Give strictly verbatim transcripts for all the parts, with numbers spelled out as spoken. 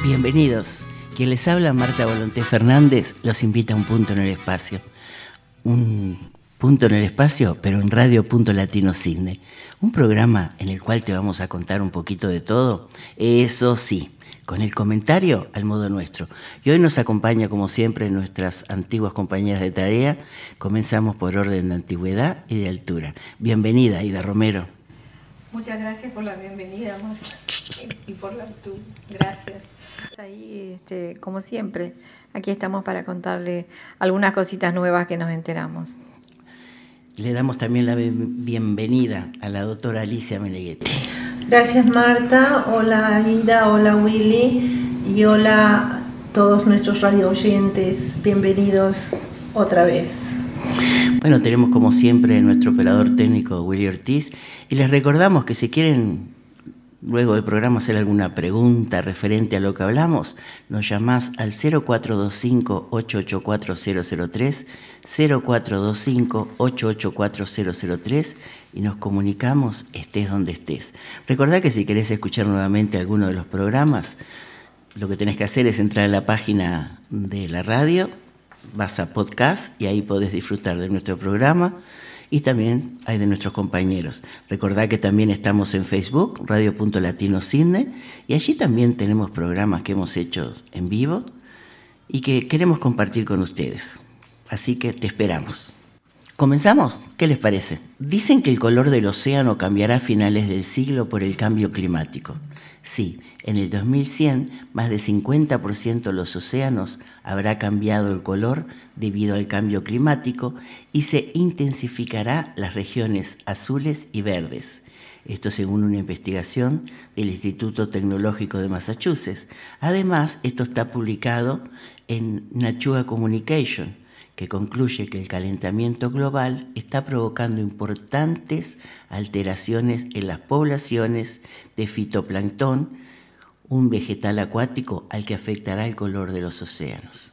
Bienvenidos. Quien les habla, Marta Volonté Fernández, los invita a un punto en el espacio. Un punto en el espacio, pero en Radio Punto Latino Sydney. Un programa en el cual te vamos a contar un poquito de todo. Eso sí, con el comentario al modo nuestro. Y hoy nos acompaña, como siempre, nuestras antiguas compañeras de tarea. Comenzamos por orden de antigüedad y de altura. Bienvenida, Ida Romero. Muchas gracias por la bienvenida, Marta, y por la altura. Gracias. Ahí, este, como siempre, aquí estamos para contarle algunas cositas nuevas que nos enteramos. Le damos también la bienvenida a la doctora Alicia Meneghetti. Gracias, Marta. Hola, Ida. Hola, Willy. Y hola a todos nuestros radio oyentes. Bienvenidos otra vez. Bueno, tenemos como siempre nuestro operador técnico Willy Ortiz y les recordamos que si quieren luego del programa hacer alguna pregunta referente a lo que hablamos, nos llamás al cero cuatro dos cinco, ocho ocho cuatro, cero cero tres, cero cuatro dos cinco, ocho ocho cuatro, cero cero tres y nos comunicamos estés donde estés. Recordá que si querés escuchar nuevamente alguno de los programas, lo que tenés que hacer es entrar a la página de la radio, vas a podcast y ahí podés disfrutar de nuestro programa y también hay de nuestros compañeros. Recordá que también estamos en Facebook, Radio Punto Latino Sydney, y allí también tenemos programas que hemos hecho en vivo y que queremos compartir con ustedes. Así que te esperamos. ¿Comenzamos? ¿Qué les parece? Dicen que el color del océano cambiará a finales del siglo por el cambio climático. Sí, en el dos mil cien, más de cincuenta por ciento de los océanos habrá cambiado el color debido al cambio climático y se intensificará las regiones azules y verdes. Esto según una investigación del Instituto Tecnológico de Massachusetts. Además, esto está publicado en Nature Communication, que concluye que el calentamiento global está provocando importantes alteraciones en las poblaciones de fitoplancton, un vegetal acuático al que afectará el color de los océanos.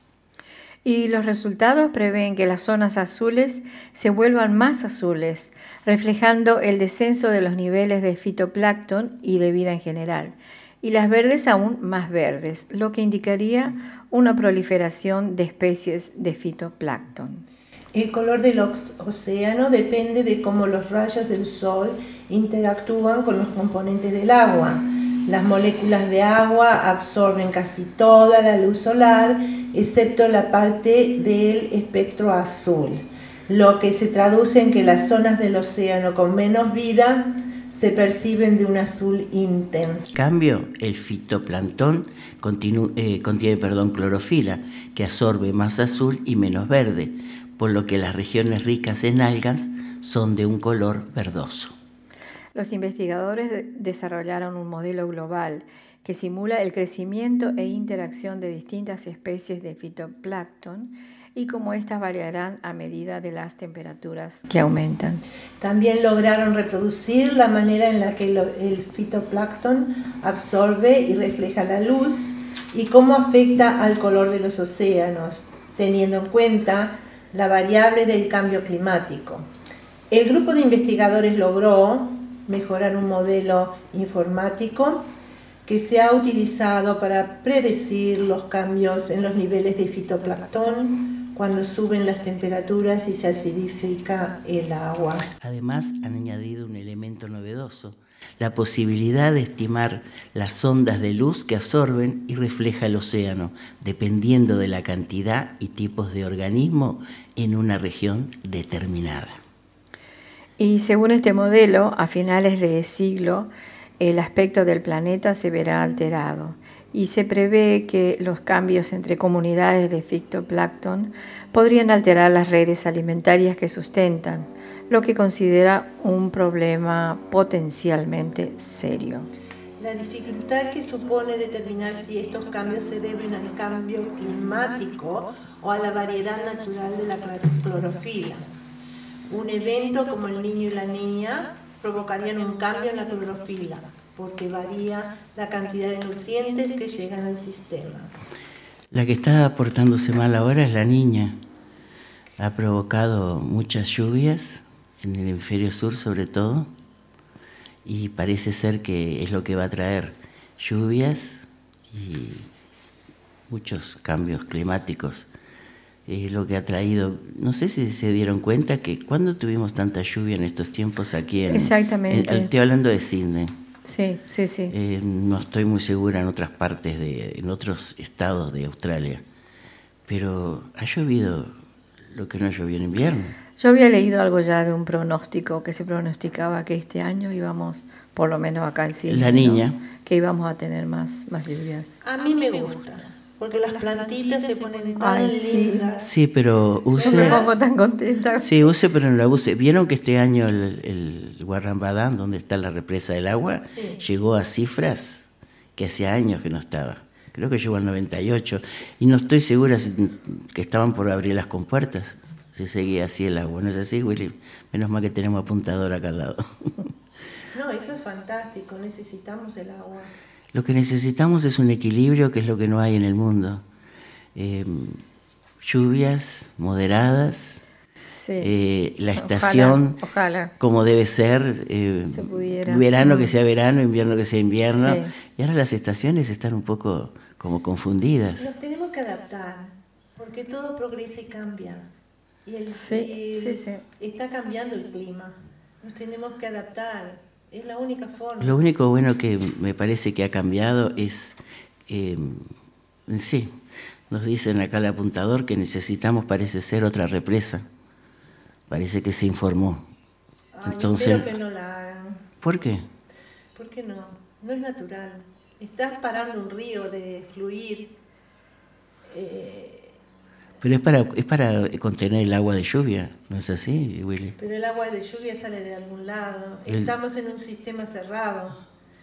Y los resultados prevén que las zonas azules se vuelvan más azules, reflejando el descenso de los niveles de fitoplancton y de vida en general, y las verdes aún más verdes, lo que indicaría una proliferación de especies de fitoplancton. El color del océano depende de cómo los rayos del sol interactúan con los componentes del agua. Las moléculas de agua absorben casi toda la luz solar, excepto la parte del espectro azul, lo que se traduce en que las zonas del océano con menos vida se perciben de un azul intenso. En cambio, el fitoplancton continu- eh, contiene perdón, clorofila, que absorbe más azul y menos verde, por lo que las regiones ricas en algas son de un color verdoso. Los investigadores de- desarrollaron un modelo global que simula el crecimiento e interacción de distintas especies de fitoplancton y cómo éstas variarán a medida de las temperaturas que aumentan. También lograron reproducir la manera en la que lo, el fitoplancton absorbe y refleja la luz y cómo afecta al color de los océanos, teniendo en cuenta la variable del cambio climático. El grupo de investigadores logró mejorar un modelo informático que se ha utilizado para predecir los cambios en los niveles de fitoplancton cuando suben las temperaturas y se acidifica el agua. Además, han añadido un elemento novedoso, la posibilidad de estimar las ondas de luz que absorben y refleja el océano, dependiendo de la cantidad y tipos de organismo en una región determinada. Y según este modelo, a finales de siglo, el aspecto del planeta se verá alterado y se prevé que los cambios entre comunidades de fitoplancton podrían alterar las redes alimentarias que sustentan, lo que considera un problema potencialmente serio. La dificultad que supone determinar si estos cambios se deben al cambio climático o a la variedad natural de la clorofila. Un evento como el niño y la niña provocarían un cambio en la clorofila, porque varía la cantidad de nutrientes que llegan al sistema. La que está portándose mal ahora es la niña. Ha provocado muchas lluvias, en el hemisferio sur sobre todo, y parece ser que es lo que va a traer lluvias y muchos cambios climáticos. Es lo que ha traído, no sé si se dieron cuenta que cuando tuvimos tanta lluvia en estos tiempos aquí en... Exactamente. En, estoy hablando de Sydney. Sí, sí, sí. Eh, no estoy muy segura en otras partes, de, en otros estados de Australia, pero ha llovido lo que no llovió en invierno. Yo había leído algo ya de un pronóstico que se pronosticaba que este año íbamos, por lo menos acá en Sydney, La niña. ¿no? Que íbamos a tener más, más lluvias. A mí me gusta, porque las plantitas se ponen tan Ay, sí. lindas. Sí, pero use... Yo me pongo tan contenta. Sí, use, pero no la use. ¿Vieron que este año el, el Warrambadán, donde está la represa del agua, Sí. llegó a cifras que hacía años que no estaba? Creo que llegó al noventa y ocho. Y no estoy segura si, que estaban por abrir las compuertas, si seguía así el agua. ¿No es así, Willy? Menos mal que tenemos apuntador acá al lado. No, eso es fantástico, necesitamos el agua. Lo que necesitamos es un equilibrio, que es lo que no hay en el mundo. Eh, lluvias moderadas, Sí. eh, la estación Ojalá, ojalá. como debe ser, eh, Se pudiera. verano Mm. que sea verano, invierno que sea invierno. Sí. Y ahora las estaciones están un poco como confundidas. Nos tenemos que adaptar, porque todo progresa y cambia. Y el, Sí, y el- sí, sí. está cambiando el clima. Nos tenemos que adaptar. Es la única forma. Lo único bueno que me parece que ha cambiado es, eh, sí, nos dicen acá el apuntador que necesitamos, parece ser, otra represa. Parece que se informó. Ay, Entonces, espero que no la hagan. ¿por qué? ¿Por qué no? No es natural. Estás parando un río de fluir. eh, Pero es para, es para contener el agua de lluvia, ¿no es así, Willy? pero el agua de lluvia sale de algún lado. El- Estamos en un sistema cerrado.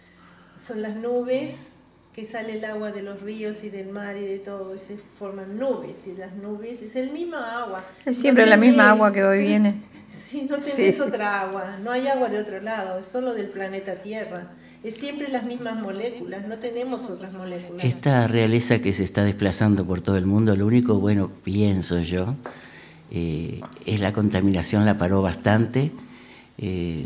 Son las nubes que sale el agua de los ríos y del mar y de todo. Y se forman nubes. Y las nubes es el mismo agua. Es siempre No la misma tenés- agua que hoy viene. Sí, no tenés Sí. otra agua. No hay agua de otro lado. Es solo del planeta Tierra. Es siempre las mismas moléculas. No tenemos otras moléculas. Esta realeza que se está desplazando por todo el mundo, lo único bueno, pienso yo, eh, es la contaminación, la paró bastante. Eh,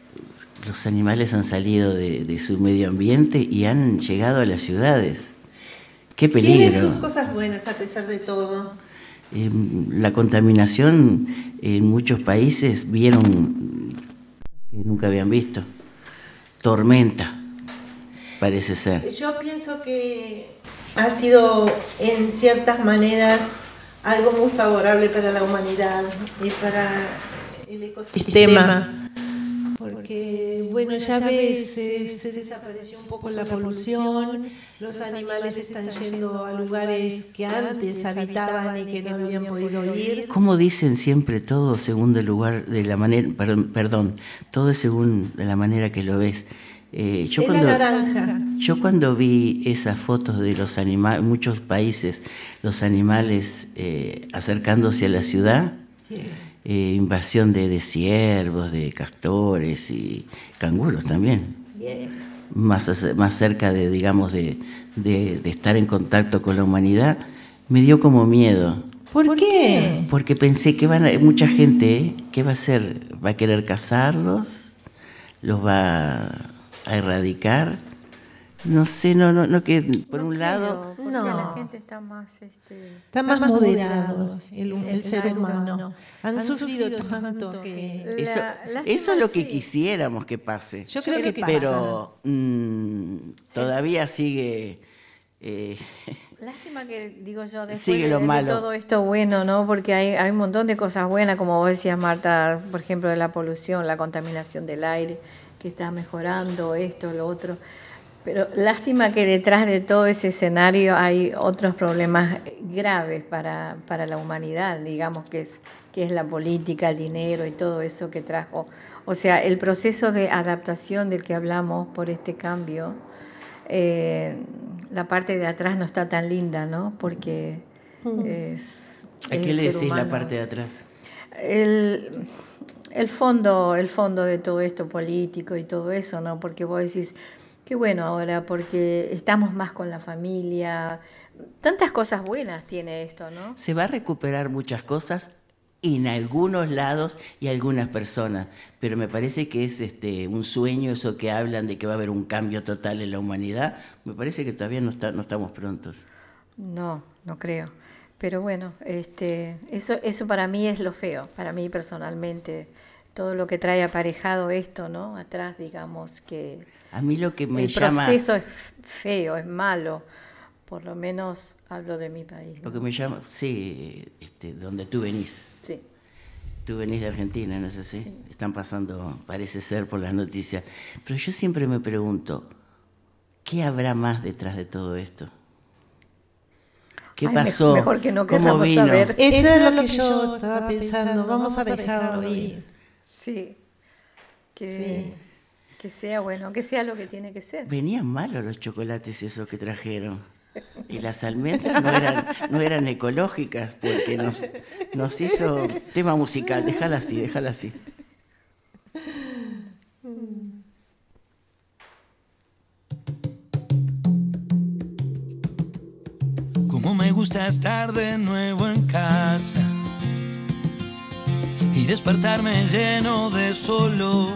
los animales han salido de, de su medio ambiente y han llegado a las ciudades. ¡Qué Tiene sus peligro! cosas buenas a pesar de todo. Eh, la contaminación en muchos países vieron que nunca habían visto. Tormenta, parece ser. Yo pienso que ha sido en ciertas maneras algo muy favorable para la humanidad y para el ecosistema. Porque, bueno, ya ves, se, se desapareció un poco la polución, los animales están yendo a lugares que antes habitaban y que no habían podido ir. ¿Cómo dicen siempre todo según el lugar, de la manera, perdón, perdón, todo es según de la manera que lo ves? Eh, yo, Es la cuando, naranja. yo cuando vi esas fotos de los animales, muchos países, los animales eh, acercándose a la ciudad, eh, invasión de, de ciervos, de castores y canguros también, Bien. más, ace- más cerca de, digamos, de, de, de estar en contacto con la humanidad, me dio como miedo. ¿Por qué? Porque pensé que van a, mucha gente, ¿eh? ¿Qué va a hacer? ¿Va a querer cazarlos? ¿Los va a erradicar? No sé, no, no, no que por No un creo, lado, porque no. la gente está más, este, Está más moderado el, el ser Exacto. humano. Han sufrido tanto que... La- eso, lástima, eso es lo que sí. quisiéramos que pase. Yo creo que pasa. Pero mm, todavía sigue. eh, Lástima que, digo yo, después Sigue de, lo de malo. todo esto bueno, ¿no? Porque hay, hay un montón de cosas buenas, como vos decías, Marta, por ejemplo, de la polución, la contaminación del aire, que está mejorando esto, lo otro. Pero lástima que detrás de todo ese escenario hay otros problemas graves para, para la humanidad, digamos, que es, que es la política, el dinero y todo eso que trajo. O sea, el proceso de adaptación del que hablamos por este cambio, eh, la parte de atrás no está tan linda, ¿no? Porque es... ¿A es qué el le ser decís la humano. parte de atrás? El, el fondo, el fondo de todo esto político y todo eso, ¿no? Porque vos decís, qué bueno ahora, porque estamos más con la familia. Tantas cosas buenas tiene esto, ¿no? Se va a recuperar muchas cosas en algunos lados y algunas personas, pero me parece que es este un sueño eso que hablan de que va a haber un cambio total en la humanidad. Me parece que todavía no está, no estamos prontos. No, no creo. Pero bueno, este, eso, eso para mí es lo feo, para mí personalmente. Todo lo que trae aparejado esto, ¿no? Atrás, digamos que... A mí lo que me el llama... El proceso es feo, es malo. Por lo menos hablo de mi país, ¿no? Lo que me llama... Sí, este, donde tú venís. Sí. Tú venís de Argentina, ¿no es así? Sí. Están pasando, parece ser, por las noticias. Pero yo siempre me pregunto, ¿qué habrá más detrás de todo esto? ¿Qué Ay, pasó? Mejor que no ¿Cómo queramos vino? saber. Eso es lo que yo estaba pensando, vamos a dejarlo ir. Sí, que, sí. que sea bueno, que sea lo que tiene que ser. Venían malos los chocolates esos que trajeron. Y las almendras no eran, no eran ecológicas, porque nos, nos hizo tema musical. Déjala así, déjala así. Como me gusta estar de nuevo en casa y despertarme lleno de solo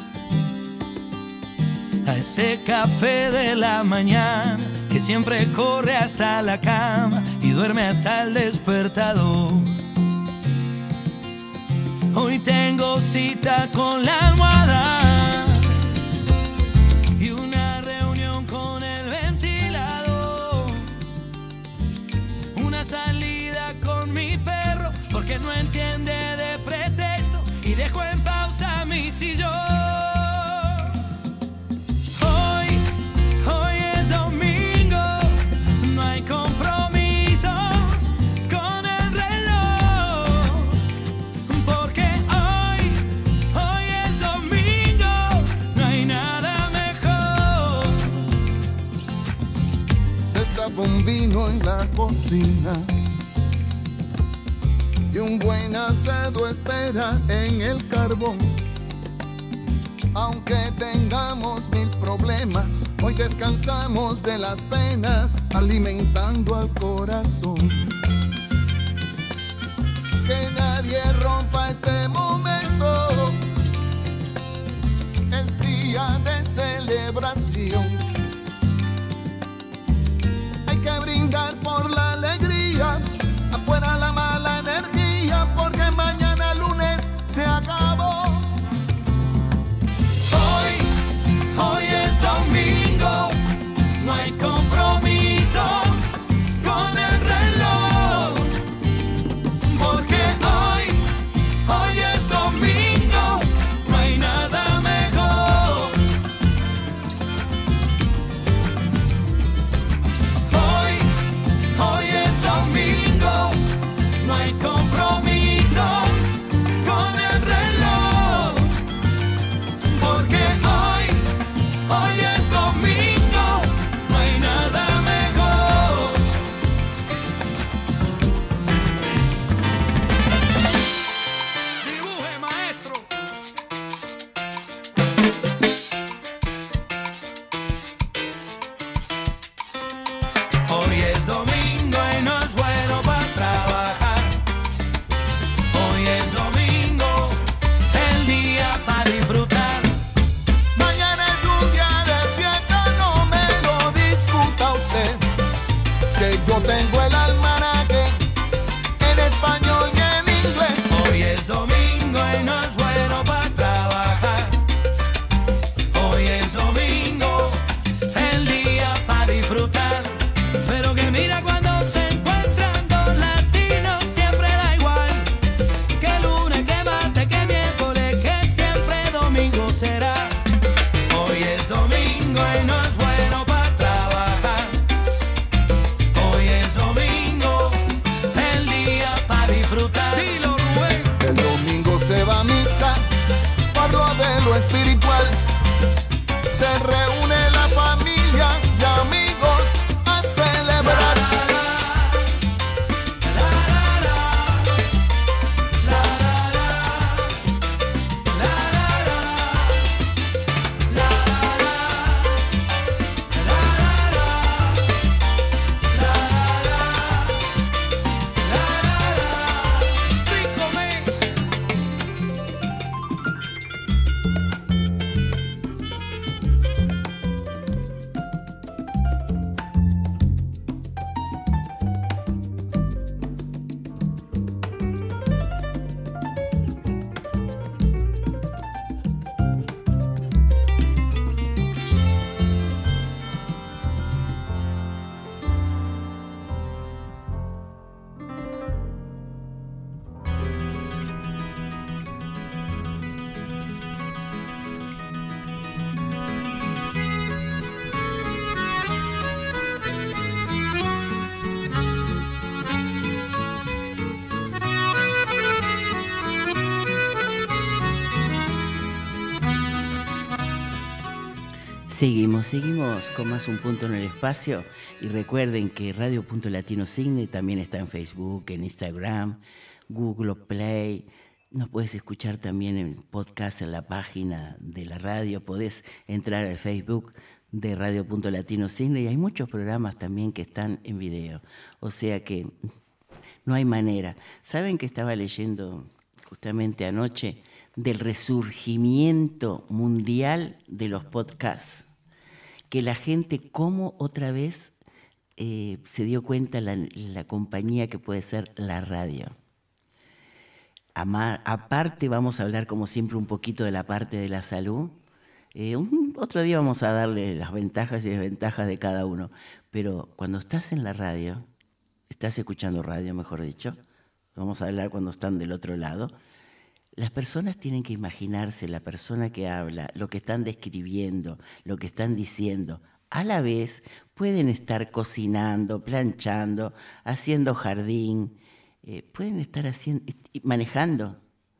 a ese café de la mañana que siempre corre hasta la cama y duerme hasta el despertador. Hoy tengo cita con la almohada y una reunión con el ventilador, una salida con mi perro porque no entiende de pretexto y dejo en pausa mi sillón. Un vino en la cocina y un buen asado espera en el carbón. Aunque tengamos mil problemas, hoy descansamos de las penas, alimentando al corazón. Que nadie rompa este momento, es día de celebración. Que brindar por la alegría, afuera la mala energía, porque mañana lunes se acabó. Hoy, hoy es domingo, no hay compromisos con el reloj, porque hoy, hoy es domingo, no hay nada mejor Seguimos, seguimos con más Un Punto en el Espacio y recuerden que Radio Punto Latino Signe también está en Facebook, en Instagram, Google Play. Nos puedes escuchar también en podcast en la página de la radio, podés entrar al Facebook de Radio Punto Latino Signe y hay muchos programas también que están en video, o sea que no hay manera. ¿Saben que estaba leyendo justamente anoche del resurgimiento mundial de los podcasts? Que la gente como otra vez eh, se dio cuenta la, la compañía que puede ser la radio. Amar, aparte vamos a hablar como siempre un poquito de la parte de la salud. Eh, un, otro día vamos a darle las ventajas y desventajas de cada uno. Pero cuando estás en la radio, estás escuchando radio mejor dicho, vamos a hablar cuando están del otro lado, las personas tienen que imaginarse la persona que habla, lo que están describiendo, lo que están diciendo. A la vez pueden estar cocinando, planchando, haciendo jardín, eh, pueden estar haciendo, manejando,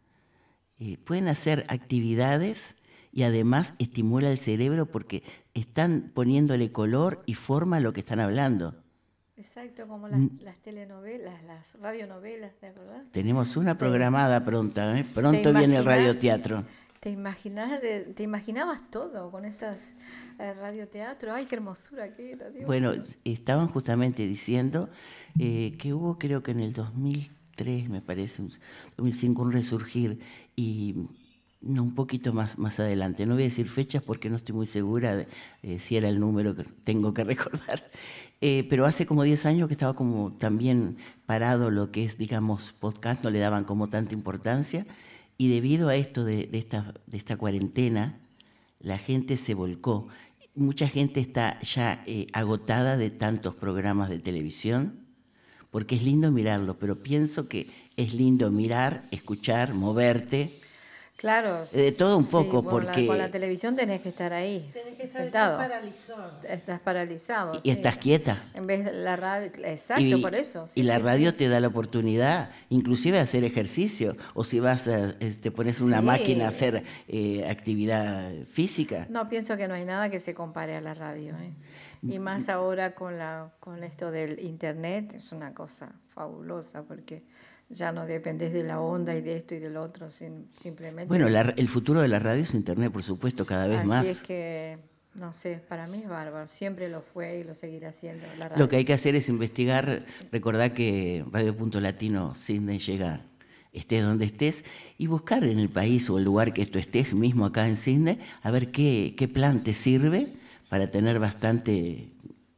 eh, pueden hacer actividades y además estimula el cerebro porque están poniéndole color y forma a lo que están hablando. Exacto, como las, las telenovelas, las radionovelas, ¿te acordás? Tenemos una programada pronta, ¿eh? Pronto viene el radioteatro. ¿Te imaginás de, te imaginabas todo con esas eh, radioteatro? ¡Ay, qué hermosura que era! Dios. Bueno, estaban justamente diciendo eh, que hubo, creo que en el dos mil tres, me parece, dos mil cinco, un resurgir y... No, un poquito más, más adelante. No voy a decir fechas porque no estoy muy segura de eh, si era el número que tengo que recordar. Eh, pero hace como diez años que estaba como también parado lo que es, digamos, podcast, no le daban como tanta importancia. Y debido a esto de, de, esta, de esta cuarentena, la gente se volcó. Mucha gente está ya eh, agotada de tantos programas de televisión, porque es lindo mirarlo, pero pienso que es lindo mirar, escuchar, moverte. Claro, de todo un sí, poco, bueno, porque... La, con la televisión tenés que estar ahí, Tenés que estar, sentado. Estás paralizado. Estás paralizado. Y sí. estás quieta. En vez de la radio, exacto, y, por eso. Sí, y la sí, radio sí. te da la oportunidad, inclusive, de hacer ejercicio, o si vas a, te pones una Sí. máquina a hacer eh, actividad física. No, pienso que no hay nada que se compare a la radio, ¿eh? Y más ahora con, la, con esto del internet, es una cosa fabulosa, porque... ya no dependes de la onda y de esto y del otro, sin, simplemente... Bueno, la, el futuro de la radio es internet, por supuesto, cada vez Así más. Así es que, no sé, para mí es bárbaro, siempre lo fue y lo seguirá siendo la radio. Lo que hay que hacer es investigar, recordar que Radio Punto Latino Signe llega, estés donde estés, y buscar en el país o el lugar que tú estés, mismo acá en Signe, a ver qué, qué plan te sirve para tener bastante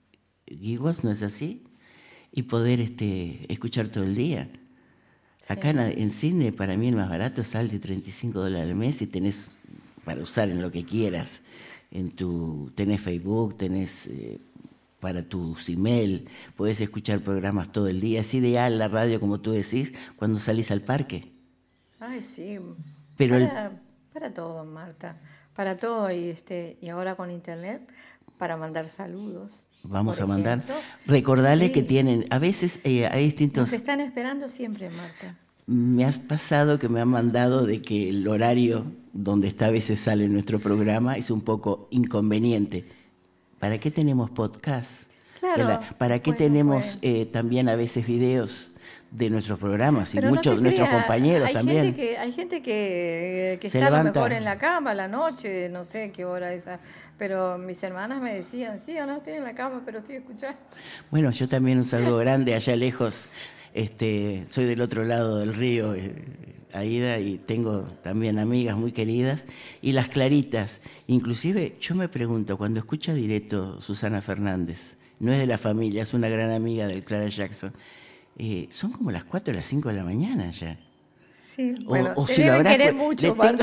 gigos, ¿no es así? Y poder este, escuchar todo el día. Sí. Acá en, en Signe, para mí el más barato sale de treinta y cinco dólares al mes y tenés para usar en lo que quieras. En tu, tenés Facebook, tenés eh, para tus email, podés escuchar programas todo el día. Es ideal la radio, como tú decís, cuando salís al parque. Ay, sí. Pero para, el... para todo, Marta. Para todo. Y, este, y ahora con internet, para mandar saludos. Vamos a ejemplo. mandar. Recordarles sí. que tienen, a veces eh, hay distintos... Nos están esperando siempre, Marta. Me has pasado que me han mandado de que el horario donde está a veces sale nuestro programa es un poco inconveniente. ¿Para qué tenemos podcast? Claro. ¿Para qué bueno, tenemos bueno. Eh, también a veces videos de nuestros programas? Pero y muchos no nuestros creas, compañeros hay también. Gente que, hay gente que, que Se está a lo levanta. mejor en la cama a la noche, no sé qué hora es, pero mis hermanas me decían, sí o no, estoy en la cama, pero estoy escuchando. Bueno, yo también un saludo grande allá lejos. Este, soy del otro lado del río, eh, Aida, y tengo también amigas muy queridas. Y las Claritas, inclusive yo me pregunto, cuando escucha directo Susana Fernández, no es de la familia, es una gran amiga del Clara Jackson, eh, son como las cuatro o las cinco de la mañana ya. Sí, O, bueno, o te si lo deben habrá, querer le mucho, tengo-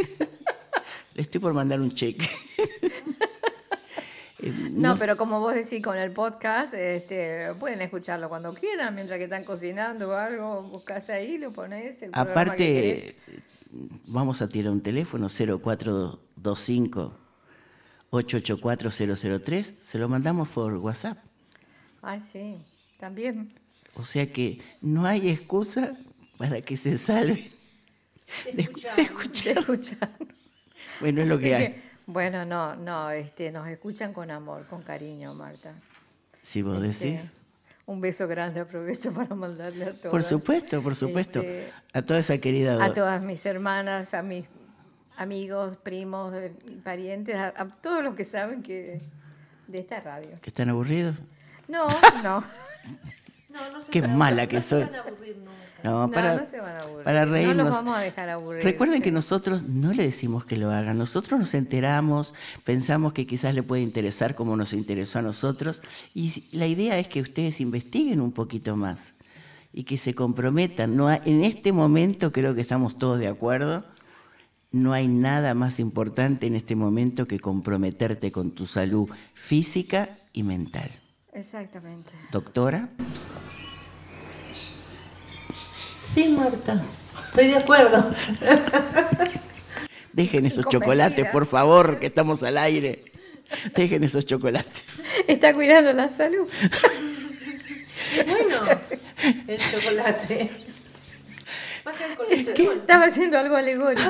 le estoy por mandar un cheque. Eh, No, pero como vos decís con el podcast, este, pueden escucharlo cuando quieran, mientras que están cocinando o algo, buscas ahí, lo pones, el programa que Aparte, querés. vamos a tirar un teléfono cero cuatro dos cinco, ocho ocho cuatro cero cero tres, se lo mandamos por WhatsApp. Ay, sí, también. O sea que no hay excusa para que se salve de, escuchar. de escuchar. De escuchar. Bueno, es lo Así que hay. Bueno, no, no, este, nos escuchan con amor, con cariño, Marta. Si vos Este, decís. Un beso grande, aprovecho para mandarle a todas. Por supuesto, por supuesto. Este, a toda esa querida... A todas mis hermanas, a mis amigos, primos, eh, parientes, a, a todos los que saben que de esta radio. ¿Que están aburridos? No, no. No, no se Qué van a- mala no que se soy. van a aburrir nunca. No, No, para, no se van a aburrir. para reírnos. No los vamos a dejar aburrir. Recuerden que nosotros no le decimos que lo hagan. Nosotros nos enteramos, pensamos que quizás le puede interesar como nos interesó a nosotros. Y la idea es que ustedes investiguen un poquito más y que se comprometan. No hay- en este momento creo que estamos todos de acuerdo. No hay nada más importante en este momento que comprometerte con tu salud física y mental. Exactamente. Doctora. Sí, Marta, estoy de acuerdo. Dejen esos Convencida. chocolates, por favor, que estamos al aire. Dejen esos chocolates. Está cuidando la salud. Bueno, el chocolate. Bajan con Es ese que gol. estaba haciendo algo alegórico.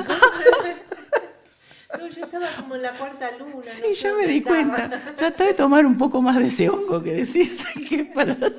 No, yo estaba como en la cuarta luna. Sí, no sé ya me dónde di estaba. cuenta. Trata de tomar un poco más de ese hongo que decís que es para todos.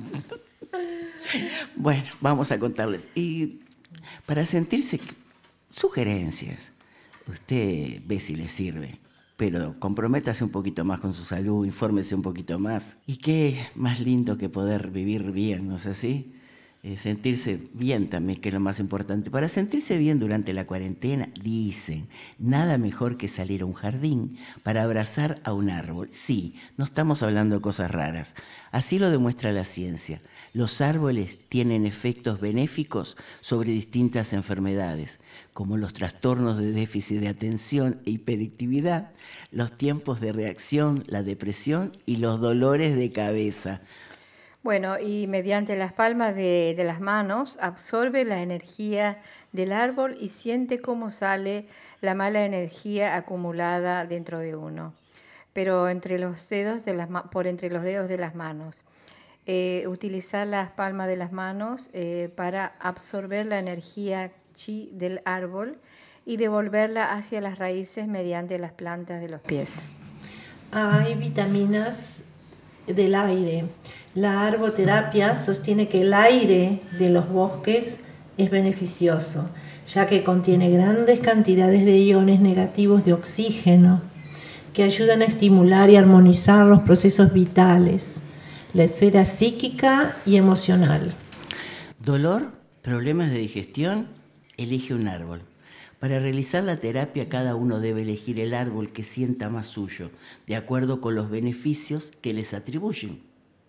Bueno, vamos a contarles. Y para sentirse, sugerencias. Usted ve si le sirve, pero comprométase un poquito más con su salud, infórmese un poquito más. Y qué más lindo que poder vivir bien, ¿no es así? Eh, sentirse bien también, que es lo más importante. Para sentirse bien durante la cuarentena, dicen, nada mejor que salir a un jardín para abrazar a un árbol. Sí, no estamos hablando de cosas raras. Así lo demuestra la ciencia. Los árboles tienen efectos benéficos sobre distintas enfermedades, como los trastornos de déficit de atención e hiperactividad, los tiempos de reacción, la depresión y los dolores de cabeza. Bueno, y mediante las palmas de, de las manos absorbe la energía del árbol y siente cómo sale la mala energía acumulada dentro de uno, pero entre los dedos de las ma- por entre los dedos de las manos. Eh, utilizar las palmas de las manos eh, para absorber la energía chi del árbol y devolverla hacia las raíces mediante las plantas de los pies. Hay vitaminas del aire. La arboterapia sostiene que el aire de los bosques es beneficioso, ya que contiene grandes cantidades de iones negativos de oxígeno que ayudan a estimular y armonizar los procesos vitales, la esfera psíquica y emocional. Dolor, problemas de digestión, elige un árbol. Para realizar la terapia, cada uno debe elegir el árbol que sienta más suyo, de acuerdo con los beneficios que les atribuyen.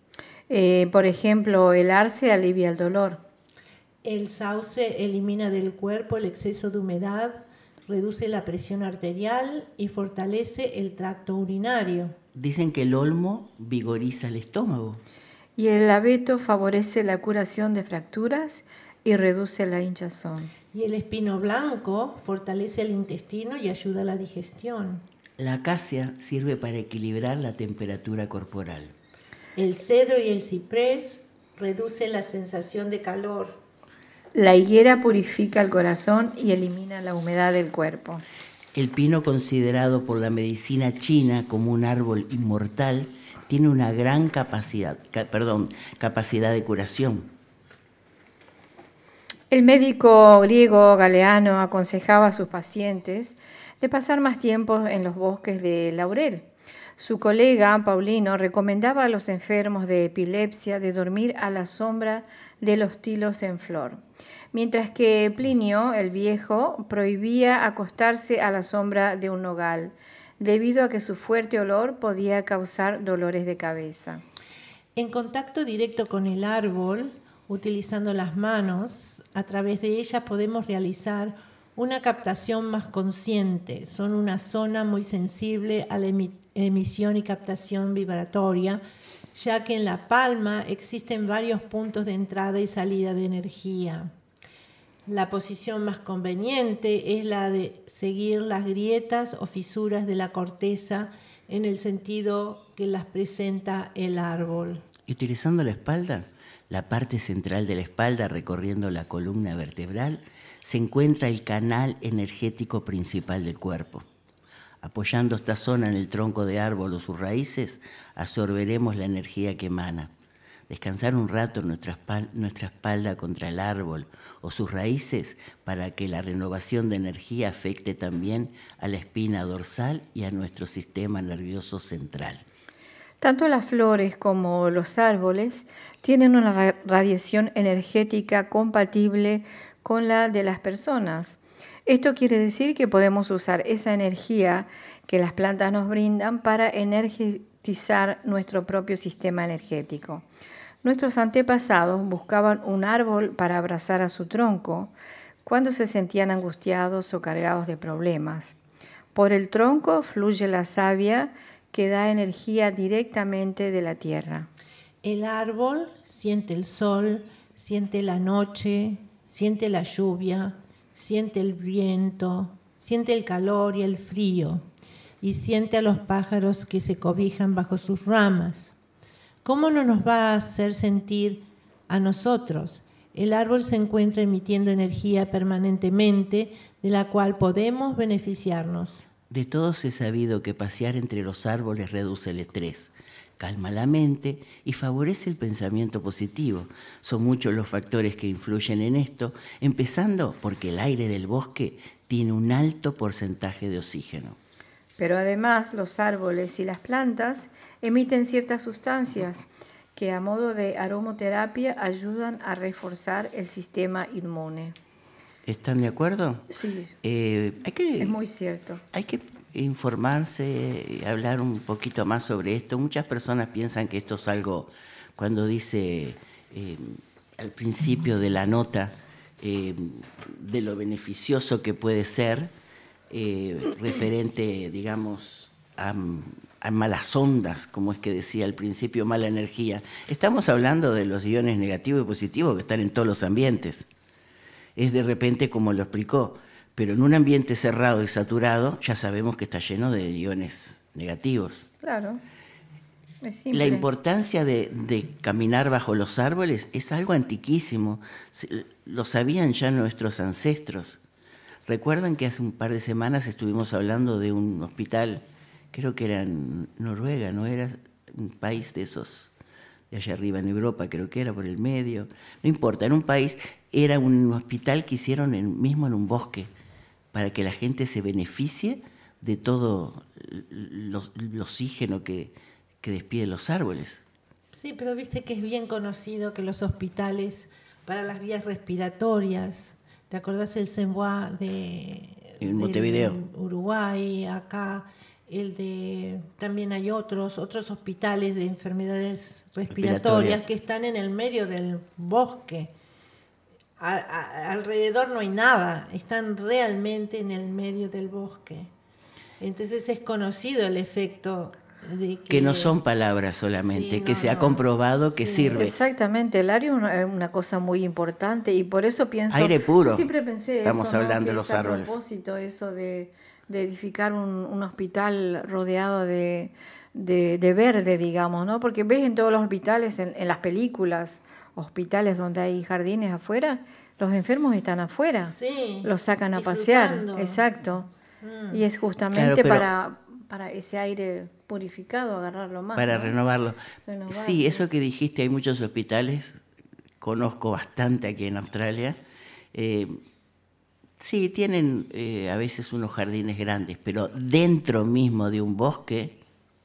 Eh, por ejemplo, el arce alivia el dolor. El sauce elimina del cuerpo el exceso de humedad, reduce la presión arterial y fortalece el tracto urinario. Dicen que el olmo vigoriza el estómago. Y el abeto favorece la curación de fracturas y reduce la hinchazón. Y el espino blanco fortalece el intestino y ayuda a la digestión. La acacia sirve para equilibrar la temperatura corporal. El cedro y el ciprés reducen la sensación de calor. La higuera purifica el corazón y elimina la humedad del cuerpo. El pino, considerado por la medicina china como un árbol inmortal, tiene una gran capacidad, ca- perdón, capacidad de curación. El médico griego Galeano aconsejaba a sus pacientes de pasar más tiempo en los bosques de laurel. Su colega Paulino recomendaba a los enfermos de epilepsia de dormir a la sombra de los tilos en flor, mientras que Plinio el Viejo prohibía acostarse a la sombra de un nogal, debido a que su fuerte olor podía causar dolores de cabeza. En contacto directo con el árbol, utilizando las manos, a través de ellas podemos realizar una captación más consciente. Son una zona muy sensible a la emi- emisión y captación vibratoria, ya que en la palma existen varios puntos de entrada y salida de energía. La posición más conveniente es la de seguir las grietas o fisuras de la corteza en el sentido que las presenta el árbol. Y utilizando la espalda, la parte central de la espalda recorriendo la columna vertebral, se encuentra el canal energético principal del cuerpo. Apoyando esta zona en el tronco de árbol o sus raíces, absorberemos la energía que emana. Descansar un rato nuestra espalda, nuestra espalda contra el árbol o sus raíces para que la renovación de energía afecte también a la espina dorsal y a nuestro sistema nervioso central. Tanto las flores como los árboles tienen una radiación energética compatible con la de las personas. Esto quiere decir que podemos usar esa energía que las plantas nos brindan para energizar nuestro propio sistema energético. Nuestros antepasados buscaban un árbol para abrazar a su tronco cuando se sentían angustiados o cargados de problemas. Por el tronco fluye la savia que da energía directamente de la tierra. El árbol siente el sol, siente la noche, siente la lluvia, siente el viento, siente el calor y el frío, y siente a los pájaros que se cobijan bajo sus ramas. ¿Cómo no nos va a hacer sentir a nosotros? El árbol se encuentra emitiendo energía permanentemente, de la cual podemos beneficiarnos. De todos he sabido que pasear entre los árboles reduce el estrés, calma la mente y favorece el pensamiento positivo. Son muchos los factores que influyen en esto, empezando porque el aire del bosque tiene un alto porcentaje de oxígeno. Pero además los árboles y las plantas emiten ciertas sustancias que a modo de aromaterapia ayudan a reforzar el sistema inmune. ¿Están de acuerdo? Sí, eh, hay que, es muy cierto. Hay que informarse, hablar un poquito más sobre esto. Muchas personas piensan que esto es algo, cuando dice eh, al principio de la nota, eh, de lo beneficioso que puede ser, eh, referente, digamos, a, a malas ondas, como es que decía al principio, mala energía. Estamos hablando de los iones negativos y positivos que están en todos los ambientes. Es de repente como lo explicó, pero en un ambiente cerrado y saturado ya sabemos que está lleno de iones negativos. Claro, es simple. La importancia de, de caminar bajo los árboles es algo antiquísimo, lo sabían ya nuestros ancestros. Recuerdan que hace un par de semanas estuvimos hablando de un hospital, creo que era en Noruega, ¿no? Era un país de esos, de allá arriba en Europa, creo que era por el medio, no importa, en un país, era un hospital que hicieron en, mismo en un bosque, para que la gente se beneficie de todo lo, el oxígeno que, que despiden los árboles. Sí, pero viste que es bien conocido que los hospitales para las vías respiratorias, ¿te acordás el Semboa de, en Montevideo, Uruguay, acá? El de, también hay otros, otros hospitales de enfermedades respiratorias que están en el medio del bosque. A, a, alrededor no hay nada, están realmente en el medio del bosque. Entonces es conocido el efecto de que... Que no son palabras solamente, sí, que no, se ha no. comprobado que Sí. sirve. Exactamente, el aire es una, una cosa muy importante y por eso pienso... Aire puro. Yo siempre pensé Estamos eso, ¿no? hablando que de los es a árboles. propósito eso de, de edificar un, un hospital rodeado de, de, de verde, digamos, ¿no? Porque ves en todos los hospitales, en, en las películas, hospitales donde hay jardines afuera, los enfermos están afuera, Sí, los sacan a pasear, disfrutando. exacto. Mm. Y es justamente Claro, pero- para, para ese aire purificado, agarrarlo más. Para ¿no? renovarlo. Renovarlo. Sí, eso que dijiste, hay muchos hospitales, conozco bastante aquí en Australia. Eh, sí, tienen eh, a veces unos jardines grandes, pero dentro mismo de un bosque.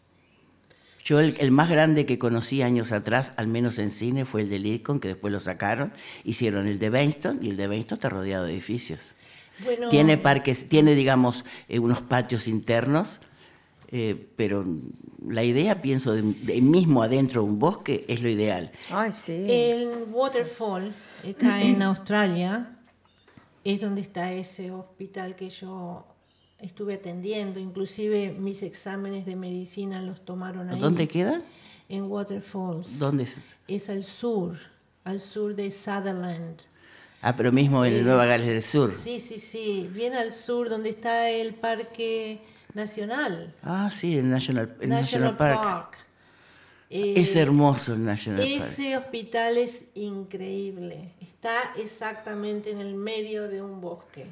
Yo el, el más grande que conocí años atrás, al menos en cine, fue el de Lidcombe, que después lo sacaron. Hicieron el de Bainstone y el de Bainstone está rodeado de edificios. Bueno, Tiene parques, tiene, digamos, eh, unos patios internos, eh, pero la idea, pienso, de, de mismo adentro de un bosque es lo ideal. Ay, sí. el Waterfall, acá en Australia, es donde está ese hospital que yo estuve atendiendo. Inclusive mis exámenes de medicina los tomaron ahí. ¿Dónde queda? En Waterfalls. ¿Dónde es? Es al sur, al sur de Sutherland. Ah, pero mismo en Es- Nueva Gales del Sur. Sí, sí, sí, bien al sur, donde está el Parque Nacional. Ah, sí, el National, el National National Park. Park. Eh, Es hermoso el National Park. Ese hospital es increíble. Está exactamente en el medio de un bosque.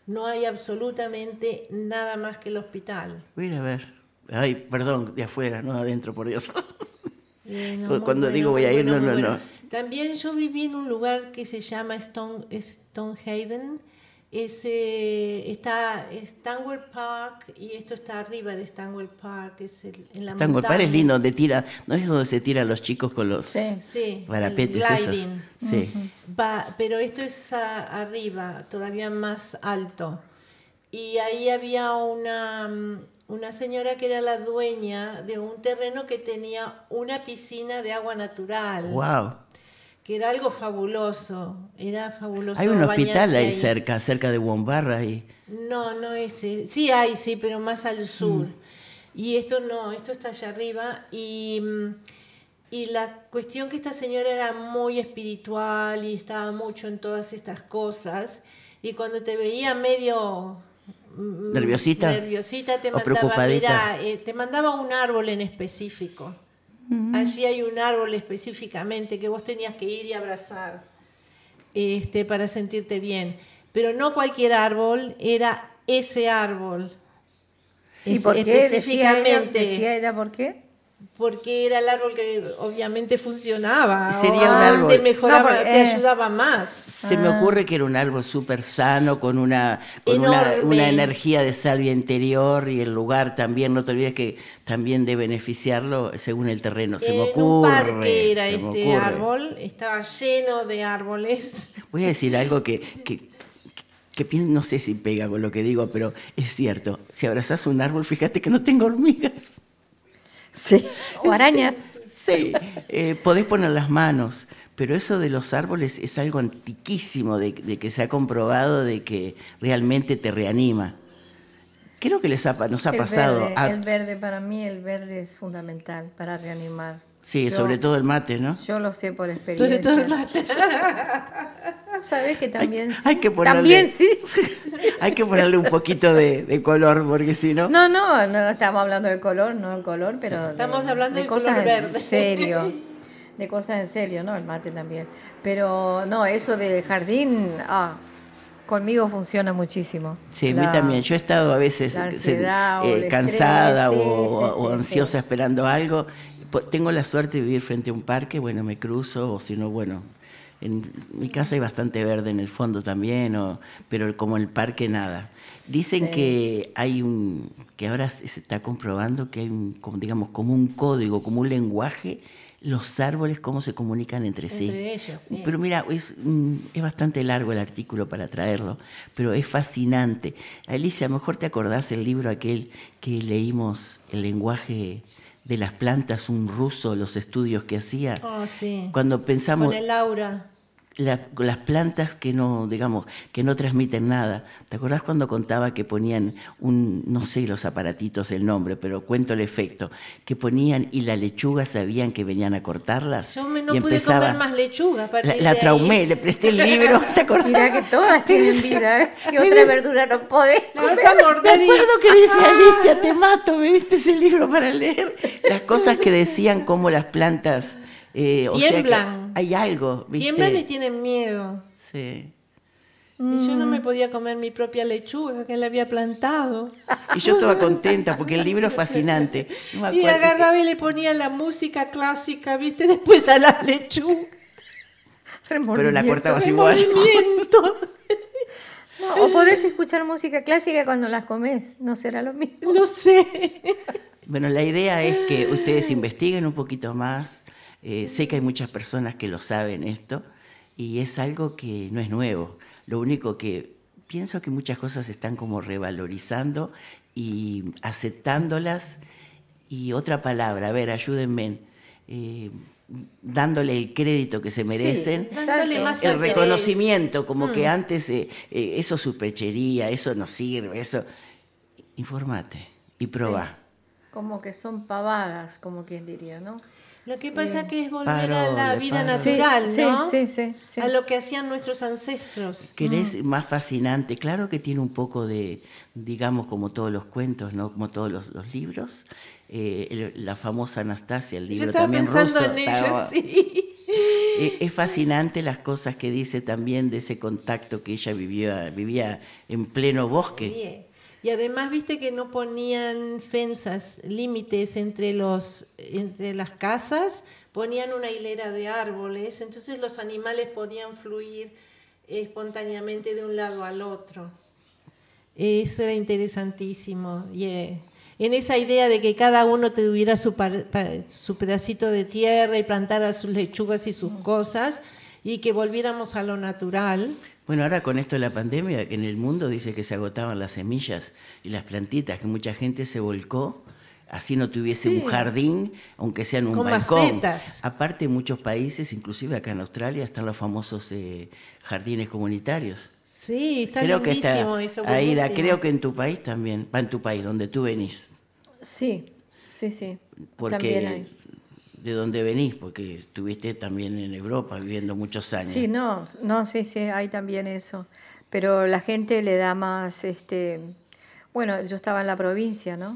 no hay absolutamente nada más que el hospital. Voy a ir a ver. Ay, perdón, de afuera, no adentro, por Dios. Eh, no, Cuando bueno, digo voy a ir, bueno, no, no, bueno. no. También yo viví en un lugar que se llama Stone, Stonehaven. Es, eh, está Stanwell Park y esto está arriba de Stanwell Park. Es el, en la Stanwell Park es lindo, donde tira, ¿no es donde se tiran los chicos con los Sí. Sí, parapetes el esos? gliding. Sí. Va, pero esto es a- arriba, todavía más alto. Y ahí había una, una señora que era la dueña de un terreno que tenía una piscina de agua natural. Wow. Que era algo fabuloso, era fabuloso. Hay un hospital bañarse ahí cerca, cerca de Wombarra y No, no ese. Sí hay, sí, pero más al sur. Mm. Y esto no, esto está allá arriba. Y, mm, y la cuestión que esta señora era muy espiritual y estaba mucho en todas estas cosas. Y cuando te veía medio mm, ¿Nerviosita? nerviosita te ¿O mandaba, preocupadita? mira, eh, te mandaba un árbol en específico. Allí hay un árbol específicamente que vos tenías que ir y abrazar este, para sentirte bien. Pero no cualquier árbol, era ese árbol. ¿Y Es- por qué? Decía ella, específicamente, decía ella por qué. porque era el árbol que obviamente funcionaba. Sería o un árbol. Te mejoraba, No, pero, te eh, ayudaba más. se me ocurre que era un árbol súper sano, con una con una, Enorme. una energía de salvia interior y el lugar también, no te olvides que también de beneficiarlo según el terreno. Se me En ocurre. un parque era se me este ocurre. árbol, estaba lleno de árboles. Voy a decir algo que, que, que pienso, no sé si pega con lo que digo, pero es cierto. Si abrazás un árbol, fíjate que no tengo hormigas. Sí. O arañas. Sí, eh, podés poner las manos, pero eso de los árboles es algo antiquísimo, de, de que se ha comprobado de que realmente te reanima. Creo que les ha, nos ha El pasado. verde, a- el verde, para mí, el verde es fundamental para reanimar. sí, Yo- sobre todo el mate, ¿no? Yo lo sé por Sobre experiencia. todo el mate. ¿Sabes que también sí? hay que ponerle- También sí. Hay que ponerle un poquito de, de color, porque si no... No, no, no estamos hablando de color, no de color, pero Estamos de, hablando de del cosas color verde. en serio. De cosas en serio, ¿no? El mate también. Pero no, eso del jardín, ah, conmigo funciona muchísimo. Sí, a mí La- también. Yo he estado a veces la eh, ansiedad o eh, el cansada estrés, sí, o, sí, o sí, ansiosa sí. esperando algo. Po- Tengo la suerte de vivir frente a un parque, bueno, me cruzo, o si no, bueno, en mi casa hay bastante verde en el fondo también, o, pero como el parque nada. Dicen Sí. que hay un, que ahora se se está comprobando que hay un, como, digamos, como un código, como un lenguaje, los árboles cómo se comunican entre sí. Entre ellos, sí. Pero mira, es, mm, es bastante largo el artículo para traerlo, pero es fascinante. Alicia, a lo mejor te acordás el libro aquel que leímos, El lenguaje de las plantas, un ruso, los estudios que hacía. Oh, sí. Cuando pensamos Con el aura. la- las plantas que no, digamos, que no transmiten nada. ¿Te acordás cuando contaba que ponían un, no sé los aparatitos, el nombre, pero cuento el efecto, que ponían y la lechuga sabían que venían a cortarlas? Yo me, no y pude empezaba- comer más lechuga. a partir La, de la ahí. traumé, le presté el libro, ¿te acordás? Mira que todas tienen vida. ¿eh? ¿Qué otra verdura no podés La comer? vas a morder Me y- acuerdo que decía Alicia, te mato, me diste ese libro para leer. Las cosas que decían como las plantas, eh, o sea que Tiemblan. hay algo, ¿viste? Tiemblan y tienen miedo. Sí. Y yo no me podía comer mi propia lechuga que la había plantado. Y yo estaba contenta porque el libro es fascinante. No me Y acuerdo que- agarraba y le ponía la música clásica, ¿viste? Después a la lechuga. pero la Remordimiento. cortabas igual. Movimiento. No, o podés escuchar música clásica cuando las comes, no será lo mismo. No sé. Bueno, la idea es que ustedes investiguen un poquito más. Eh, sé que hay muchas personas que lo saben esto y es algo que no es nuevo. Lo único que pienso que muchas cosas se están como revalorizando y aceptándolas. Y otra palabra, a ver, ayúdenme, eh, dándole el crédito que se merecen. Sí, Dándole exacto. más El interés. reconocimiento, como Mm. que antes eh, eh, eso es superchería, eso no sirve, eso... Informate y probá. Como que son pavadas, como quien diría, ¿no? Lo que pasa que es volver a Parole, la vida parole. natural, Sí, ¿no? sí, sí, sí. A lo que hacían nuestros ancestros. ¿Querés más fascinante? Claro que tiene un poco de, digamos, como todos los cuentos, ¿no? Como todos los, los libros. Eh, el- la famosa Anastasia, el Yo libro estaba también pensando ruso. en ello, estaba- sí. Es fascinante las cosas que dice también de ese contacto que ella vivía, vivía en pleno bosque. Bien. Y además, viste que no ponían fensas, límites entre, los, entre las casas, ponían una hilera de árboles, entonces los animales podían fluir espontáneamente de un lado al otro. Eso era interesantísimo. Y, eh, en esa idea de que cada uno tuviera su, par, pa, su pedacito de tierra y plantara sus lechugas y sus cosas, y que volviéramos a lo natural. Bueno, ahora con esto de la pandemia, en el mundo dice que se agotaban las semillas y las plantitas, que mucha gente se volcó, así no tuviese sí. un jardín, aunque sea en un con balcón. Macetas. Aparte, en muchos países, inclusive acá en Australia, están los famosos eh, jardines comunitarios. Sí, está creo lindísimo que eso. Está, Aida, creo que en tu país también, va en tu país, donde tú venís. Sí, sí, sí. Porque, también hay. ¿De dónde venís? Porque estuviste también en Europa viviendo muchos años. Sí, no, no, sí, sí, hay también eso. Pero la gente le da más, este, bueno, yo estaba en la provincia, ¿no?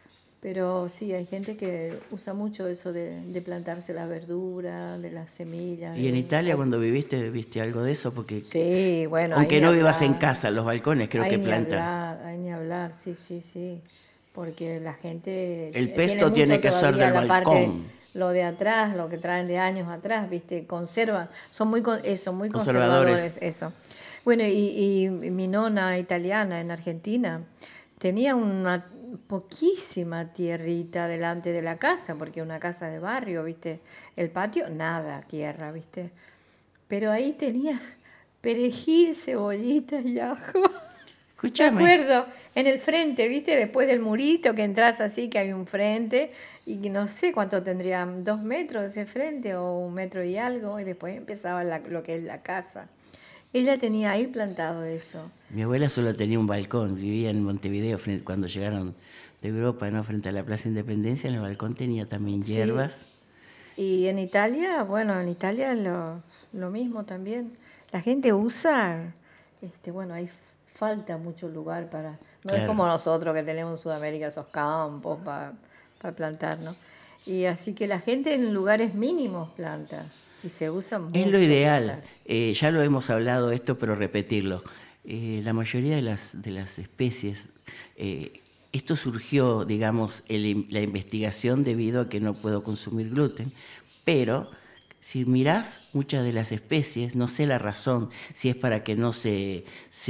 Pero sí, hay gente que usa mucho eso de, de plantarse la verdura, de las semillas. ¿Y en de, Italia o, cuando viviste, viste algo de eso? Porque sí, bueno. aunque no hablar, vivas en casa, los balcones creo hay que ni plantan. Hablar, hay ni hablar, sí, sí, sí. Porque la gente... El pesto tiene, tiene que ser del balcón. Parte, lo de atrás, lo que traen de años atrás, ¿viste? Conservan, son muy, eso, muy conservadores. conservadores, eso. Bueno, y, y mi nona italiana en Argentina tenía una poquísima tierrita delante de la casa, porque una casa de barrio, ¿viste? El patio, nada, tierra, ¿viste? Pero ahí tenía perejil, cebollitas y ajo. Escúchame. Me acuerdo, en el frente, ¿viste? Después del murito que entras así, que hay un frente, y no sé cuánto tendría, dos metros ese frente o un metro y algo, y después empezaba la, lo que es la casa. Ella tenía ahí plantado eso. Mi abuela solo tenía un balcón, vivía en Montevideo cuando llegaron de Europa, ¿no? Frente a la Plaza Independencia, en el balcón tenía también hierbas. Sí. Y en Italia, bueno, en Italia lo, lo mismo también. La gente usa, este, bueno, hay falta mucho lugar para... No claro. Es como nosotros que tenemos en Sudamérica esos campos para pa plantar, ¿no? Y así que la gente en lugares mínimos planta y se usa mucho. Es lo ideal. Eh, ya lo hemos hablado esto, pero repetirlo. Eh, la mayoría de las, de las especies... Eh, esto surgió, digamos, el, la investigación debido a que no puedo consumir gluten, pero... Si mirás muchas de las especies, no sé la razón, si es para que no se,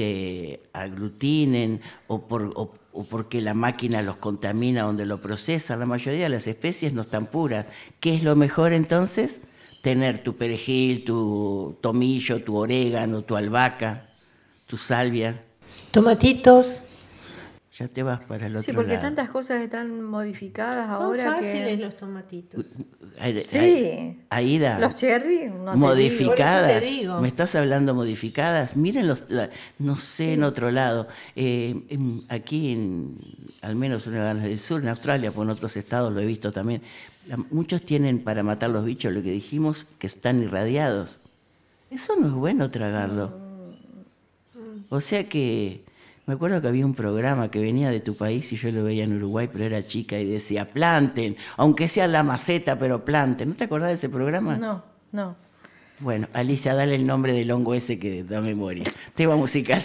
se aglutinen o, por, o, o porque la máquina los contamina donde lo procesa. La mayoría de las especies no están puras. ¿Qué es lo mejor entonces? Tener tu perejil, tu tomillo, tu orégano, tu albahaca, tu salvia. Tomatitos. Ya te vas para el otro lado. Sí, porque lado. tantas cosas están modificadas Son ahora. Son fáciles que... los tomatitos. Sí. Aida. Los cherry, no modificadas. Te digo. ¿Me estás hablando modificadas? Miren los, la, no sé, sí. En otro lado. Eh, en, aquí, en, al menos en el sur, en Australia, pues en otros estados lo he visto también. La, muchos tienen para matar los bichos lo que dijimos, que están irradiados. Eso no es bueno tragarlo. Mm. O sea que... Me acuerdo que había un programa que venía de tu país y yo lo veía en Uruguay, pero era chica y decía, planten, aunque sea la maceta, pero planten. ¿No te acordás de ese programa? No, no. Bueno, Alicia, dale el nombre del hongo ese que da memoria. Tema musical.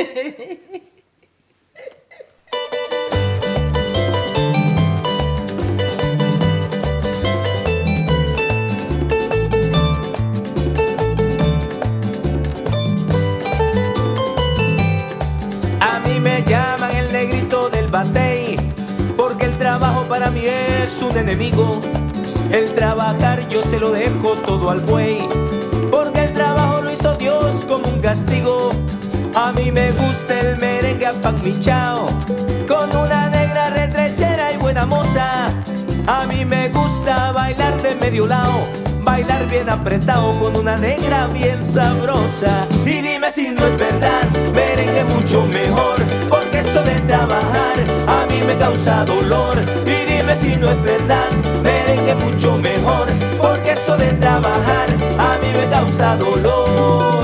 Llaman el negrito del batey, porque el trabajo para mí es un enemigo. El trabajar yo se lo dejo todo al buey, porque el trabajo lo hizo Dios como un castigo. A mí me gusta el merengue a pan michao, con una negra retrechera y buena moza. A mí me gusta bailar de medio lado, bailar bien apretado con una negra bien sabrosa. Y dime si no es verdad, merengue mucho mejor, porque esto de trabajar a mí me causa dolor. Y dime si no es verdad, merengue mucho mejor, porque esto de trabajar a mí me causa dolor.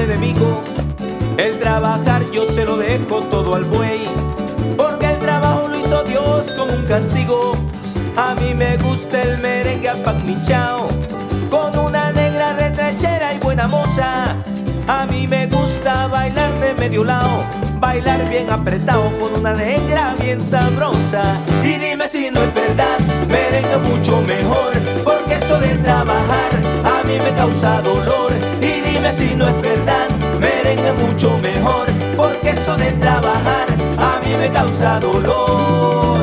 enemigo. El trabajar yo se lo dejo todo al buey, porque el trabajo lo hizo Dios como un castigo. A mí me gusta el merengue apagnichao, con una negra retrachera y buena moza. A mí me gusta bailar de medio lado, bailar bien apretado con una negra bien sabrosa. Y dime si no es verdad, merengue mucho mejor, porque esto de trabajar a mí me causa dolor. Y dime si no es verdad, merengue mucho mejor, porque esto de trabajar a mí me causa dolor.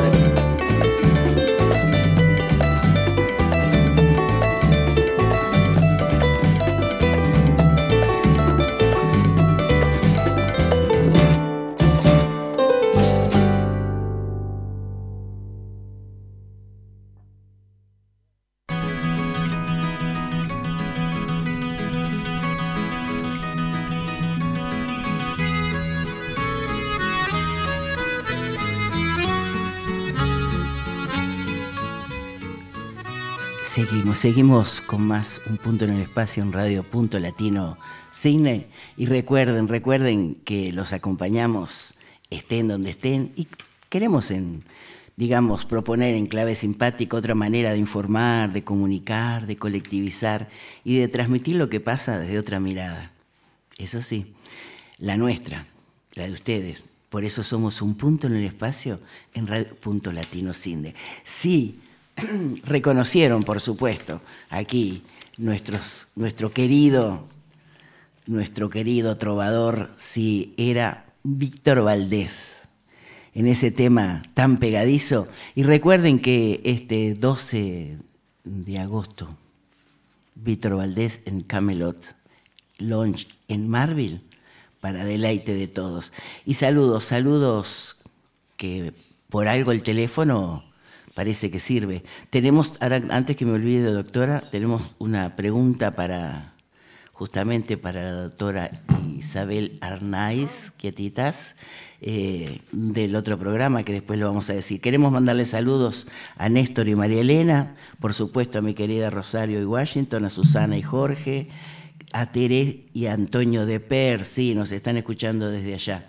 Seguimos, seguimos con más Un Punto en el Espacio en Radio Punto Latino Cine. Y recuerden, recuerden que los acompañamos, estén donde estén, y queremos, en, digamos, proponer en clave simpática otra manera de informar, de comunicar, de colectivizar y de transmitir lo que pasa desde otra mirada. Eso sí, la nuestra, la de ustedes. Por eso somos Un Punto en el Espacio en Radio Punto Latino Cine. Sí. Reconocieron, por supuesto, aquí nuestros, nuestro querido, nuestro querido trovador, sí, era Víctor Valdés, en ese tema tan pegadizo. Y recuerden que este doce de agosto, Víctor Valdés en Camelot Lounge en Marville, para deleite de todos. Y saludos, saludos, que por algo el teléfono parece que sirve. Tenemos, ahora, antes que me olvide, doctora, tenemos una pregunta para, justamente para la doctora Isabel Arnaiz, quietitas, eh, del otro programa, que después lo vamos a decir. Queremos mandarle saludos a Néstor y María Elena, por supuesto a mi querida Rosario y Washington, a Susana y Jorge, a Tere y a Antonio de Per, sí, nos están escuchando desde allá,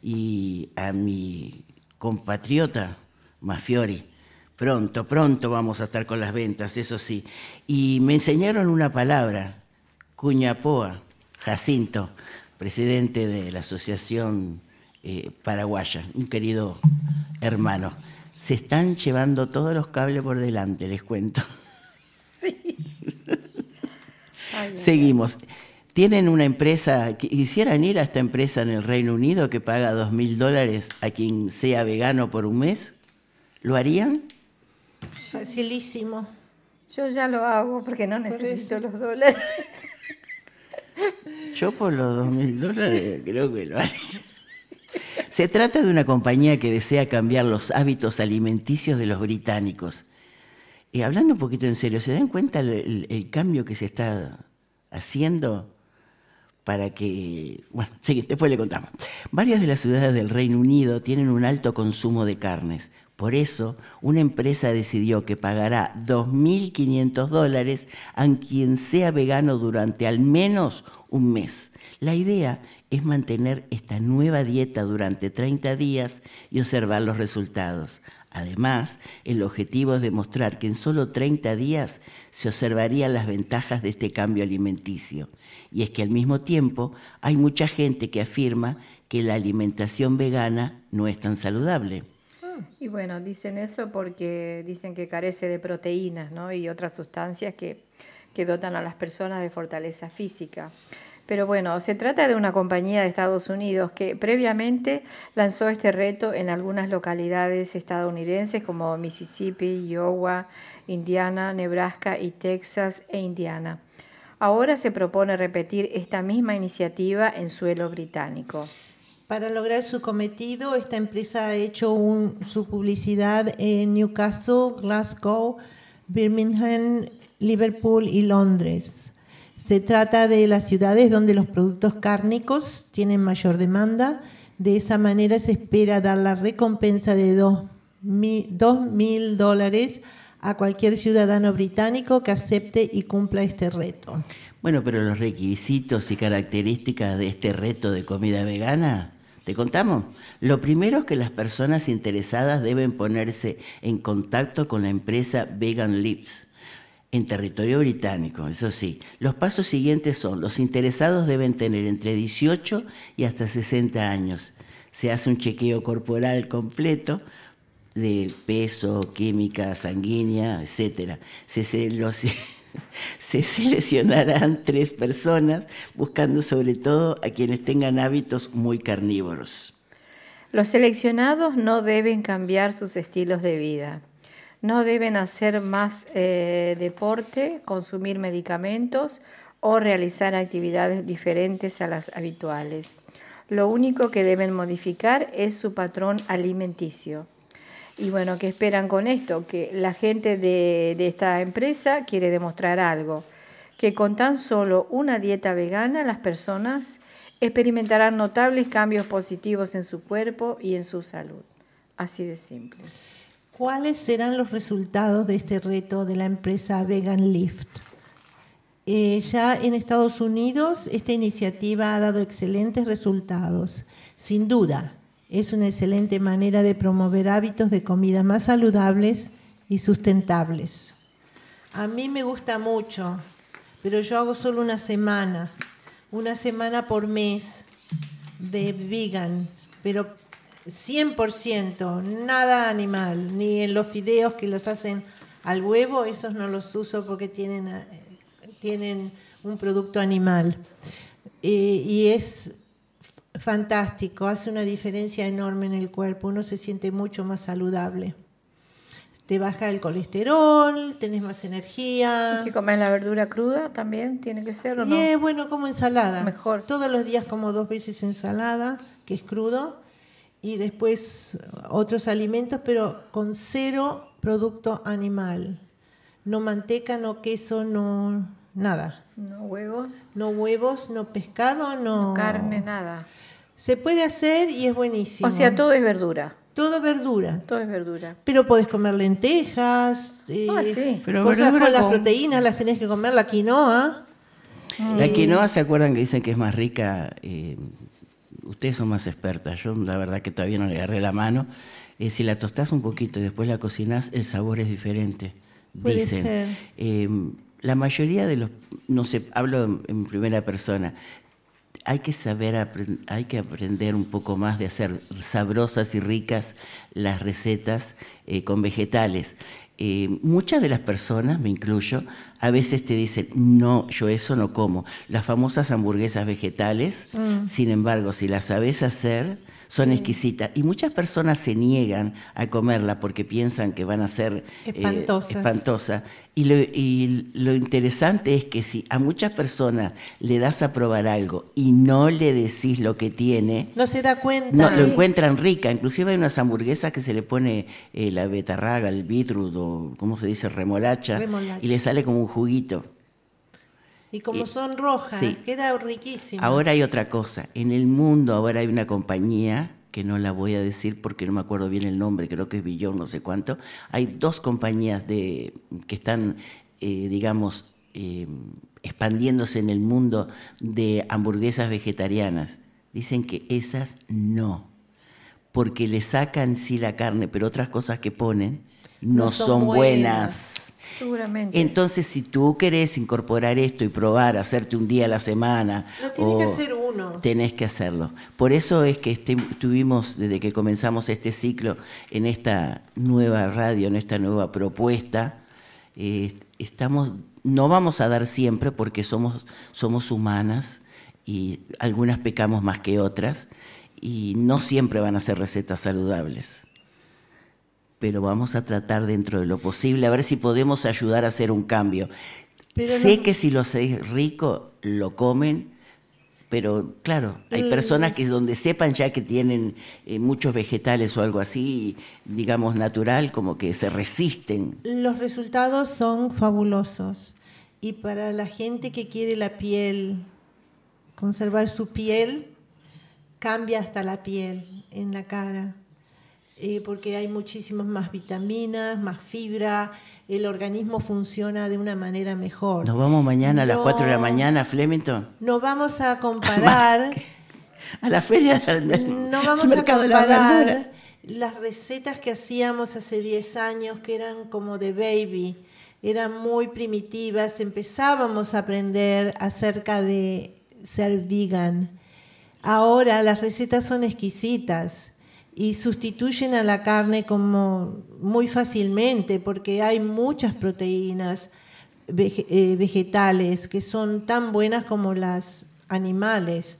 y a mi compatriota Mafiori. Pronto, pronto vamos a estar con las ventas, eso sí. Y me enseñaron una palabra, cuñapoa, Jacinto, presidente de la Asociación eh, Paraguaya, un querido hermano. Se están llevando todos los cables por delante, les cuento. Sí. Ay, Seguimos. Tienen una empresa, quisieran ir a esta empresa en el Reino Unido que paga dos mil dólares a quien sea vegano por un mes. ¿Lo harían? Facilísimo. Yo ya lo hago porque no necesito los dólares. Yo por los dos mil dólares creo que lo haría. Se trata de una compañía que desea cambiar los hábitos alimenticios de los británicos. Y hablando un poquito en serio, ¿se dan cuenta el, el, el cambio que se está haciendo para que... Bueno, sí, después le contamos. Varias de las ciudades del Reino Unido tienen un alto consumo de carnes. Por eso, una empresa decidió que pagará dos mil quinientos dólares a quien sea vegano durante al menos un mes. La idea es mantener esta nueva dieta durante treinta días y observar los resultados. Además, el objetivo es demostrar que en solo treinta días se observarían las ventajas de este cambio alimenticio. Y es que al mismo tiempo hay mucha gente que afirma que la alimentación vegana no es tan saludable. Y bueno, dicen eso porque dicen que carece de proteínas, ¿no? Y otras sustancias que, que dotan a las personas de fortaleza física. Pero bueno, se trata de una compañía de Estados Unidos que previamente lanzó este reto en algunas localidades estadounidenses como Mississippi, Iowa, Indiana, Nebraska y Texas e Indiana. Ahora se propone repetir esta misma iniciativa en suelo británico. Para lograr su cometido, esta empresa ha hecho un, su publicidad en Newcastle, Glasgow, Birmingham, Liverpool y Londres. Se trata de las ciudades donde los productos cárnicos tienen mayor demanda. De esa manera se espera dar la recompensa de dos mil dólares a cualquier ciudadano británico que acepte y cumpla este reto. Bueno, pero los requisitos y características de este reto de comida vegana, ¿te contamos? Lo primero es que las personas interesadas deben ponerse en contacto con la empresa Vegan Leaves en territorio británico, eso sí. Los pasos siguientes son: los interesados deben tener entre dieciocho y hasta sesenta años. Se hace un chequeo corporal completo de peso, química sanguínea, etcétera. Se, se, los, se seleccionarán tres personas, buscando sobre todo a quienes tengan hábitos muy carnívoros. Los seleccionados no deben cambiar sus estilos de vida. No deben hacer más eh, deporte, consumir medicamentos o realizar actividades diferentes a las habituales. Lo único que deben modificar es su patrón alimenticio. Y bueno, ¿qué esperan con esto? Que la gente de, de esta empresa quiere demostrar algo, que con tan solo una dieta vegana las personas experimentarán notables cambios positivos en su cuerpo y en su salud. Así de simple. ¿Cuáles serán los resultados de este reto de la empresa Vegan Lift? Eh, ya en Estados Unidos esta iniciativa ha dado excelentes resultados. Sin duda, es una excelente manera de promover hábitos de comida más saludables y sustentables. A mí me gusta mucho, pero yo hago solo una semana, una semana por mes de vegan, pero cien por ciento, nada animal, ni en los fideos que los hacen al huevo, esos no los uso porque tienen, tienen un producto animal. Eh, y es fantástico, hace una diferencia enorme en el cuerpo, uno se siente mucho más saludable. Te baja el colesterol, tenés más energía. ¿Y que comes la verdura cruda también? ¿Tiene que ser o no? Y es bueno, como ensalada. Mejor. Todos los días como dos veces ensalada, que es crudo, y después otros alimentos, pero con cero producto animal. No manteca, no queso, no nada. No huevos. No huevos, no pescado, no... No carne, nada. Se puede hacer y es buenísimo. O sea, todo es verdura. Todo verdura. Todo es verdura. Pero podés comer lentejas, eh, Ah, sí. Pero cosas con las con- proteínas, las tenés que comer, la quinoa. La Eh, quinoa, ¿se acuerdan que dicen que es más rica? Eh, ustedes son más expertas, yo la verdad que todavía no le agarré la mano. Eh, si la tostás un poquito y después la cocinás, el sabor es diferente, Puede dicen. ser. Eh, la mayoría de los, no sé, hablo en, en primera persona, hay que saber, apren- hay que aprender un poco más de hacer sabrosas y ricas las recetas eh, con vegetales. Eh, muchas de las personas, me incluyo, a veces te dicen, no, yo eso no como. Las famosas hamburguesas vegetales, Mm. sin embargo, si las sabes hacer, son exquisitas. Y muchas personas se niegan a comerla porque piensan que van a ser eh, Espantosas. espantosas. Y lo, y lo interesante es que si a muchas personas le das a probar algo y no le decís lo que tiene, No se da cuenta. no, Sí. lo encuentran rica. Inclusive hay unas hamburguesas que se le pone eh, la betarraga, el beetroot o, ¿cómo se dice? Remolacha, Remolacha. y le sale como un juguito. Y como Eh, son rojas, sí. queda riquísimo. Ahora hay otra cosa. En el mundo ahora hay una compañía, que no la voy a decir porque no me acuerdo bien el nombre, creo que es Billón, no sé cuánto. Hay dos compañías de, que están, eh, digamos, eh, expandiéndose en el mundo de hamburguesas vegetarianas. Dicen que esas no, porque le sacan sí la carne, pero otras cosas que ponen no, No son son buenas. buenas. Seguramente. Entonces, si tú querés incorporar esto y probar, hacerte un día a la semana, Lo tiene que o- hacer uno. tenés que hacerlo. Por eso es que este- estuvimos, desde que comenzamos este ciclo, en esta nueva radio, en esta nueva propuesta, eh, estamos, no vamos a dar siempre porque somos, somos humanas y algunas pecamos más que otras y no siempre van a ser recetas saludables. Pero vamos a tratar dentro de lo posible a ver si podemos ayudar a hacer un cambio. Pero sé no- que si lo hacéis rico, lo comen, pero claro, hay Mm. personas que donde sepan ya que tienen eh, muchos vegetales o algo así, digamos natural, como que se resisten. Los resultados son fabulosos. Y para la gente que quiere la piel, conservar su piel, cambia hasta la piel en la cara. eh, porque hay muchísimas más vitaminas, más fibra, el organismo funciona de una manera mejor. Nos vamos mañana a las No- cuatro de la mañana a Flemington, No vamos a comparar, a la feria del no vamos a mercado de la verdura. comparar las recetas que hacíamos hace diez años, que eran como de baby, eran muy primitivas. Empezábamos a aprender acerca de ser vegan. Ahora las recetas son exquisitas y sustituyen a la carne como muy fácilmente, porque hay muchas proteínas vege- eh, vegetales que son tan buenas como las animales.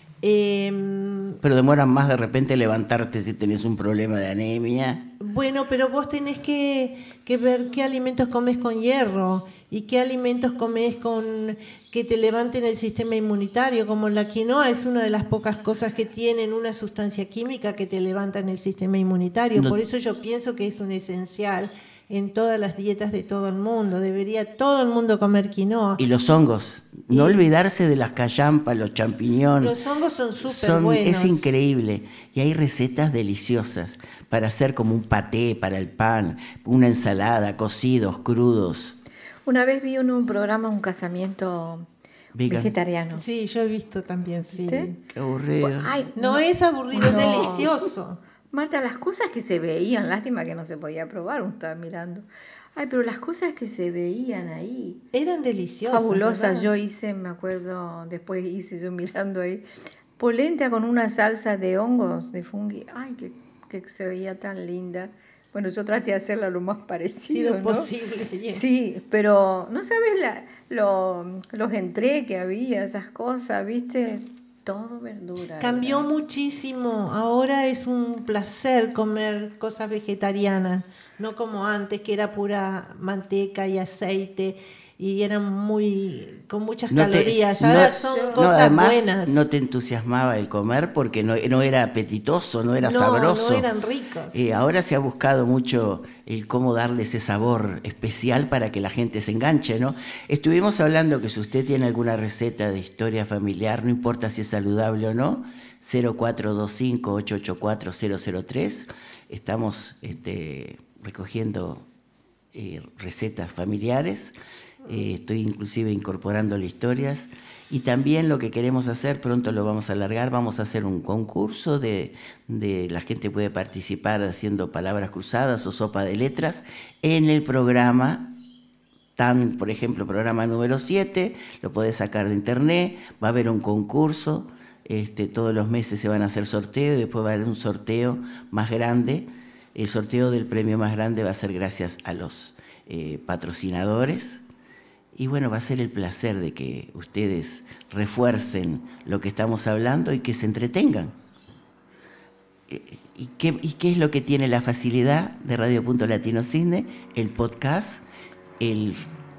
Eh, Pero demoran más de repente levantarte si tenés un problema de anemia. Bueno, pero vos tenés que, que ver qué alimentos comes con hierro y qué alimentos comes con que te levanten el sistema inmunitario, como la quinoa es una de las pocas cosas que tienen una sustancia química que te levantan el sistema inmunitario. No- Por eso yo pienso que es un esencial en todas las dietas de todo el mundo. Debería todo el mundo comer quinoa. Y los hongos, no Y- olvidarse de las callampas, los champiñones. Los hongos son súper Son- buenos. Es increíble. Y hay recetas deliciosas para hacer como un paté para el pan, una ensalada, cocidos, crudos. Una vez vi en un programa un casamiento Vegan. vegetariano. Sí, yo he visto también, sí. ¿Viste? Qué aburrido. Ay, No, es aburrido, es No. delicioso. Marta, las cosas que se veían, lástima que no se podía probar, uno estaba mirando. Ay, pero las cosas que se veían ahí, Eran deliciosas. fabulosas. ¿verdad? Yo hice, me acuerdo, después hice yo mirando ahí, polenta con una salsa de hongos, de fungi. Ay, que, que se veía tan linda. Bueno, yo traté de hacerla lo más parecido, Sido ¿no? posible. Sí, pero no sabes la, lo, los entré que había, esas cosas, ¿viste? Todo verdura. Cambió era. muchísimo. Ahora es un placer comer cosas vegetarianas, no como antes que era pura manteca y aceite y eran muy con muchas No te- calorías. no- Ahora son no, cosas además, buenas. no te entusiasmaba el comer porque no, no era apetitoso, no era No, sabroso. no eran ricos. Eh, ahora se ha buscado mucho el cómo darle ese sabor especial para que la gente se enganche, ¿no? Estuvimos hablando que si usted tiene alguna receta de historia familiar, no importa si es saludable o no, cero cuatro dos cinco, ocho ocho cuatro, cero cero tres. Estamos este, recogiendo eh, recetas familiares. Eh, estoy inclusive incorporándole historias. Y también lo que queremos hacer, pronto lo vamos a alargar, vamos a hacer un concurso de, de la gente puede participar haciendo palabras cruzadas o sopa de letras en el programa, tan, por ejemplo, programa número siete, lo podés sacar de internet, va a haber un concurso, este, todos los meses se van a hacer sorteos y después va a haber un sorteo más grande. El sorteo del premio más grande va a ser gracias a los eh, patrocinadores. Y bueno, va a ser el placer de que ustedes refuercen lo que estamos hablando y que se entretengan. Eh, ¿Y qué, y qué es lo que tiene la facilidad de Radio Punto Latino Cine? El podcast, el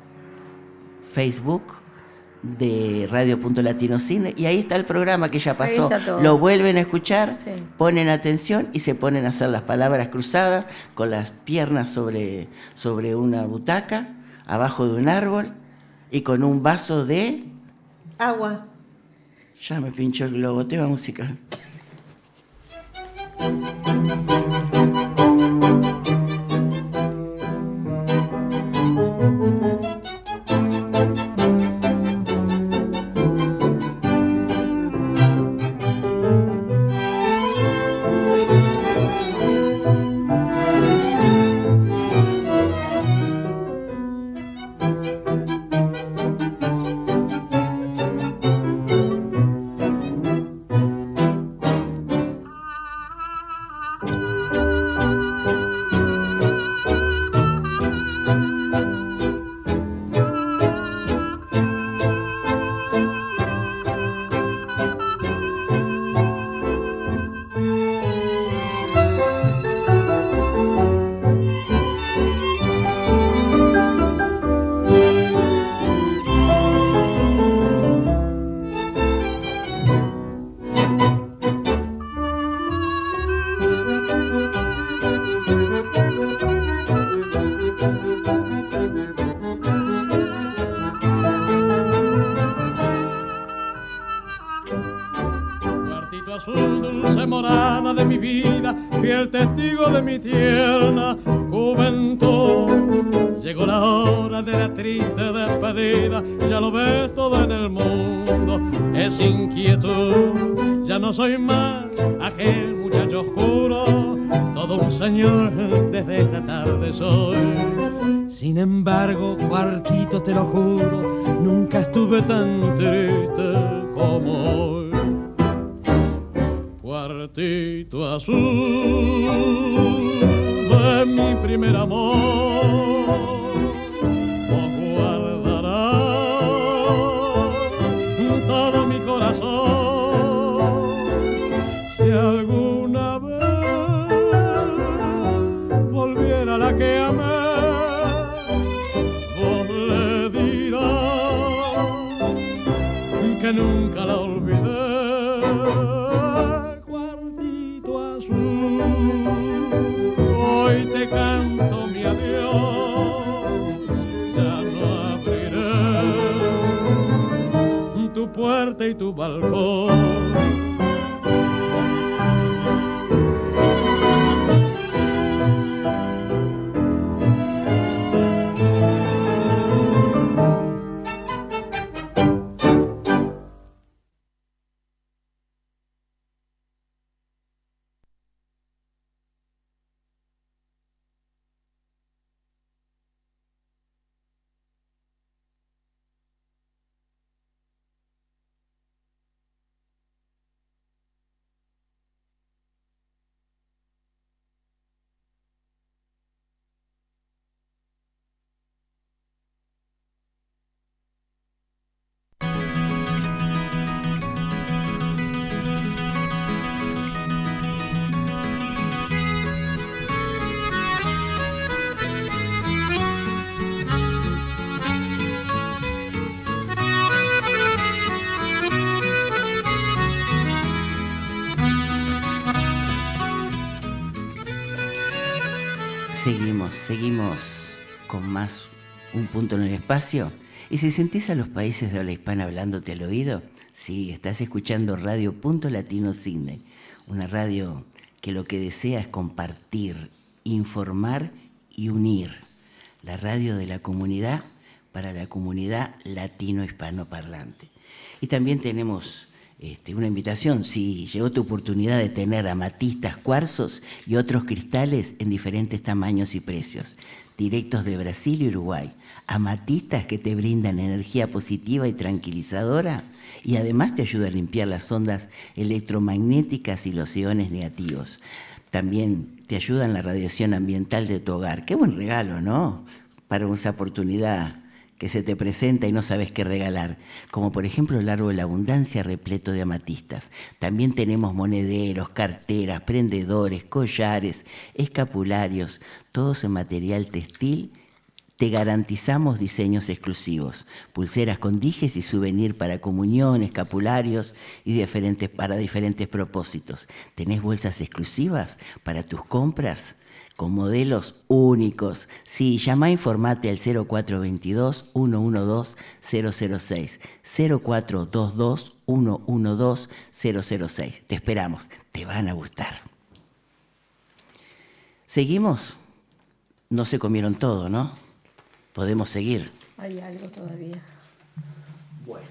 Facebook de Radio Punto Latino Cine, y ahí está el programa que ya pasó. está todo. Lo vuelven a escuchar, Sí. ponen atención y se ponen a hacer las palabras cruzadas con las piernas sobre, sobre una butaca, abajo de un árbol y con un vaso de... Agua. Ya me pinchó el globo, tema musical. Cuartito azul, dulce morada de mi vida, fiel testigo de mi tierna juventud. Llegó la hora de la triste despedida, ya lo ves todo en el mundo, es inquietud. Ya no soy más aquel muchacho oscuro, todo un señor desde esta tarde soy. Sin embargo, Cuartito, te lo juro, nunca estuve tan triste como hoy. Cuartito azul de mi primer amor, vos guardarás todo mi corazón. Si alguna vez volviera la que amé, vos le dirás que nunca la olvidé. Hoy te canto mi adiós, ya no abriré tu puerta y tu balcón. Seguimos, seguimos con más Un Punto en el Espacio. Y si sentís a los países de habla hispana hablándote al oído, sí, estás escuchando Radio Punto Latino Sydney, una radio que lo que desea es compartir, informar y unir. La radio de la comunidad para la comunidad latino-hispano-parlante. Y también tenemos Este, una invitación, si llegó tu oportunidad de tener amatistas, cuarzos y otros cristales en diferentes tamaños y precios, directos de Brasil y Uruguay, amatistas que te brindan energía positiva y tranquilizadora y además te ayudan a limpiar las ondas electromagnéticas y los iones negativos. También te ayudan la radiación ambiental de tu hogar. Qué buen regalo, ¿no? Para esa oportunidad que se te presenta y no sabes qué regalar, como por ejemplo el árbol de la abundancia repleto de amatistas. También tenemos monederos, carteras, prendedores, collares, escapularios, todos en material textil. Te garantizamos diseños exclusivos, pulseras con dijes y souvenir para comunión, escapularios y diferentes, para diferentes propósitos. ¿Tenés bolsas exclusivas para tus compras? Con modelos únicos. Sí, llama e informate al cero cuatro dos dos, uno uno dos, cero cero seis. cero cuatro dos dos, uno uno dos, cero cero seis. Te esperamos, te van a gustar. ¿Seguimos? No se comieron todo, ¿no? Podemos seguir. Hay algo todavía. Bueno.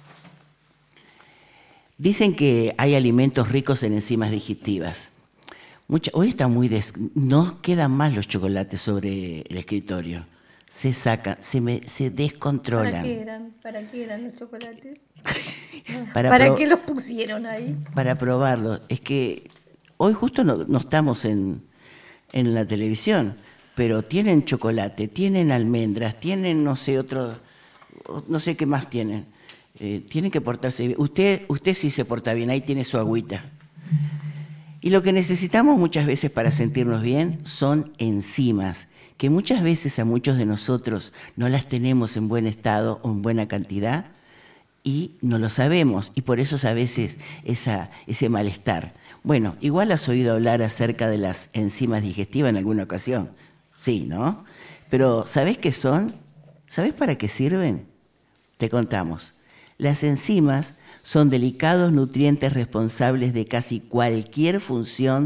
Dicen que hay alimentos ricos en enzimas digestivas. Mucha, hoy está muy des, no quedan más los chocolates sobre el escritorio. Se sacan, se, me, se descontrolan. ¿Para qué eran? ¿Para qué eran los chocolates? ¿Para, ¿Para pro- qué los pusieron ahí? Para probarlos. Es que hoy justo no, no estamos en, en la televisión, pero tienen chocolate, tienen almendras, tienen no sé otro, no sé qué más tienen. Eh, tienen que portarse bien. Usted, usted sí se porta bien, ahí tiene su agüita. Y lo que necesitamos muchas veces para sentirnos bien son enzimas, que muchas veces a muchos de nosotros no las tenemos en buen estado o en buena cantidad y no lo sabemos, y por eso es a veces esa, ese malestar. Bueno, igual has oído hablar acerca de las enzimas digestivas en alguna ocasión, sí, ¿no? Pero ¿sabés qué son? ¿Sabés para qué sirven? Te contamos. Las enzimas son delicados nutrientes responsables de casi cualquier función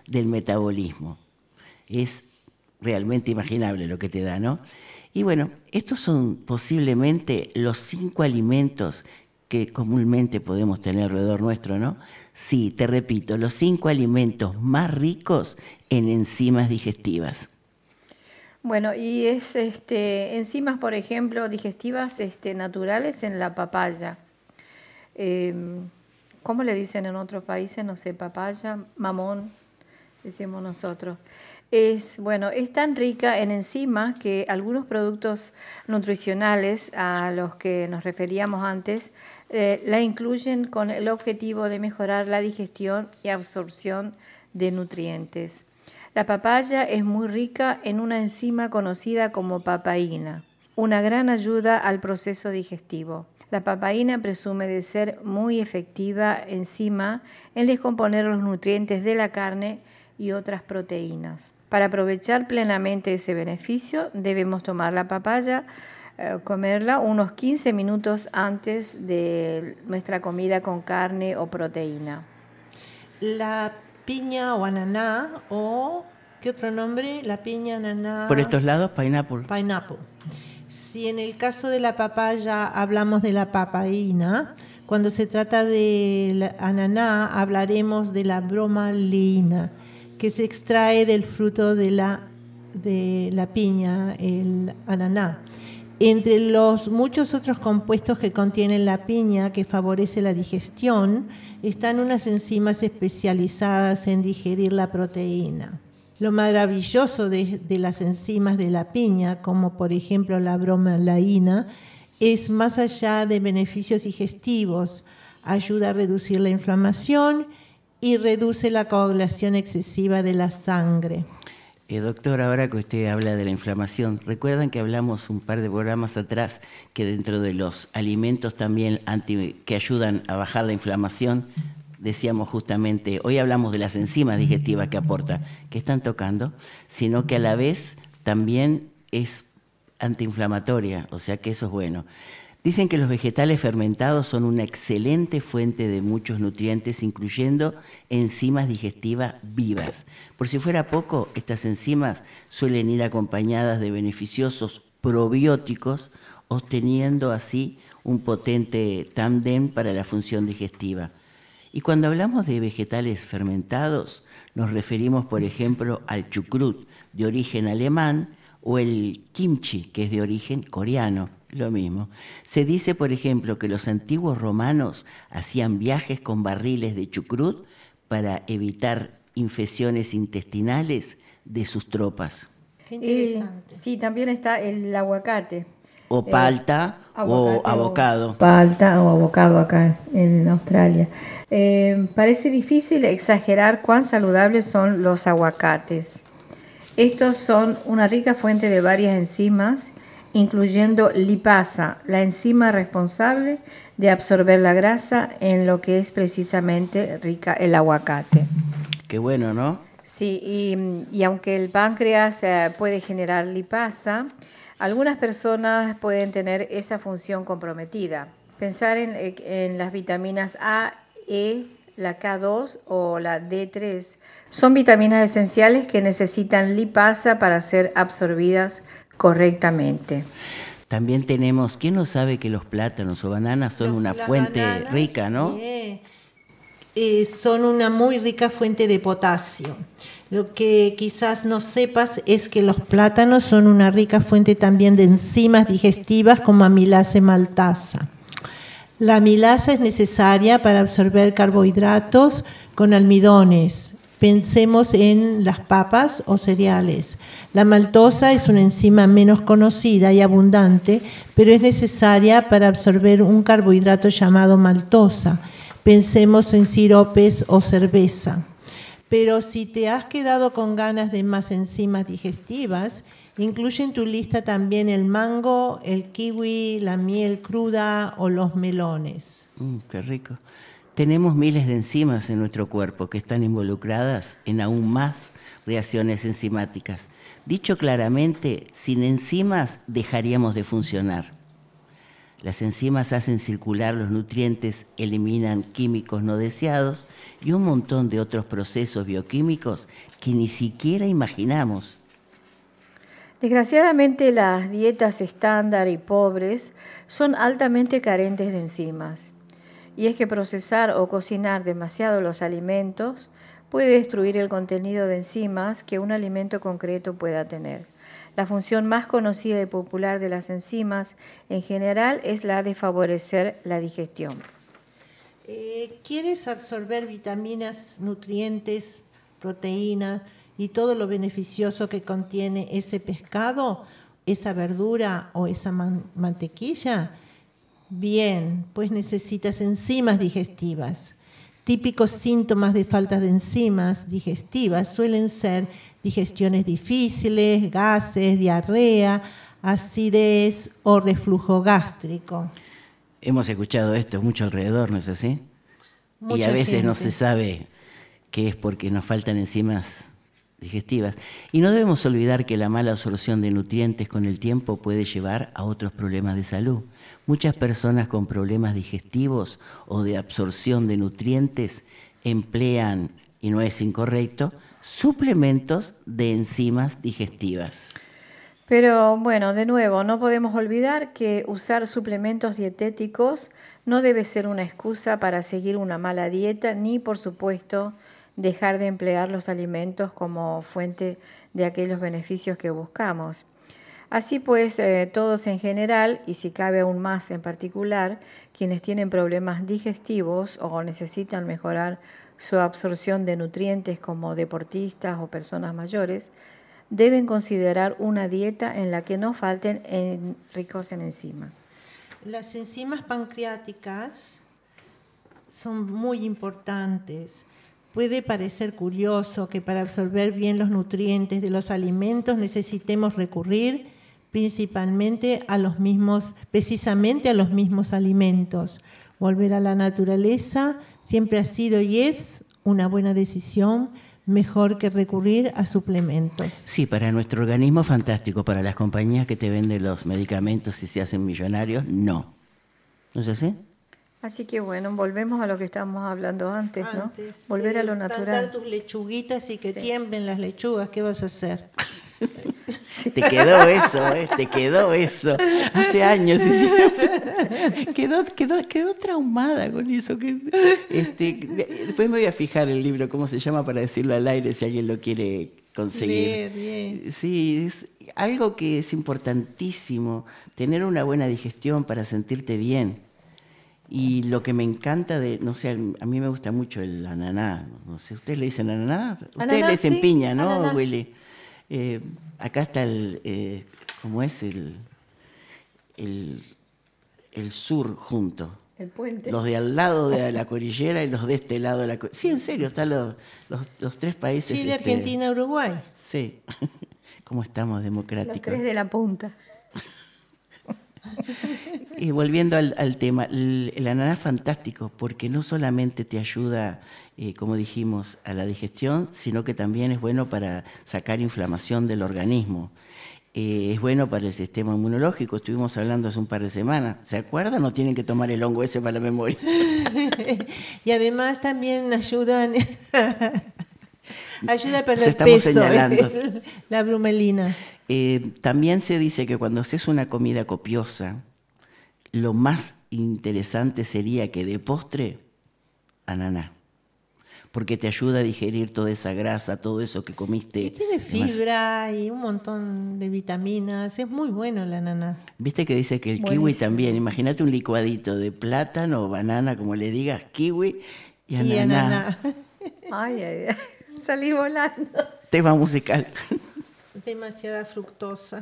del metabolismo. Es realmente imaginable lo que te da, ¿no? Y bueno, estos son posiblemente los cinco alimentos que comúnmente podemos tener alrededor nuestro, ¿no? Sí, te repito, los cinco alimentos más ricos en enzimas digestivas. Bueno, y es este, enzimas, por ejemplo, digestivas este, naturales en la papaya. Eh, ¿Cómo le dicen en otros países? No sé, papaya, mamón, decimos nosotros. Es, bueno, es tan rica en enzimas que algunos productos nutricionales a los que nos referíamos antes eh, la incluyen con el objetivo de mejorar la digestión y absorción de nutrientes. La papaya es muy rica en una enzima conocida como papaína, una gran ayuda al proceso digestivo. La papaína presume de ser muy efectiva enzima en descomponer los nutrientes de la carne y otras proteínas. Para aprovechar plenamente ese beneficio, debemos tomar la papaya, eh, comerla unos quince minutos antes de nuestra comida con carne o proteína. La piña o ananá, o ¿qué otro nombre? La piña, ananá. Por estos lados, pineapple. Pineapple. Si en el caso de la papaya hablamos de la papaína, cuando se trata de la ananá hablaremos de la bromelaína, que se extrae del fruto de la, de la piña, el ananá. Entre los muchos otros compuestos que contiene la piña que favorece la digestión, están unas enzimas especializadas en digerir la proteína. Lo maravilloso de, de las enzimas de la piña, como por ejemplo la bromelaína, es más allá de beneficios digestivos, ayuda a reducir la inflamación y reduce la coagulación excesiva de la sangre. Eh, doctor, ahora que usted habla de la inflamación, ¿recuerdan que hablamos un par de programas atrás que dentro de los alimentos también anti, que ayudan a bajar la inflamación, decíamos justamente, hoy hablamos de las enzimas digestivas que aporta, que están tocando, sino que a la vez también es antiinflamatoria, o sea que eso es bueno. Dicen que los vegetales fermentados son una excelente fuente de muchos nutrientes, incluyendo enzimas digestivas vivas. Por si fuera poco, estas enzimas suelen ir acompañadas de beneficiosos probióticos, obteniendo así un potente tándem para la función digestiva. Y cuando hablamos de vegetales fermentados, nos referimos, por ejemplo, al chucrut, de origen alemán, o el kimchi, que es de origen coreano. Lo mismo. Se dice, por ejemplo, que los antiguos romanos hacían viajes con barriles de chucrut para evitar infecciones intestinales de sus tropas. Qué interesante. Eh, sí, también está el aguacate. O palta eh, o abocado. O palta o abocado acá en Australia. Eh, parece difícil exagerar cuán saludables son los aguacates. Estos son una rica fuente de varias enzimas, incluyendo lipasa, la enzima responsable de absorber la grasa en lo que es precisamente rica el aguacate. Qué bueno, ¿no? Sí, y, y aunque el páncreas eh, puede generar lipasa, algunas personas pueden tener esa función comprometida. Pensar en, en las vitaminas A, E, la K dos o la D tres son vitaminas esenciales que necesitan lipasa para ser absorbidas correctamente. También tenemos, ¿quién no sabe que los plátanos o bananas son Los, una las fuente bananas, rica, ¿no? Yeah. Eh, son una muy rica fuente de potasio. Lo que quizás no sepas es que los plátanos son una rica fuente también de enzimas digestivas como amilasa y maltasa. La amilasa es necesaria para absorber carbohidratos con almidones. Pensemos en las papas o cereales. La maltosa es una enzima menos conocida y abundante, pero es necesaria para absorber un carbohidrato llamado maltosa. Pensemos en siropes o cerveza. Pero si te has quedado con ganas de más enzimas digestivas, incluye en tu lista también el mango, el kiwi, la miel cruda o los melones. Mm, qué rico. Tenemos miles de enzimas en nuestro cuerpo que están involucradas en aún más reacciones enzimáticas. Dicho claramente, sin enzimas dejaríamos de funcionar. Las enzimas hacen circular los nutrientes, eliminan químicos no deseados y un montón de otros procesos bioquímicos que ni siquiera imaginamos. Desgraciadamente, las dietas estándar y pobres son altamente carentes de enzimas. Y es que procesar o cocinar demasiado los alimentos puede destruir el contenido de enzimas que un alimento concreto pueda tener. La función más conocida y popular de las enzimas en general es la de favorecer la digestión. Eh, ¿Quieres absorber vitaminas, nutrientes, proteínas y todo lo beneficioso que contiene ese pescado, esa verdura o esa man- mantequilla? Bien, pues necesitas enzimas digestivas. Típicos síntomas de falta de enzimas digestivas suelen ser digestiones difíciles, gases, diarrea, acidez o reflujo gástrico. Hemos escuchado esto mucho alrededor, ¿no es así? Mucha y a veces gente. no se sabe que es porque nos faltan enzimas digestivas. Y no debemos olvidar que la mala absorción de nutrientes con el tiempo puede llevar a otros problemas de salud. Muchas personas con problemas digestivos o de absorción de nutrientes emplean, y no es incorrecto, suplementos de enzimas digestivas. Pero bueno, de nuevo, no podemos olvidar que usar suplementos dietéticos no debe ser una excusa para seguir una mala dieta, ni por supuesto dejar de emplear los alimentos como fuente de aquellos beneficios que buscamos. Así pues, eh, todos en general, y si cabe aún más en particular, quienes tienen problemas digestivos o necesitan mejorar su absorción de nutrientes como deportistas o personas mayores, deben considerar una dieta en la que no falten en, ricos en enzimas. Las enzimas pancreáticas son muy importantes. Puede parecer curioso que para absorber bien los nutrientes de los alimentos necesitemos recurrir principalmente a los mismos, precisamente a los mismos alimentos. Volver a la naturaleza siempre ha sido y es una buena decisión, mejor que recurrir a suplementos. Sí, para nuestro organismo fantástico, para las compañías que te venden los medicamentos y se hacen millonarios, no. ¿No es así? Así que bueno, volvemos a lo que estábamos hablando antes, ¿no? Antes Volver de a lo natural. plantar tus lechuguitas y que Sí. tiemblen las lechugas, ¿qué vas a hacer? Te quedó eso, ¿eh? Te quedó eso. Hace años. Sí, sí. Quedó, quedó, quedó traumada con eso. Que, este, después me voy a fijar el libro, cómo se llama, para decirlo al aire si alguien lo quiere conseguir. Bien, bien. Sí, es algo que es importantísimo, tener una buena digestión para sentirte bien. Y lo que me encanta de, no sé, a mí me gusta mucho el ananá. No sé, ¿ustedes le dicen ananá? Ustedes Ananá, le dicen sí, piña, ¿no, ananá. Willy? Eh, acá está el, eh, ¿cómo es? El, el, el sur junto. El puente. Los de al lado de la cordillera y los de este lado de la cordillera. Sí, en serio, están los, los, los tres países. Chile, este, Argentina, Uruguay. Sí. ¿Cómo estamos Los democráticos? tres de la punta. Y volviendo al, al tema, el, el ananá es fantástico porque no solamente te ayuda, eh, como dijimos, a la digestión, sino que también es bueno para sacar inflamación del organismo. Eh, es bueno para el sistema inmunológico, estuvimos hablando hace un par de semanas. ¿Se acuerdan o tienen que tomar el hongo ese para la memoria? Y además también ayudan ayuda a perder Se estamos peso, señalando. la brumelina. Eh, también se dice que cuando haces una comida copiosa, lo más interesante sería que de postre, ananá. Porque te ayuda a digerir toda esa grasa, todo eso que comiste. Y tiene Además, fibra y un montón de vitaminas. Es muy bueno el ananá. viste que dice que el kiwi Buenísimo. también. Imagínate un licuadito de plátano o banana, como le digas, kiwi y ananá. Y ananá. Ay, ay, ay. Salí volando. Tema musical. Demasiada fructosa.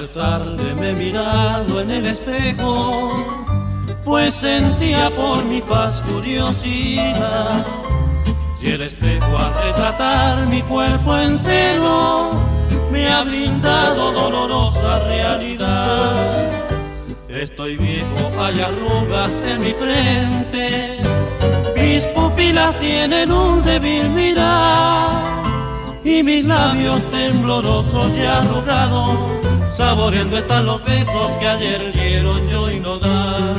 Ayer tarde me he mirado en el espejo, pues sentía por mi faz curiosidad. Y el espejo al retratar mi cuerpo entero me ha brindado dolorosa realidad. Estoy viejo, hay arrugas en mi frente, mis pupilas tienen un débil mirar, y mis labios temblorosos y arrugados, saboreando están los besos que ayer dieron yo y no dar.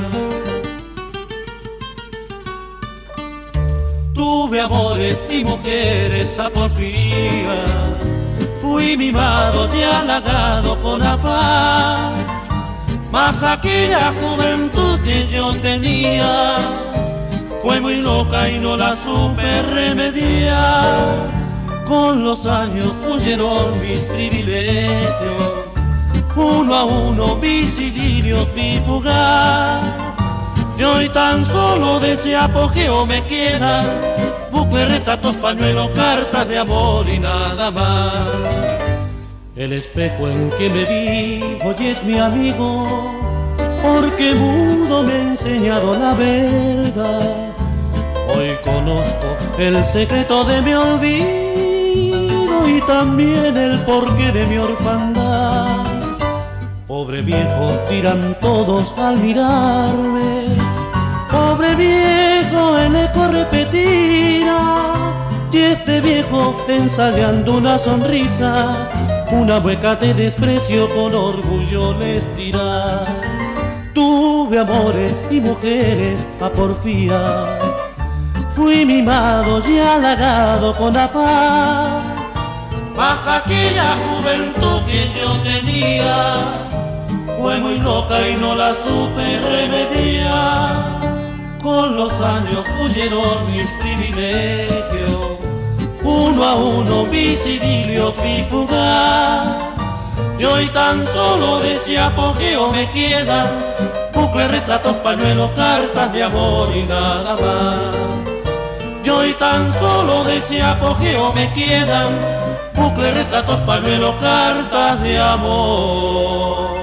Tuve amores y mujeres a porfía, fui mimado y halagado con afán, mas aquella juventud que yo tenía fue muy loca y no la supe remediar. Con los años huyeron mis privilegios, uno a uno mis idilios vi fugar. Y hoy tan solo de ese apogeo me quedan bucles, retratos, pañuelos, cartas de amor y nada más. El espejo en que me vi hoy es mi amigo, porque mudo me ha enseñado la verdad. Hoy conozco el secreto de mi olvido y también el porqué de mi orfandad. Pobre viejo, dirán todos al mirarme, pobre viejo, el eco repetirá. Y este viejo ensayando una sonrisa, una mueca de desprecio con orgullo les dirá. Tuve amores y mujeres a porfía, fui mimado y halagado con afán, mas aquella juventud que yo tenía fue muy loca y no la supe remediar. Con los años huyeron mis privilegios, uno a uno mis idilios vi fugar. Y hoy tan solo de ese apogeo me quedan bucles, retratos, pañuelos, cartas de amor y nada más. Y hoy tan solo de ese apogeo me quedan bucles, retratos, pañuelos, cartas de amor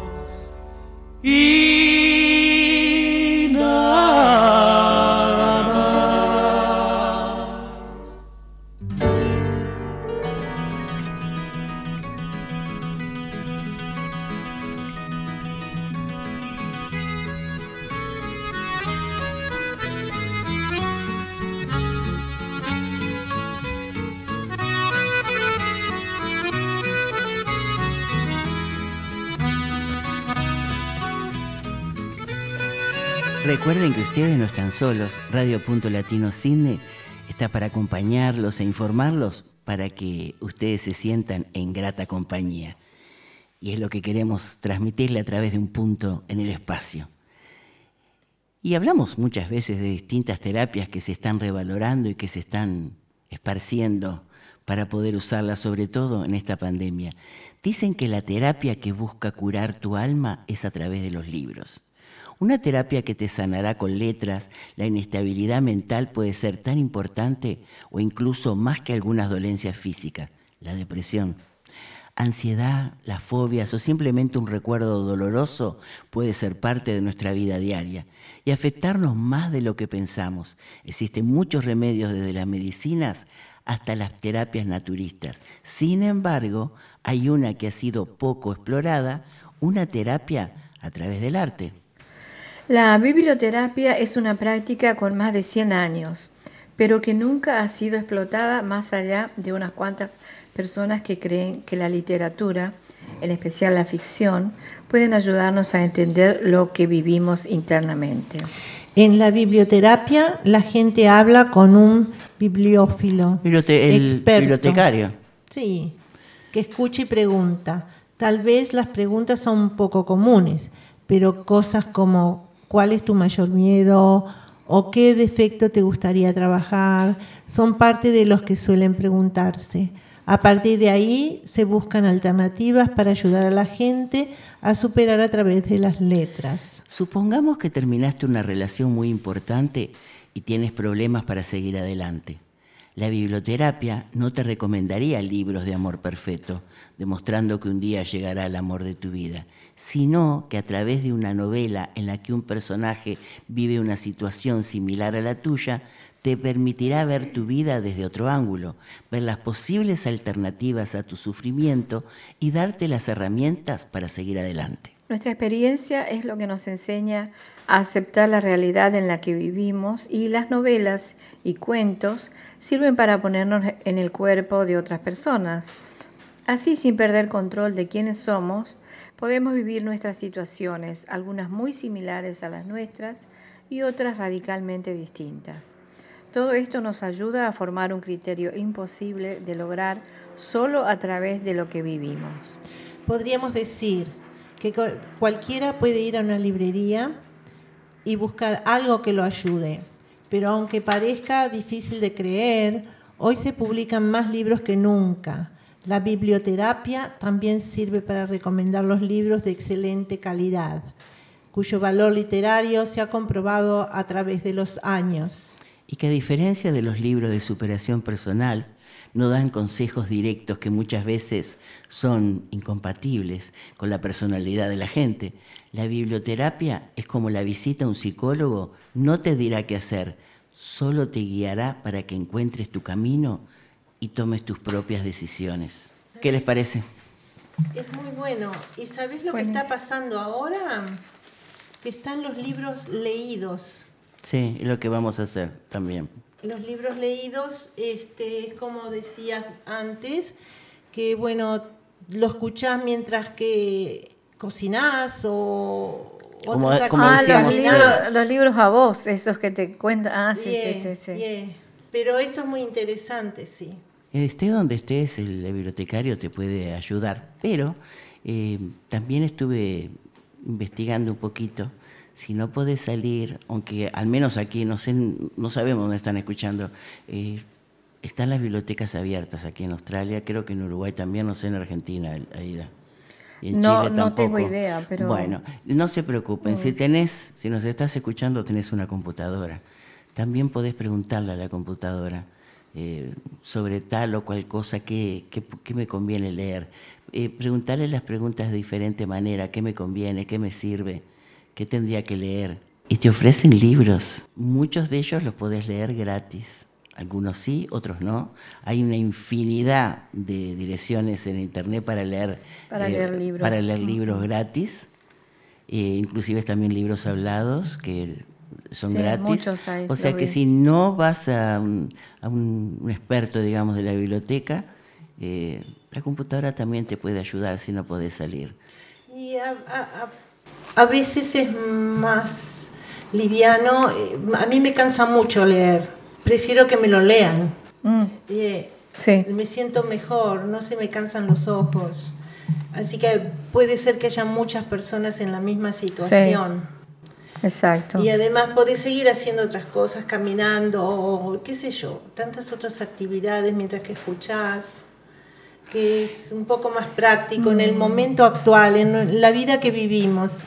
y nada más. Recuerden que ustedes no están solos. Radio Punto Latino Cine está para acompañarlos e informarlos para que ustedes se sientan en grata compañía. Y es lo que queremos transmitirle a través de un punto en el espacio. Y hablamos muchas veces de distintas terapias que se están revalorando y que se están esparciendo para poder usarlas, sobre todo en esta pandemia. Dicen que la terapia que busca curar tu alma es a través de los libros. Una terapia que te sanará con letras. La inestabilidad mental puede ser tan importante o incluso más que algunas dolencias físicas. La depresión, ansiedad, las fobias o simplemente un recuerdo doloroso puede ser parte de nuestra vida diaria y afectarnos más de lo que pensamos. Existen muchos remedios desde las medicinas hasta las terapias naturistas. Sin embargo, hay una que ha sido poco explorada, una terapia a través del arte. La biblioterapia es una práctica con más de cien años, pero que nunca ha sido explotada más allá de unas cuantas personas que creen que la literatura, en especial la ficción, pueden ayudarnos a entender lo que vivimos internamente. En la biblioterapia la gente habla con un bibliófilo, Bibliote- el experto. bibliotecario. Sí, que escucha y pregunta. Tal vez las preguntas son poco comunes, pero cosas como ¿cuál es tu mayor miedo? ¿O qué defecto te gustaría trabajar? Son parte de los que suelen preguntarse. A partir de ahí se buscan alternativas para ayudar a la gente a superar a través de las letras. Supongamos que terminaste una relación muy importante y tienes problemas para seguir adelante. La biblioterapia no te recomendaría libros de amor perfecto, demostrando que un día llegará el amor de tu vida, sino que a través de una novela en la que un personaje vive una situación similar a la tuya, te permitirá ver tu vida desde otro ángulo, ver las posibles alternativas a tu sufrimiento y darte las herramientas para seguir adelante. Nuestra experiencia es lo que nos enseña a aceptar la realidad en la que vivimos, y las novelas y cuentos sirven para ponernos en el cuerpo de otras personas. Así, sin perder control de quiénes somos, podemos vivir nuestras situaciones, algunas muy similares a las nuestras y otras radicalmente distintas. Todo esto nos ayuda a formar un criterio imposible de lograr solo a través de lo que vivimos. Podríamos decir que cualquiera puede ir a una librería y buscar algo que lo ayude, pero aunque parezca difícil de creer, hoy se publican más libros que nunca. La biblioterapia también sirve para recomendar los libros de excelente calidad, cuyo valor literario se ha comprobado a través de los años. Y que a diferencia de los libros de superación personal, no dan consejos directos que muchas veces son incompatibles con la personalidad de la gente. La biblioterapia es como la visita a un psicólogo, no te dirá qué hacer, solo te guiará para que encuentres tu camino y tomes tus propias decisiones. ¿Qué les parece? Es muy bueno. ¿Y sabés lo Buenísimo. que está pasando ahora? Que están los libros leídos. Sí, es lo que vamos a hacer también. Los libros leídos, este, es como decía antes, que bueno, lo escuchás mientras que cocinás o Como- otras como Ah, decíamos los antes. libros, los libros a voz, esos que te cuentan. Ah, sí, Yeah, sí, sí, sí. yeah. Pero esto es muy interesante, sí. Esté donde estés, el bibliotecario te puede ayudar, pero eh, también estuve investigando un poquito. Si no podés salir, aunque al menos aquí, no sé, no sabemos dónde están escuchando, eh, están las bibliotecas abiertas aquí en Australia, creo que en Uruguay también, no sé, en Argentina, Aida. Y en No, Chile no tengo tampoco. idea, pero- Bueno, no se preocupen, si tenés, si nos estás escuchando, tenés una computadora. También podés preguntarle a la computadora eh, sobre tal o cual cosa, qué, qué, qué me conviene leer. Eh, preguntarle las preguntas de diferente manera, qué me conviene, qué me sirve, qué tendría que leer. Y te ofrecen libros. Muchos de ellos los podés leer gratis. Algunos sí, otros no. Hay una infinidad de direcciones en internet para leer, Para leer libros. para leer libros gratis. Eh, inclusive también libros hablados que son Sí, gratis. muchos hay, o sea lo que vi. si no vas a un, a un- un experto, digamos, de la biblioteca, eh, la computadora también te puede ayudar si no podés salir. Y a, a- a- a veces es más liviano. eh, A mí me cansa mucho leer. Prefiero que me lo lean. Mm, Eh, sí. Me siento mejor, no se me cansan los ojos. Así que puede ser que haya muchas personas en la misma situación. Exacto. Y además podés seguir haciendo otras cosas, caminando, o qué sé yo, tantas otras actividades mientras que escuchás, que es un poco más práctico en el momento actual, en la vida que vivimos.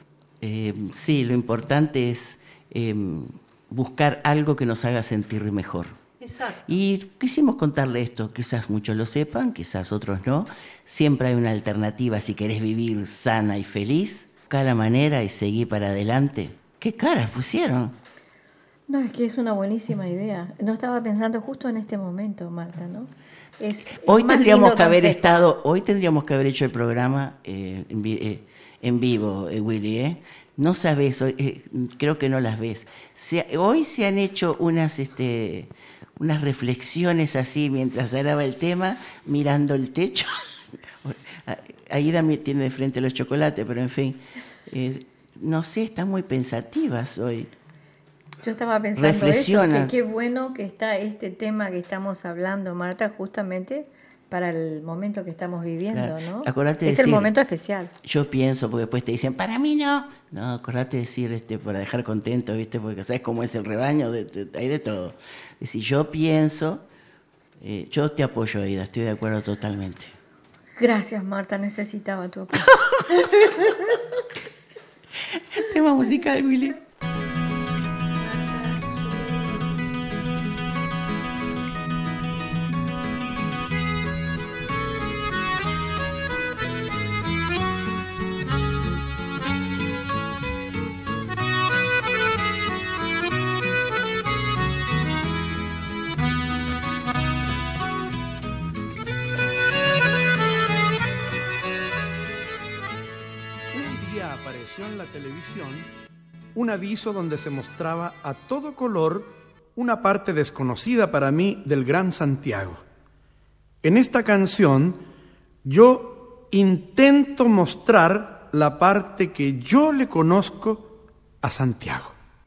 Eh, sí, lo importante es eh, buscar algo que nos haga sentir mejor. Exacto. Y quisimos contarle esto, quizás muchos lo sepan, quizás otros no. Siempre hay una alternativa si querés vivir sana y feliz. Busca la manera y seguí para adelante. ¿Qué caras pusieron? No, es que es una buenísima idea. No estaba pensando justo en este momento, Marta, ¿no? Es el Hoy más tendríamos lindo que haber concepto. estado, hoy tendríamos que haber hecho el programa eh, en, vi- eh, en vivo, eh, Willy, ¿eh? No sabes, hoy, eh, creo que no las ves. Se- hoy se han hecho unas, este, unas reflexiones así mientras graba el tema, mirando el techo. Aida me tiene de frente los chocolates, pero en fin, eh, no sé, están muy pensativas hoy. Yo estaba pensando eso, Reflexionan. que qué bueno que está este tema que estamos hablando, Marta, justamente para el momento que estamos viviendo, Claro. ¿no? Acordate de es el decir- momento especial. Yo pienso, porque después te dicen, para mí no. No, acordate de decir, este, para dejar contento, ¿viste? Porque sabes cómo es el rebaño, de, de- hay de todo. Decir, yo pienso, eh, yo te apoyo, Aida, estoy de acuerdo totalmente. Gracias, Marta, necesitaba tu apoyo. Tema musical, Willy. día apareció en la televisión un aviso donde se mostraba a todo color una parte desconocida para mí del Gran Santiago. En esta canción yo intento mostrar la parte que yo le conozco a Santiago.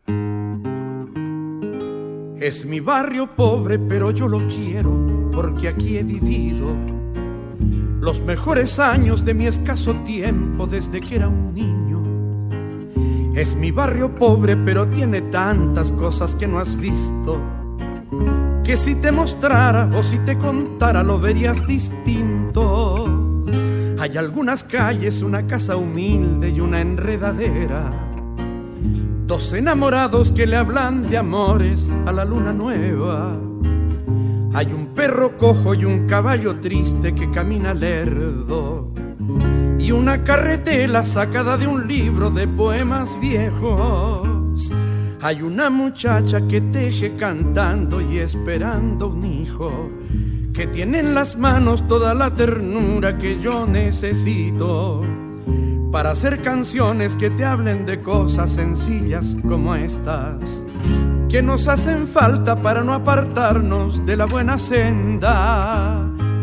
Es mi barrio pobre, pero yo lo quiero porque aquí he vivido los mejores años de mi escaso tiempo desde que era un niño. Es mi barrio pobre, pero tiene tantas cosas que no has visto, que si te mostrara o si te contara lo verías distinto. Hay algunas calles, una casa humilde y una enredadera, dos enamorados que le hablan de amores a la luna nueva. Hay un perro cojo y un caballo triste que camina lerdo, y una carretela sacada de un libro de poemas viejos. Hay una muchacha que teje cantando y esperando un hijo, que tiene en las manos toda la ternura que yo necesito para hacer canciones que te hablen de cosas sencillas como estas, que nos hacen falta para no apartarnos de la buena senda.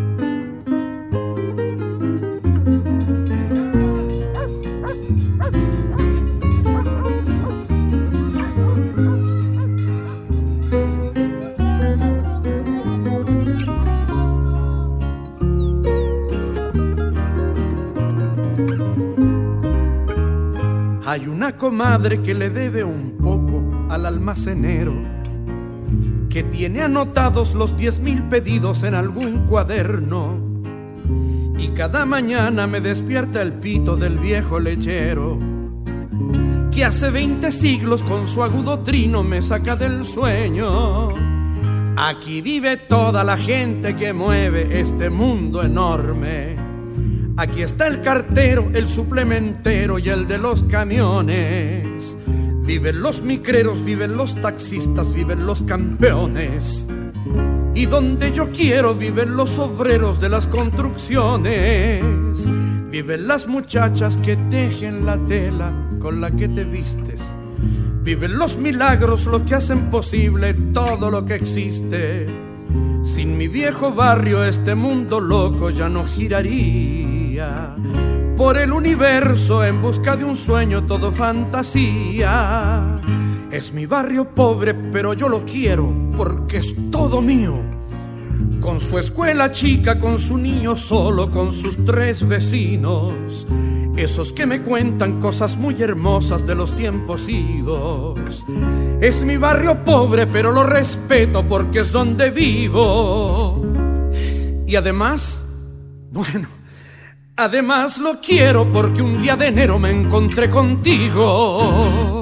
Hay una comadre que le debe un poco al almacenero, que tiene anotados los diez mil pedidos en algún cuaderno, y cada mañana me despierta el pito del viejo lechero, que hace veinte siglos con su agudo trino me saca del sueño. Aquí vive toda la gente que mueve este mundo enorme. Aquí está el cartero, el suplementero y el de los camiones. Viven los micreros, viven los taxistas, viven los campeones. Y donde yo quiero viven los obreros de las construcciones. Viven las muchachas que tejen la tela con la que te vistes. Viven los milagros, lo que hacen posible todo lo que existe. Sin mi viejo barrio este mundo loco ya no giraría por el universo en busca de un sueño todo fantasía. Es mi barrio pobre, pero yo lo quiero porque es todo mío. Con su escuela chica, con su niño solo, con sus tres vecinos, esos que me cuentan cosas muy hermosas de los tiempos idos. Es mi barrio pobre, pero lo respeto porque es donde vivo. Y además, bueno, además lo quiero porque un día de enero me encontré contigo.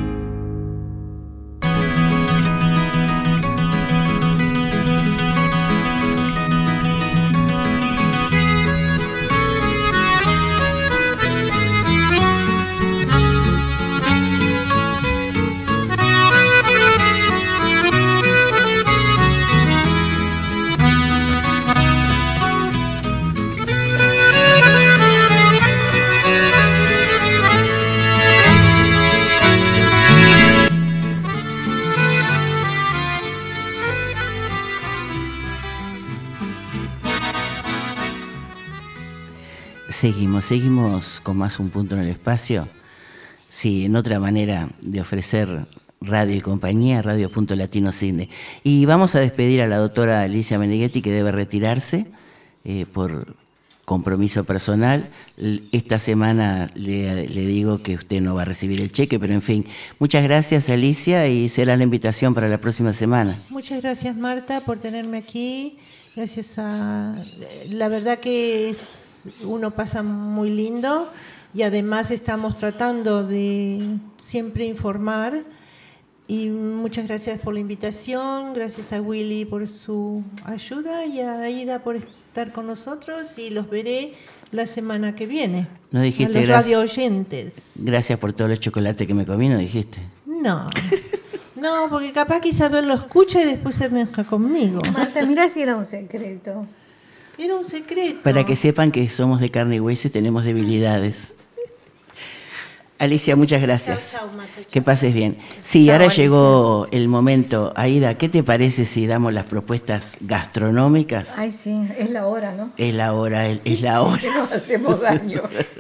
Seguimos, seguimos con más Un Punto en el Espacio. Sí, en otra manera de ofrecer radio y compañía, Radio Punto Latino Cine. Y vamos a despedir a la doctora Alicia Meneghetti, que debe retirarse eh, por compromiso personal. Esta semana le, le digo que usted no va a recibir el cheque, pero en fin. Muchas gracias, Alicia, y será la invitación para la próxima semana. Muchas gracias, Marta, por tenerme aquí. Gracias a... La verdad que es... uno pasa muy lindo y además estamos tratando de siempre informar. Y muchas gracias por la invitación, gracias a Willy por su ayuda y a Aida por estar con nosotros, y los veré la semana que viene. ¿No dijiste a los gracias, radio oyentes? Gracias por todo el chocolate que me comí, ¿no dijiste? No, no, porque capaz que Isabel lo escucha y después se enoja conmigo. Marta, mira si era un secreto. Era un secreto. Para que sepan que somos de carne y hueso y tenemos debilidades. Alicia, muchas gracias. Chau, chau, Marta, chau. Que pases bien. Sí, Chau, ahora Alicia. llegó el momento. Aida, ¿qué te parece si damos las propuestas gastronómicas? Ay, sí, es la hora, ¿no? Es la hora, es, es la hora. Que nos hacemos daño.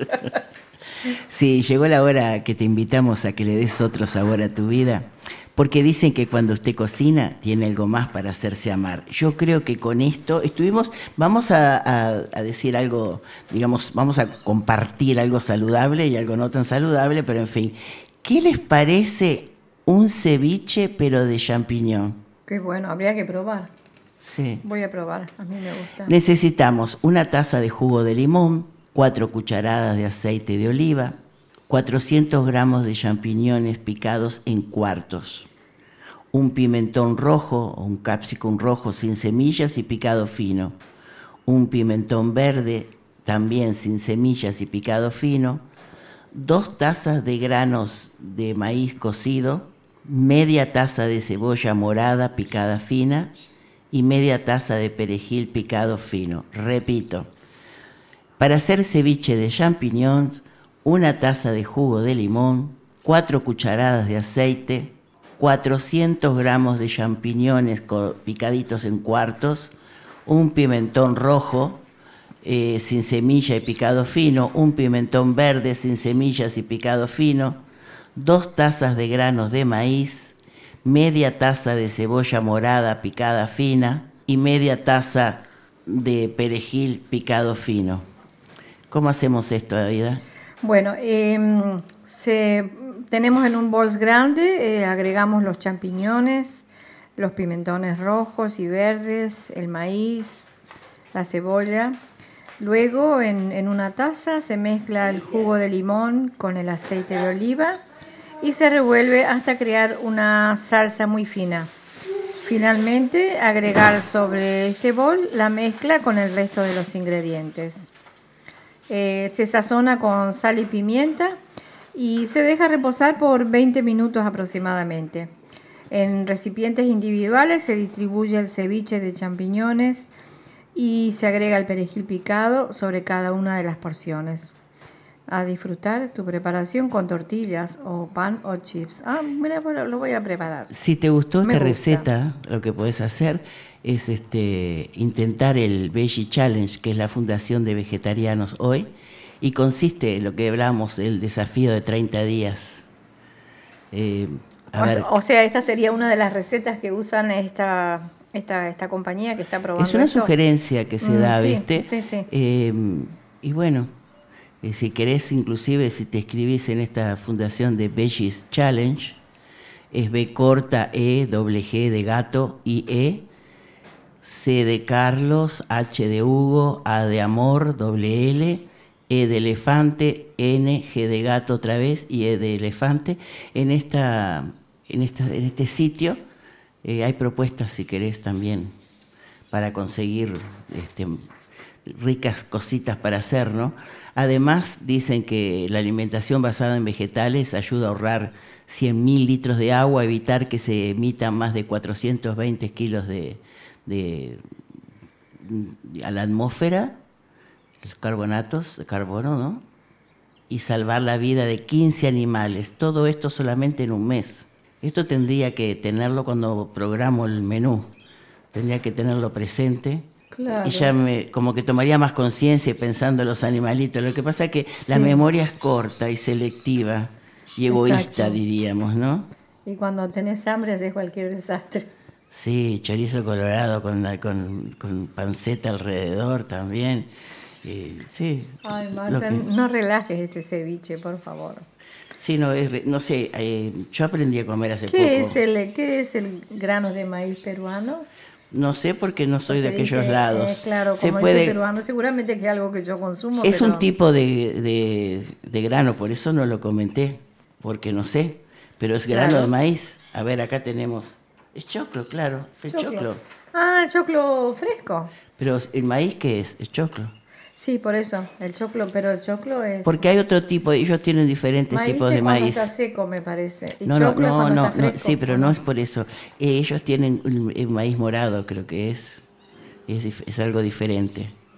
Sí, llegó la hora que te invitamos a que le des otro sabor a tu vida, porque dicen que cuando usted cocina tiene algo más para hacerse amar. Yo creo que con esto estuvimos, vamos a, a, a decir algo, digamos, vamos a compartir algo saludable y algo no tan saludable, pero en fin, ¿qué les parece un ceviche pero de champiñón? Qué bueno, habría que probar. Sí. Voy a probar, a mí me gusta. Necesitamos una taza de jugo de limón, cuatro cucharadas de aceite de oliva, cuatrocientos gramos de champiñones picados en cuartos, un pimentón rojo o un capsicum rojo sin semillas y picado fino, un pimentón verde también sin semillas y picado fino, dos tazas de granos de maíz cocido, media taza de cebolla morada picada fina y media taza de perejil picado fino. Repito, para hacer ceviche de champiñones, una taza de jugo de limón, cuatro cucharadas de aceite, cuatrocientos gramos de champiñones picaditos en cuartos, un pimentón rojo eh, sin semilla y picado fino, un pimentón verde sin semillas y picado fino, dos tazas de granos de maíz, media taza de cebolla morada picada fina y media taza de perejil picado fino. ¿Cómo hacemos esto, Aida? Bueno, eh, se, tenemos en un bol grande, eh, agregamos los champiñones, los pimentones rojos y verdes, el maíz, la cebolla. Luego en, en una taza se mezcla el jugo de limón con el aceite de oliva y se revuelve hasta crear una salsa muy fina. Finalmente, agregar sobre este bol la mezcla con el resto de los ingredientes. Eh, se sazona con sal y pimienta y se deja reposar por veinte minutos aproximadamente. En recipientes individuales se distribuye el ceviche de champiñones y se agrega el perejil picado sobre cada una de las porciones. A disfrutar tu preparación con tortillas o pan o chips. Ah, mira, bueno, lo voy a preparar. Si te gustó Me esta gusta. receta, lo que puedes hacer es este, intentar el Veggie Challenge, que es la fundación de vegetarianos hoy, y consiste en lo que hablamos, el desafío de treinta días. Eh, a o, ver, o sea, esta sería una de las recetas que usan esta, esta, esta compañía que está probando es una esto. sugerencia que se Mm, da, sí, ¿viste? sí, sí. Eh, y bueno, eh, si querés, inclusive, si te escribís en esta fundación de Veggies Challenge, es B corta E, doble G de gato, I E, C de Carlos, H de Hugo, A de amor, doble L, E de elefante, N, G de gato otra vez y E de elefante. En, esta, en, esta, en este sitio eh, hay propuestas, si querés, también para conseguir este, ricas cositas para hacer, ¿no? Además, dicen que la alimentación basada en vegetales ayuda a ahorrar cien mil litros de agua, evitar que se emitan más de cuatrocientos veinte kilos de, de, de a la atmósfera, los carbonatos de carbono, ¿no? Y salvar la vida de quince animales. Todo esto solamente en un mes. Esto tendría que tenerlo cuando programo el menú. Tendría que tenerlo presente. Claro. Y ya me, como que tomaría más conciencia pensando en los animalitos. Lo que pasa es que Sí. la memoria es corta y selectiva y egoísta, Exacto. diríamos, ¿no? Y cuando tenés hambre haces cualquier desastre. Sí, chorizo colorado con, la- con, con panceta alrededor también. Eh, sí. Ay, lo Marta, que- no relajes este ceviche, por favor. sí, no, es re- no sé, eh, yo aprendí a comer hace ¿Qué poco. es el qué es el grano de maíz peruano? No sé porque no soy de Porque aquellos dice, lados. eh, claro, Se como puede- dice peruano, seguramente que es algo que yo consumo. es pero un tipo de, de, de grano, por eso no lo comenté, porque no sé, pero es grano Claro. de maíz. A ver, acá tenemos, es choclo, claro, es el choclo. choclo. Ah, el choclo fresco. Pero el maíz, ¿qué es? Es choclo. Sí, por eso, el choclo, pero el choclo es... Porque hay otro tipo, ellos tienen diferentes maíz tipos es de cuando maíz. está seco, me parece. Y No, no, choclo es no, cuando no, está no, fresco. sí, pero ¿o no es por eso. Eh, ellos tienen el, el maíz morado, creo que es, es, dif- es algo diferente.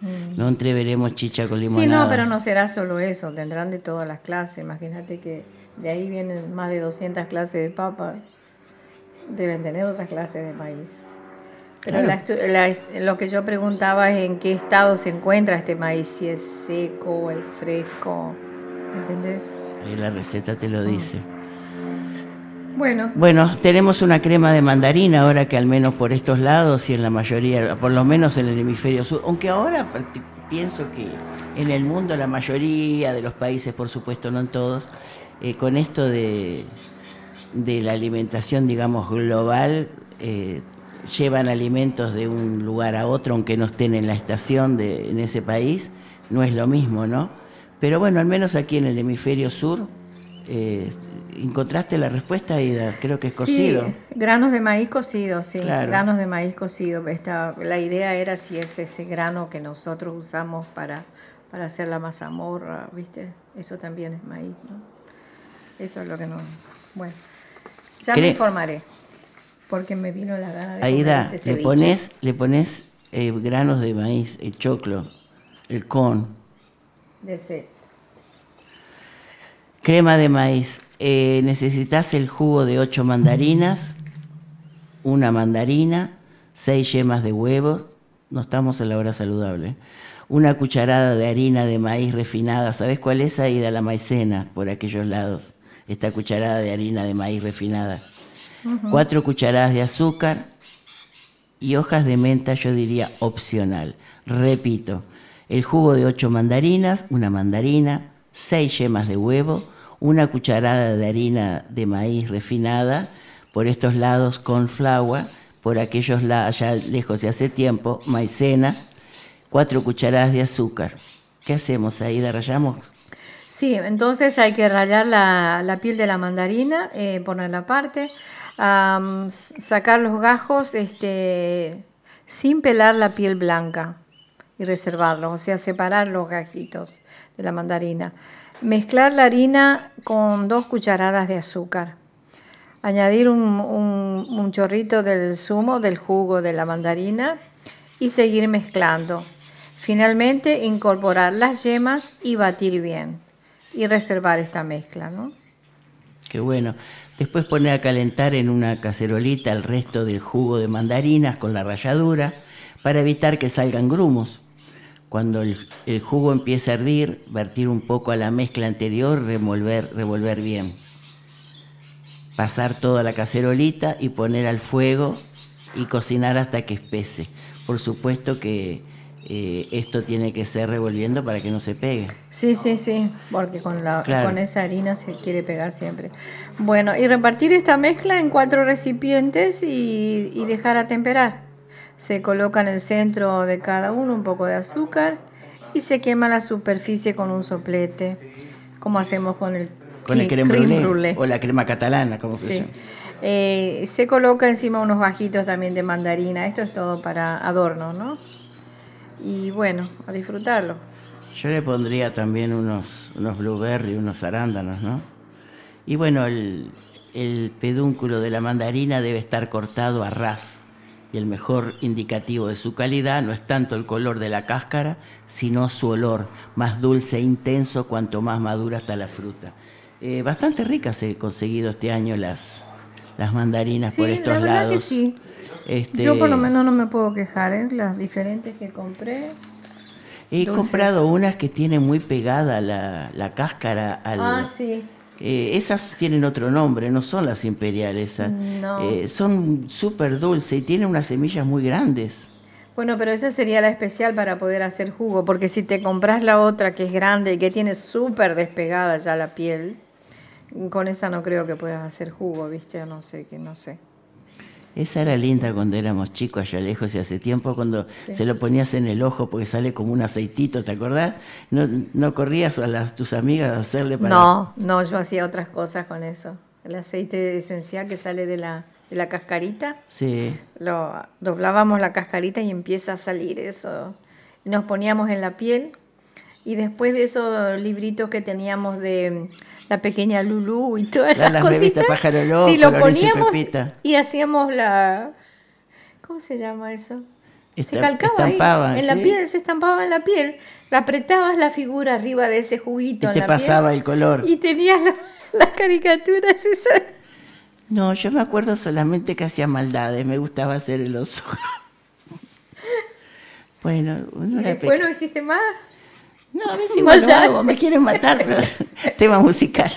Mm. No entreveremos chicha con limonada. Sí, no, pero no será solo eso, tendrán de todas las clases. Imagínate que de ahí vienen más de doscientas clases de papa, deben tener otras clases de maíz. Pero Claro. la, la, lo que yo preguntaba es en qué estado se encuentra este maíz, si es seco o el fresco, ¿entendés? Ahí la receta te lo dice. Bueno, Bueno, tenemos una crema de mandarina ahora que al menos por estos lados y en la mayoría, por lo menos en el hemisferio sur, aunque ahora parti- pienso que en el mundo la mayoría de los países, por supuesto no en todos, eh, con esto de, de la alimentación, digamos, global, eh, llevan alimentos de un lugar a otro, aunque no estén en la estación de, en ese país, no es lo mismo, ¿no? Pero bueno, al menos aquí en el hemisferio sur, eh, ¿encontraste la respuesta, Ida? Creo que es cocido. sí, granos de maíz cocido, sí, Claro. granos de maíz cocido. Esta, la idea era si es ese grano que nosotros usamos para, para hacer la mazamorra, ¿viste? Eso también es maíz, ¿no? Eso es lo que no... Bueno, ya Cre- me informaré, porque me vino la gana de comer Aida, este le ceviche. pones, le pones eh, granos de maíz, el choclo, el con, Del set. crema de maíz. Eh, necesitas el jugo de ocho mandarinas, una mandarina, seis yemas de huevos, no estamos en la hora saludable, una cucharada de harina de maíz refinada. ¿Sabes cuál es, Aida? La maicena, por aquellos lados. Esta cucharada de harina de maíz refinada. Uh-huh. Cuatro cucharadas de azúcar y hojas de menta, yo diría opcional. Repito, el jugo de ocho mandarinas, una mandarina, seis yemas de huevo, una cucharada de harina de maíz refinada, por estos lados con flagua, por aquellos lados, allá lejos de hace tiempo, maicena, cuatro cucharadas de azúcar. ¿Qué hacemos ahí? ¿La rallamos? Sí, entonces hay que rallar la, la piel de la mandarina, eh, ponerla aparte, um, sacar los gajos este, sin pelar la piel blanca y reservarlos, o sea, separar los gajitos de la mandarina. Mezclar la harina con dos cucharadas de azúcar. Añadir un, un, un chorrito del zumo, del jugo de la mandarina y seguir mezclando. Finalmente, incorporar las yemas y batir bien. Y reservar esta mezcla, ¿no? Qué bueno. Después poner a calentar en una cacerolita el resto del jugo de mandarinas con la ralladura para evitar que salgan grumos. Cuando el, el jugo empiece a hervir, vertir un poco a la mezcla anterior, revolver, revolver bien. Pasar toda la cacerolita y poner al fuego y cocinar hasta que espese. Por supuesto que eh, esto tiene que ser revolviendo para que no se pegue. Sí, sí, sí, porque con, la, Claro. con esa harina se quiere pegar siempre. Bueno, y repartir esta mezcla en cuatro recipientes y, y dejar a temperar. Se coloca en el centro de cada uno un poco de azúcar y se quema la superficie con un soplete, como hacemos con el Con el creme creme brûlée, brûlée. o la crema catalana, como se Sí. llama. Eh, se coloca encima unos gajitos también de mandarina. Esto es todo para adorno, ¿no? Y bueno, a disfrutarlo. Yo le pondría también unos, unos blueberry, unos arándanos, ¿no? Y bueno, el, el pedúnculo de la mandarina debe estar cortado a ras. Y el mejor indicativo de su calidad no es tanto el color de la cáscara, sino su olor, más dulce e intenso cuanto más madura está la fruta. Eh, bastante ricas he conseguido este año las, las mandarinas Sí, por estos la verdad lados. que sí. Este, Yo por lo menos no me puedo quejar, ¿eh? Las diferentes que compré. He dulces. comprado unas que tienen muy pegada la, la cáscara al... Ah, sí. Eh, esas tienen otro nombre, no son las imperiales. Esas. No. Eh, son súper dulces y tienen unas semillas muy grandes. Bueno, pero esa sería la especial para poder hacer jugo, porque si te compras la otra que es grande y que tiene súper despegada ya la piel, con esa no creo que puedas hacer jugo, ¿viste? No sé, que no sé. Esa era linda cuando éramos chicos allá lejos y hace tiempo cuando Sí. se lo ponías en el ojo porque sale como un aceitito, ¿te acordás? ¿No, no corrías a las, tus amigas a hacerle para...? No, no, yo hacía otras cosas con eso. El aceite esencial que sale de la, de la cascarita, Sí. lo doblábamos la cascarita y empieza a salir eso. Nos poníamos en la piel y después de esos libritos que teníamos de La Pequeña Lulú y todas La- esas las cositas, revistas Pájaro Loco, sí, lo Lorenzo y poníamos Pepita. y hacíamos la... ¿Cómo se llama eso? se calcaba estampaban, ahí, en ¿sí? la piel, se estampaba en la piel. La apretabas la figura arriba de ese juguito Y en te la pasaba piel, el color. y tenías la- las caricaturas esas. No, yo me acuerdo solamente que hacía maldades, me gustaba hacer el oso. Bueno, uno ¿Y era después pequeño. no hiciste más? No, a veces igual lo Maldad. hago, me quieren matar, pero tema musical.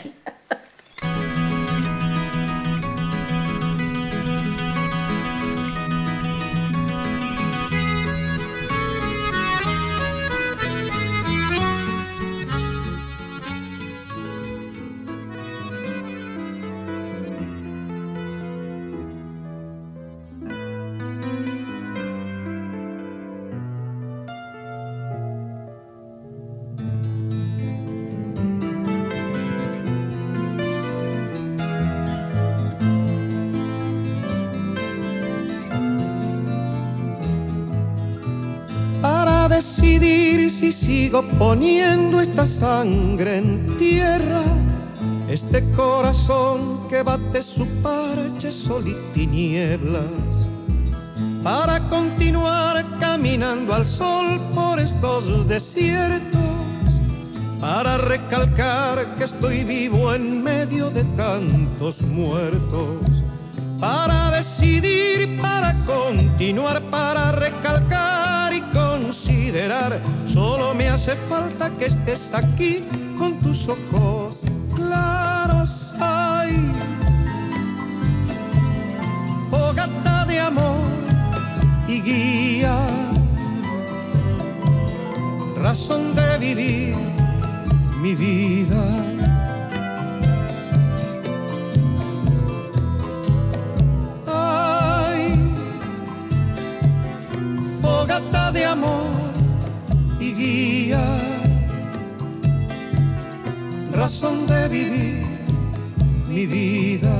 Para decidir si sigo poniendo esta sangre en tierra, este corazón que bate su parche sol y tinieblas, para continuar caminando al sol por estos desiertos, para recalcar que estoy vivo en medio de tantos muertos, para decidir, para continuar, para recalcar y considerar. Solo me hace falta que estés aquí con tus ojos claros. Ay, fogata de amor y guía, razón de vivir mi vida. Fogata de amor y guía, razón de vivir mi vida.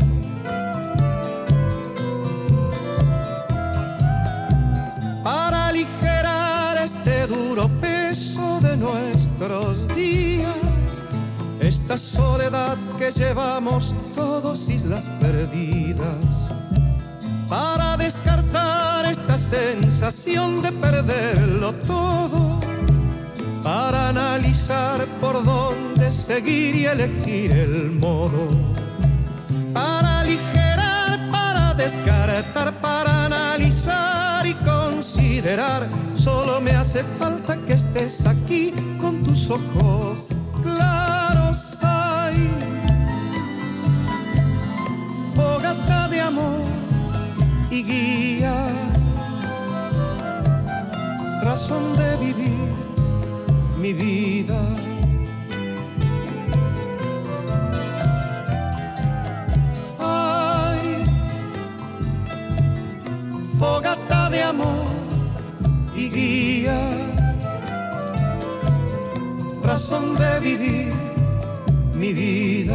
Para aligerar este duro peso de nuestros días, esta soledad que llevamos todos, islas perdidas, para descartar esta sensación de perderlo todo, para analizar por dónde seguir y elegir el modo, para aligerar, para descartar, para analizar y considerar. Solo me hace falta que estés aquí con tus ojos claros. Ay, fogata de amor y guía, razón de vivir mi vida. Ay, fogata de amor y guía, razón de vivir mi vida.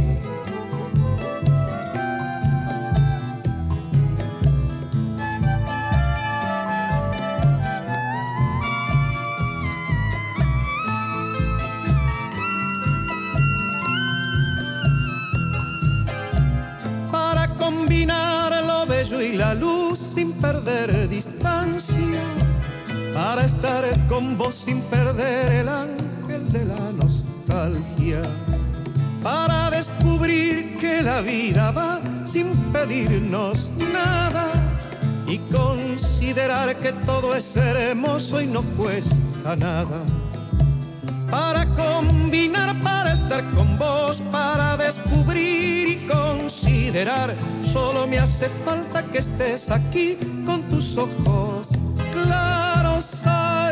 Combinar lo bello y la luz sin perder distancia, para estar con vos sin perder el ángel de la nostalgia, para descubrir que la vida va sin pedirnos nada y considerar que todo es hermoso y no cuesta nada, para combinar, para estar con vos, para descubrir y considerar. Solo me hace falta que estés aquí con tus ojos claros. Ay,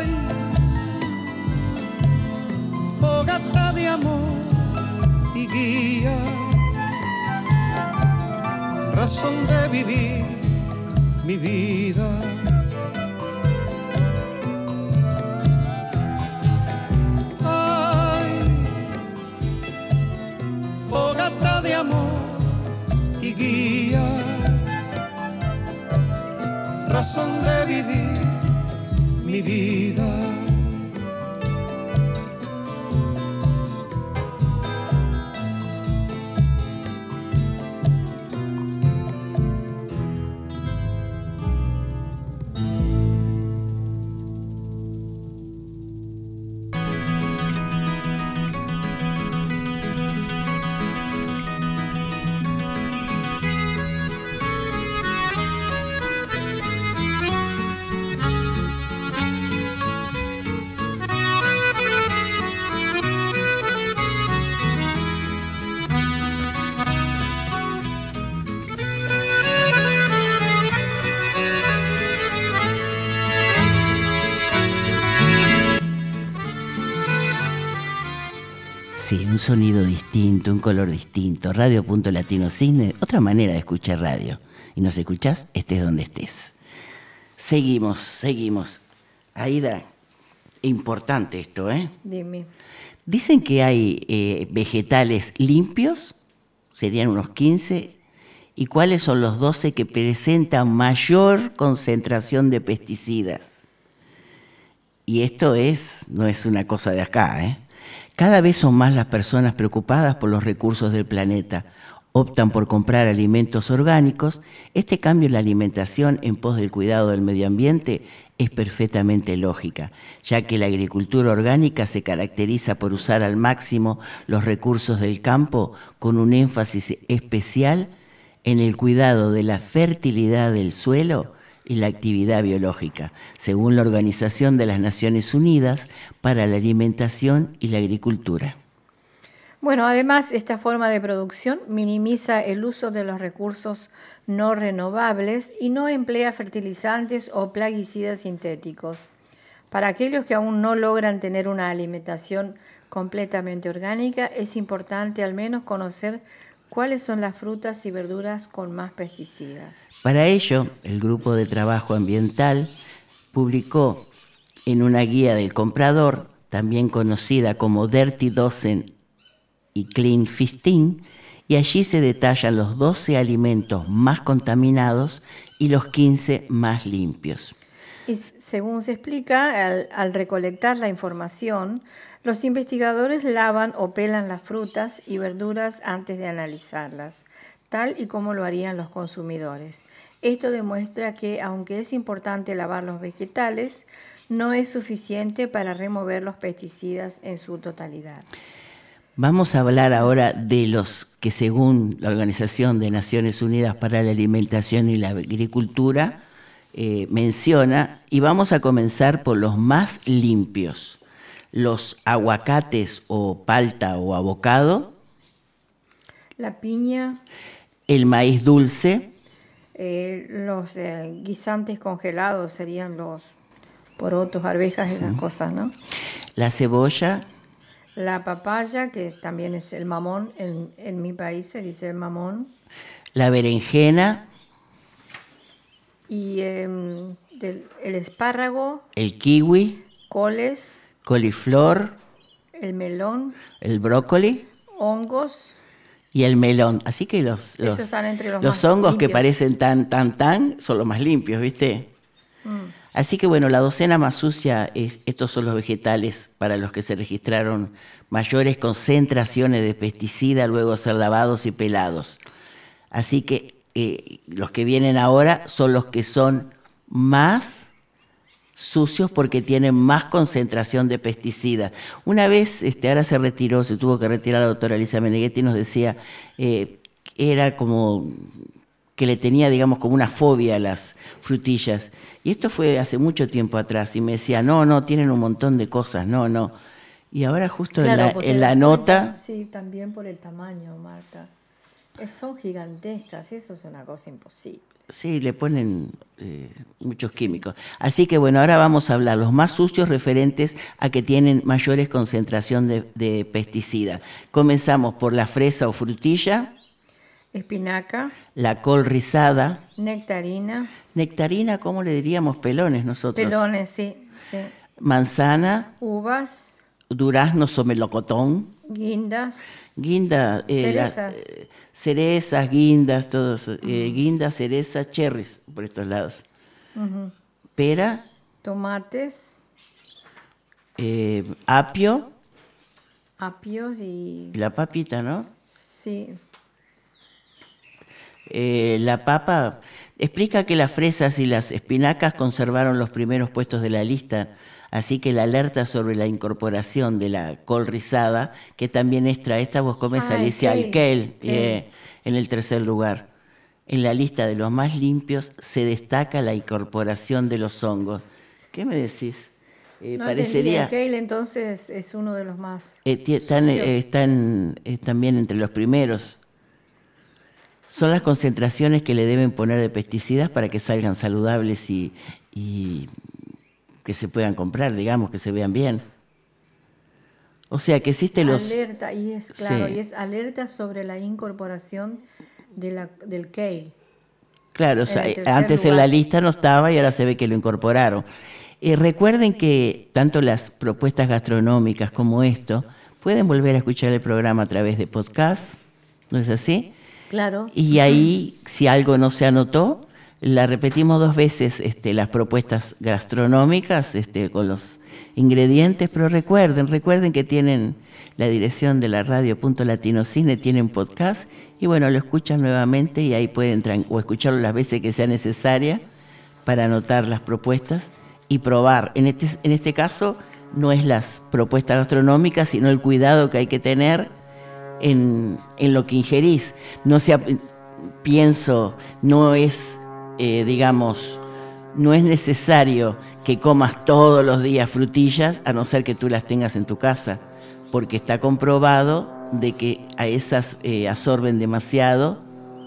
fogata de amor y guía, razón de vivir mi vida. Fogata de amor y guía, razón de vivir mi vida. un sonido distinto, un color distinto. Radio Punto Latino Cisne, otra manera de escuchar radio. Y nos escuchás, estés donde estés. Seguimos, seguimos. Aida, importante esto, ¿eh? Dime. Dicen que hay eh, vegetales limpios, serían unos quince, y cuáles son los doce que presentan mayor concentración de pesticidas. Y esto es, no es una cosa de acá, ¿eh? Cada vez son más las personas preocupadas por los recursos del planeta. Optan por comprar alimentos orgánicos. Este cambio en la alimentación en pos del cuidado del medio ambiente es perfectamente lógica, ya que la agricultura orgánica se caracteriza por usar al máximo los recursos del campo con un énfasis especial en el cuidado de la fertilidad del suelo y la actividad biológica, según la Organización de las Naciones Unidas para la Alimentación y la Agricultura. Bueno, además, esta forma de producción minimiza el uso de los recursos no renovables y no emplea fertilizantes o plaguicidas sintéticos. Para aquellos que aún no logran tener una alimentación completamente orgánica, es importante al menos conocer cuáles son las frutas y verduras con más pesticidas. Para ello, el Grupo de Trabajo Ambiental publicó en una guía del comprador, también conocida como Dirty Dozen y Clean quince, y allí se detallan los doce alimentos más contaminados y los quince más limpios. Y según se explica, al, al recolectar la información, los investigadores lavan o pelan las frutas y verduras antes de analizarlas, tal y como lo harían los consumidores. Esto demuestra que, aunque es importante lavar los vegetales, no es suficiente para remover los pesticidas en su totalidad. Vamos a hablar ahora de los que, según la Organización de Naciones Unidas para la Alimentación y la Agricultura, eh, menciona, y vamos a comenzar por los más limpios. Los aguacates o palta o avocado. La piña. El maíz dulce. Eh, los eh, guisantes congelados serían los porotos, arvejas, esas uh-huh. cosas, ¿no? La cebolla. La papaya, que también es el mamón, en, en mi país se dice el mamón. La berenjena. Y eh, del, el espárrago. El kiwi. Coles. Coliflor. El melón. El brócoli. Hongos. Y el melón. Así que los, los, Esos están entre los, los más hongos limpios. Que parecen tan, tan, tan, son los más limpios, ¿viste? Mm. Así que bueno, la docena más sucia, es, estos son los vegetales para los que se registraron mayores concentraciones de pesticida luego de ser lavados y pelados. Así que eh, los que vienen ahora son los que son más sucios porque tienen más concentración de pesticidas. Una vez, este, ahora se retiró, se tuvo que retirar la doctora Elisa Meneghetti, nos decía, eh, era como que le tenía, digamos, como una fobia a las frutillas. Y esto fue hace mucho tiempo atrás, y me decía, no, no, tienen un montón de cosas, no, no. Y ahora justo claro, en la, en la nota... Cuenta, sí, también por el tamaño, Marta. Son gigantescas, eso es una cosa imposible. Sí, le ponen eh, muchos químicos. Así que bueno, ahora vamos a hablar los más sucios referentes a que tienen mayores concentración de, de pesticidas. Comenzamos por la fresa o frutilla. Espinaca. La col rizada. Nectarina. Nectarina, ¿cómo le diríamos? Pelones nosotros. Pelones, sí. sí. Manzana. Uvas. Duraznos o melocotón. Guindas. Guinda. Eh, cerezas. La, eh, cerezas, guindas, todos. Uh-huh. Eh, guindas, cerezas, cherries, por estos lados. Uh-huh. Pera. Tomates. Eh, apio. Apios y... La papita, ¿no? Sí. Eh, la papa explica que las fresas y las espinacas conservaron los primeros puestos de la lista, así que la alerta sobre la incorporación de la col rizada, que también extra esta, vos comes ah, Alicia al kale, eh, en el tercer lugar. En la lista de los más limpios se destaca la incorporación de los hongos. ¿Qué me decís? Eh, no parecería el kale entonces es uno de los más eh, están, eh, están eh, también entre los primeros. Son las concentraciones que le deben poner de pesticidas para que salgan saludables y, y que se puedan comprar, digamos, que se vean bien. O sea que existe los... Alerta, y es claro, Sí. y es alerta sobre la incorporación de la, del kale. Claro, o En sea, el tercer antes en lugar. la lista no estaba y ahora se ve que lo incorporaron. Eh, recuerden que tanto las propuestas gastronómicas como esto pueden volver a escuchar el programa a través de podcast, ¿no es así? Claro. Y ahí, si algo no se anotó, la repetimos dos veces, este, las propuestas gastronómicas, este, con los ingredientes, pero recuerden, recuerden que tienen la dirección de la radio punto latinocine, tienen podcast, y bueno, lo escuchan nuevamente y ahí pueden tran- o escucharlo las veces que sea necesaria para anotar las propuestas y probar. En este, en este caso, no es las propuestas gastronómicas, sino el cuidado que hay que tener en, en lo que ingerís. No sea, pienso, no es, eh, digamos, no es necesario que comas todos los días frutillas, a no ser que tú las tengas en tu casa, porque está comprobado de que a esas eh, absorben demasiado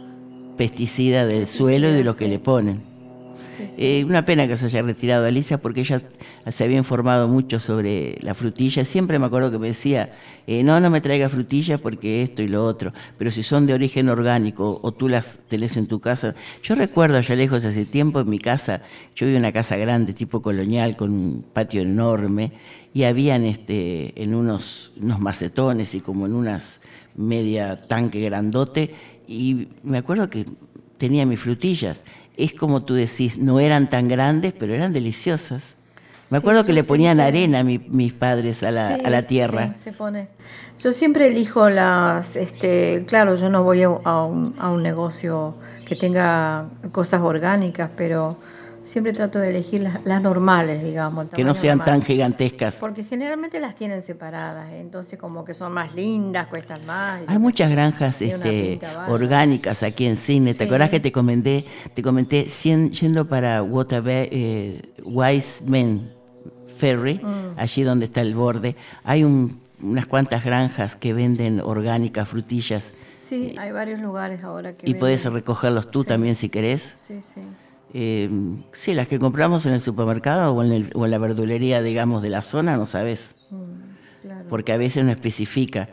pesticida del suelo y de lo que sí. le ponen. Sí, sí. Eh, una pena que se haya retirado Alicia porque ella se había informado mucho sobre la frutilla. Siempre me acuerdo que me decía, eh, no, no me traiga frutillas porque esto y lo otro. Pero si son de origen orgánico o tú las tenés en tu casa. Yo recuerdo allá lejos, hace tiempo en mi casa, yo vivía en una casa grande, tipo colonial, con un patio enorme, y habían este, en unos, unos macetones y como en unas media tanque grandote, y me acuerdo que tenía mis frutillas. Es como tú decís, no eran tan grandes, pero eran deliciosas. Me Sí, acuerdo que yo le ponían siempre- arena mi- mis padres a la, Sí, a la tierra. sí, se pone. Yo siempre elijo las, este, claro, yo no voy a, a un, a un negocio que tenga cosas orgánicas, pero siempre trato de elegir las, las normales, digamos. el Que no tamaño sean normal. tan gigantescas. Porque generalmente las tienen separadas, entonces como que son más lindas, cuestan más. y yo Hay qué muchas sé, granjas tiene una este, pinta bárbara. orgánicas aquí en Cine. ¿Te Sí. acordás que te comenté, te comenté cien- yendo para Waterbe- eh, Wiseman Ferry, Mm. allí donde está el borde? Hay un- unas cuantas granjas que venden orgánicas, frutillas, Sí, hay varios lugares ahora que y puedes venden. recogerlos tú Sí. también si querés. Sí, sí. Eh, sí, las que compramos en el supermercado o en, el- o en la verdulería, digamos, de la zona, no sabes, Mm, claro. porque a veces no especifica.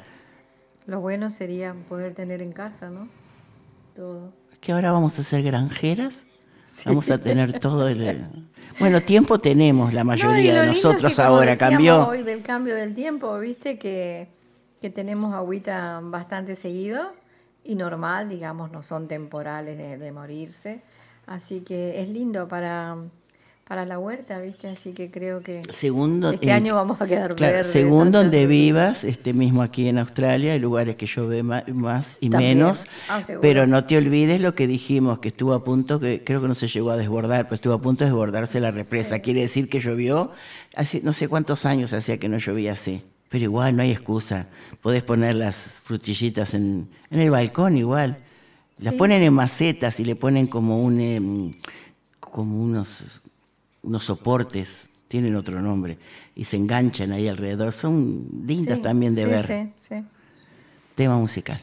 Lo bueno sería poder tener en casa, ¿no? Todo. Que ahora vamos a ser granjeras, vamos a tener todo el... Bueno, tiempo tenemos la No, y mayoría lo de lindo es nosotros que, como ahora, decíamos cambió. hoy del cambio del tiempo, viste que, que tenemos agüita bastante seguido y normal, digamos, no son temporales de, de morirse. Así que es lindo para, para la huerta, viste, así que creo que Segundo, este en- año vamos a quedar claro, verdes. según tantas donde frutas. vivas, este mismo aquí en Australia, hay lugares que llueve ma- más y También. menos, Ah, seguro. pero no te olvides lo que dijimos, que estuvo a punto, que creo que no se llegó a desbordar, pero estuvo a punto de desbordarse la represa. Quiere decir que llovió, hace no sé cuántos años hacía que no llovía así. Pero igual no hay excusa, podés poner las frutillitas en, en el balcón igual. Las Sí. ponen en macetas y le ponen como un em, como unos unos soportes, tienen otro nombre, y se enganchan ahí alrededor. Son lindas Sí, también de sí, ver. Sí, sí. Tema musical.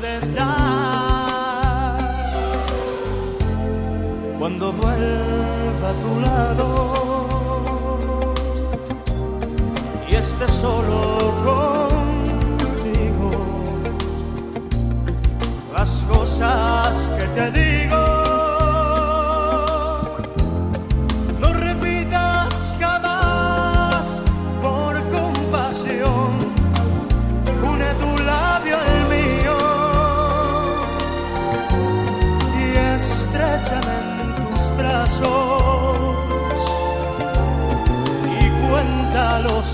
puedes dar. Cuando vuelva a tu lado y esté solo contigo, las cosas que te digo no repitas jamás. Por compasión une tu labio al mío y estréchame en tus brazos y cuenta los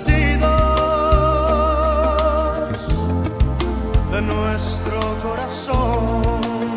latidos de nuestro corazón.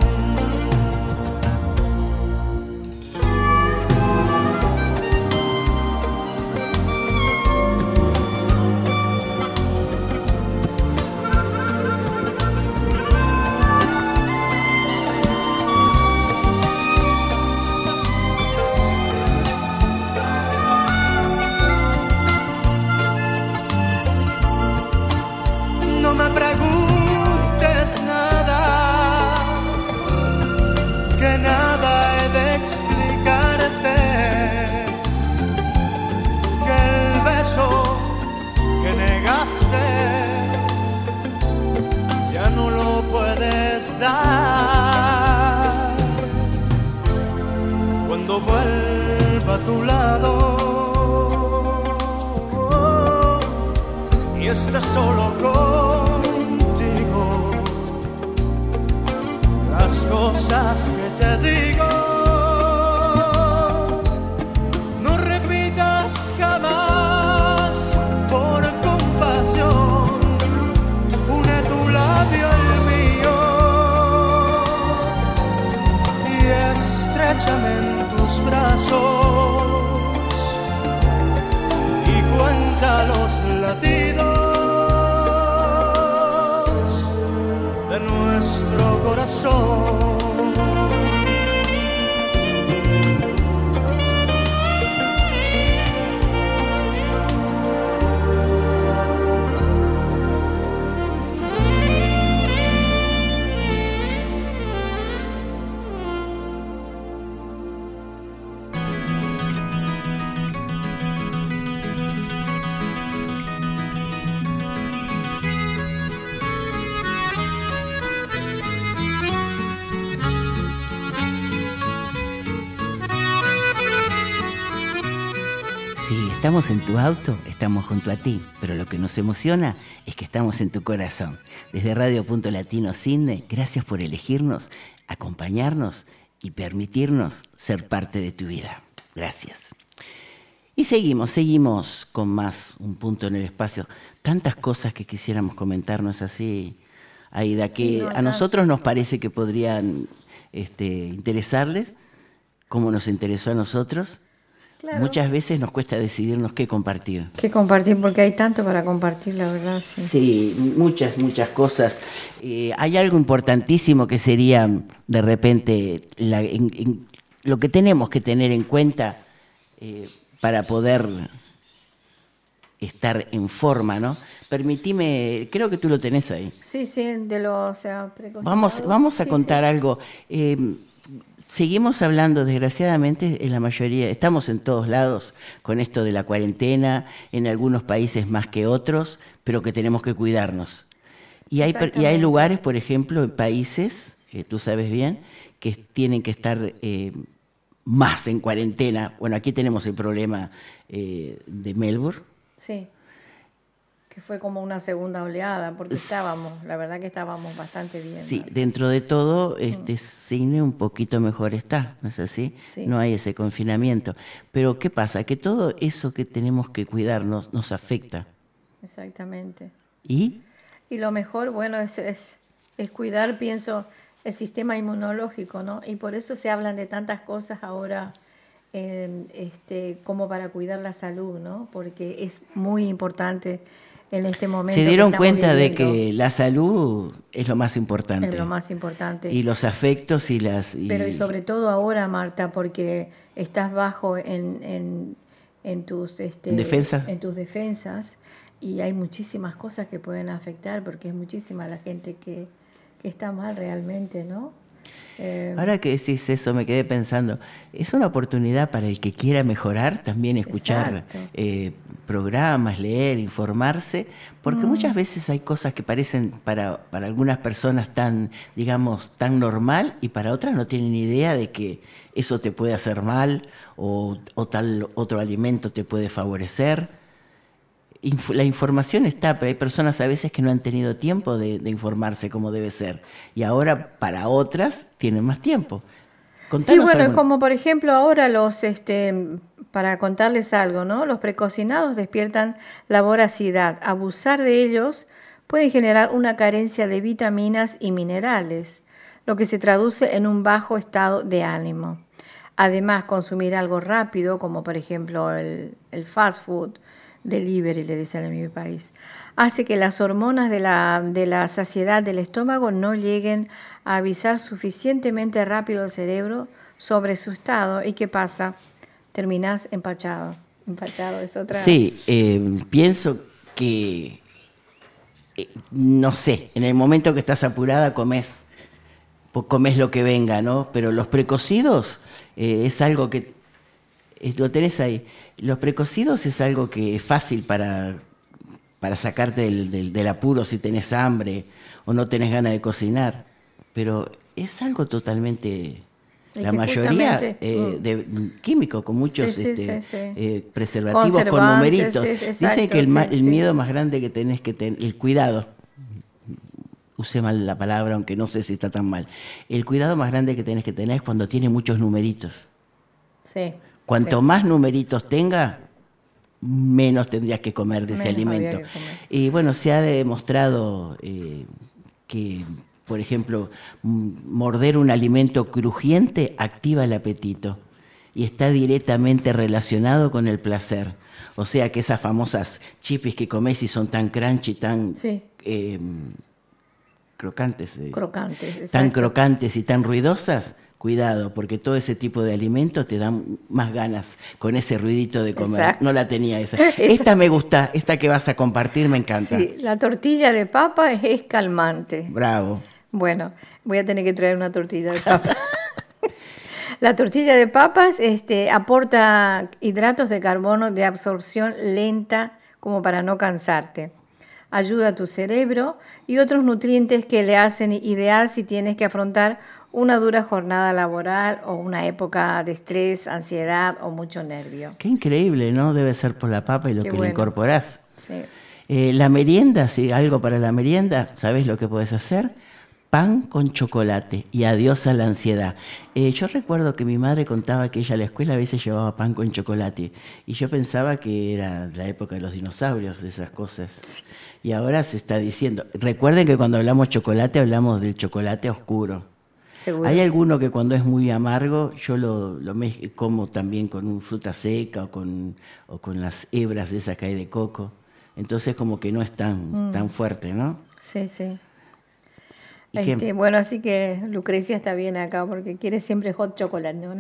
No me preguntes nada, que nada he de explicarte, que el beso que negaste ya no lo puedes dar. Cuando vuelva a tu lado y estés solo contigo, las cosas que te digo no repitas jamás. Por compasión une tu labio al mío y estréchame en tus brazos y cuenta los latidos de nuestro corazón. Si estamos en tu auto, estamos junto a ti, pero lo que nos emociona es que estamos en tu corazón. Desde Radio Punto Latino Sydney, gracias por elegirnos, acompañarnos y permitirnos ser parte de tu vida. Gracias. Y seguimos, seguimos con más, un punto en el espacio. Tantas cosas que quisiéramos comentar, ¿no es así, Aida? Sí, Que no, a nosotros nos parece que podrían este, interesarles, como nos interesó a nosotros. Claro. Muchas veces nos cuesta decidirnos qué compartir. ¿Qué compartir? Porque hay tanto para compartir, la verdad, sí. Sí, muchas, muchas cosas. Eh, hay algo importantísimo que sería, de repente, la, en, en, lo que tenemos que tener en cuenta eh, para poder estar en forma, ¿no? Permitime, creo que tú lo tenés ahí. Sí, sí, de los, o sea, precocinados. Vamos, vamos a Sí, contar sí. algo. Eh, Seguimos hablando, desgraciadamente, en la mayoría, estamos en todos lados con esto de la cuarentena, en algunos países más que otros, pero que tenemos que cuidarnos. Y hay, y hay Exactamente. lugares, por ejemplo, en países, eh, tú sabes bien, que tienen que estar eh, más en cuarentena. Bueno, aquí tenemos el problema eh, de Melbourne. Sí, que fue como una segunda oleada, porque estábamos, la verdad que estábamos bastante bien. Sí, ¿no? dentro de todo, este Sydney un poquito mejor está, ¿no es así? Sí. No hay ese confinamiento. Pero ¿qué pasa? Que todo eso que tenemos que cuidarnos nos afecta. Exactamente. ¿Y? Y lo mejor, bueno, es, es, es cuidar, pienso, el sistema inmunológico, ¿no? Y por eso se hablan de tantas cosas ahora, eh, este, como para cuidar la salud, ¿no? Porque es muy importante en este momento. Se dieron que estamos cuenta de viviendo. que la salud es lo más importante. Es lo más importante. Y los afectos y las... y- Pero y sobre todo ahora, Marta, porque estás bajo en, en, en tus este, ¿Defensas? en tus defensas y hay muchísimas cosas que pueden afectar porque es muchísima la gente que, que está mal realmente, ¿no? Eh, Ahora que decís eso, me quedé pensando, es una oportunidad para el que quiera mejorar, también escuchar eh, programas, leer, informarse, porque mm. muchas veces hay cosas que parecen para, para algunas personas tan, digamos, tan normal, y para otras no tienen idea de que eso te puede hacer mal, o, o tal otro alimento te puede favorecer. La información está, pero hay personas a veces que no han tenido tiempo de, de informarse como debe ser. Y ahora, para otras, tienen más tiempo. Contanos sí, bueno, algún... como por ejemplo ahora los, este, para contarles algo, ¿no? Los precocinados despiertan la voracidad. Abusar de ellos puede generar una carencia de vitaminas y minerales, lo que se traduce en un bajo estado de ánimo. Además, consumir algo rápido, como por ejemplo el, el fast food, delivery, le dicen en mi país, hace que las hormonas de la, de la saciedad del estómago no lleguen a avisar suficientemente rápido al cerebro sobre su estado. ¿Y qué pasa? Terminás empachado. Empachado es otra... Sí, eh, pienso que, eh, no sé, en el momento que estás apurada comés, comés lo que venga, ¿no? Pero los precocidos eh, es algo que... Lo tenés ahí. Los precocidos es algo que es fácil para, para sacarte del, del, del apuro si tenés hambre o no tenés ganas de cocinar. Pero es algo totalmente, es la mayoría, eh, de químico, con muchos sí, sí, este, sí, sí. Eh, preservativos con numeritos. Sí, sí, exacto, dicen que el, sí, el sí. miedo más grande que tenés que tener, el cuidado, usé mal la palabra, aunque no sé si está tan mal. El cuidado más grande que tenés que tener es cuando tiene muchos numeritos. Sí. Cuanto sí. más numeritos tenga, menos tendrías que comer de menos ese alimento. Y bueno, se ha demostrado eh, que, por ejemplo, morder un alimento crujiente activa el apetito y está directamente relacionado con el placer. O sea que esas famosas chipis que comés y son tan crunchy, tan sí. eh, crocantes, eh, crocantes tan crocantes y tan ruidosas, cuidado, porque todo ese tipo de alimentos te dan más ganas con ese ruidito de comer. Exacto. No la tenía esa. esa. Esta me gusta, esta que vas a compartir me encanta. Sí, la tortilla de papa es calmante. Bravo. Bueno, voy a tener que traer una tortilla de papa. La tortilla de papas este, aporta hidratos de carbono de absorción lenta como para no cansarte. Ayuda a tu cerebro y otros nutrientes que le hacen ideal si tienes que afrontar una dura jornada laboral o una época de estrés, ansiedad o mucho nervio. Qué increíble, ¿no? Debe ser por la papa y lo Qué que bueno. le incorporás. Sí. Eh, la merienda, si algo para la merienda, ¿sabés lo que podés hacer? Pan con chocolate y adiós a la ansiedad. Eh, yo recuerdo que mi madre contaba que ella a la escuela a veces llevaba pan con chocolate y yo pensaba que era la época de los dinosaurios, de esas cosas. Sí. Y ahora se está diciendo. Recuerden que cuando hablamos chocolate hablamos del chocolate oscuro. Seguro. Hay alguno que cuando es muy amargo yo lo, lo me como también con un fruta seca o con, o con las hebras de esas que hay de coco. Entonces como que no es tan, mm. tan fuerte, ¿no? Sí, sí. Este, bueno, así que Lucrecia está bien acá porque quiere siempre hot chocolate, ¿no?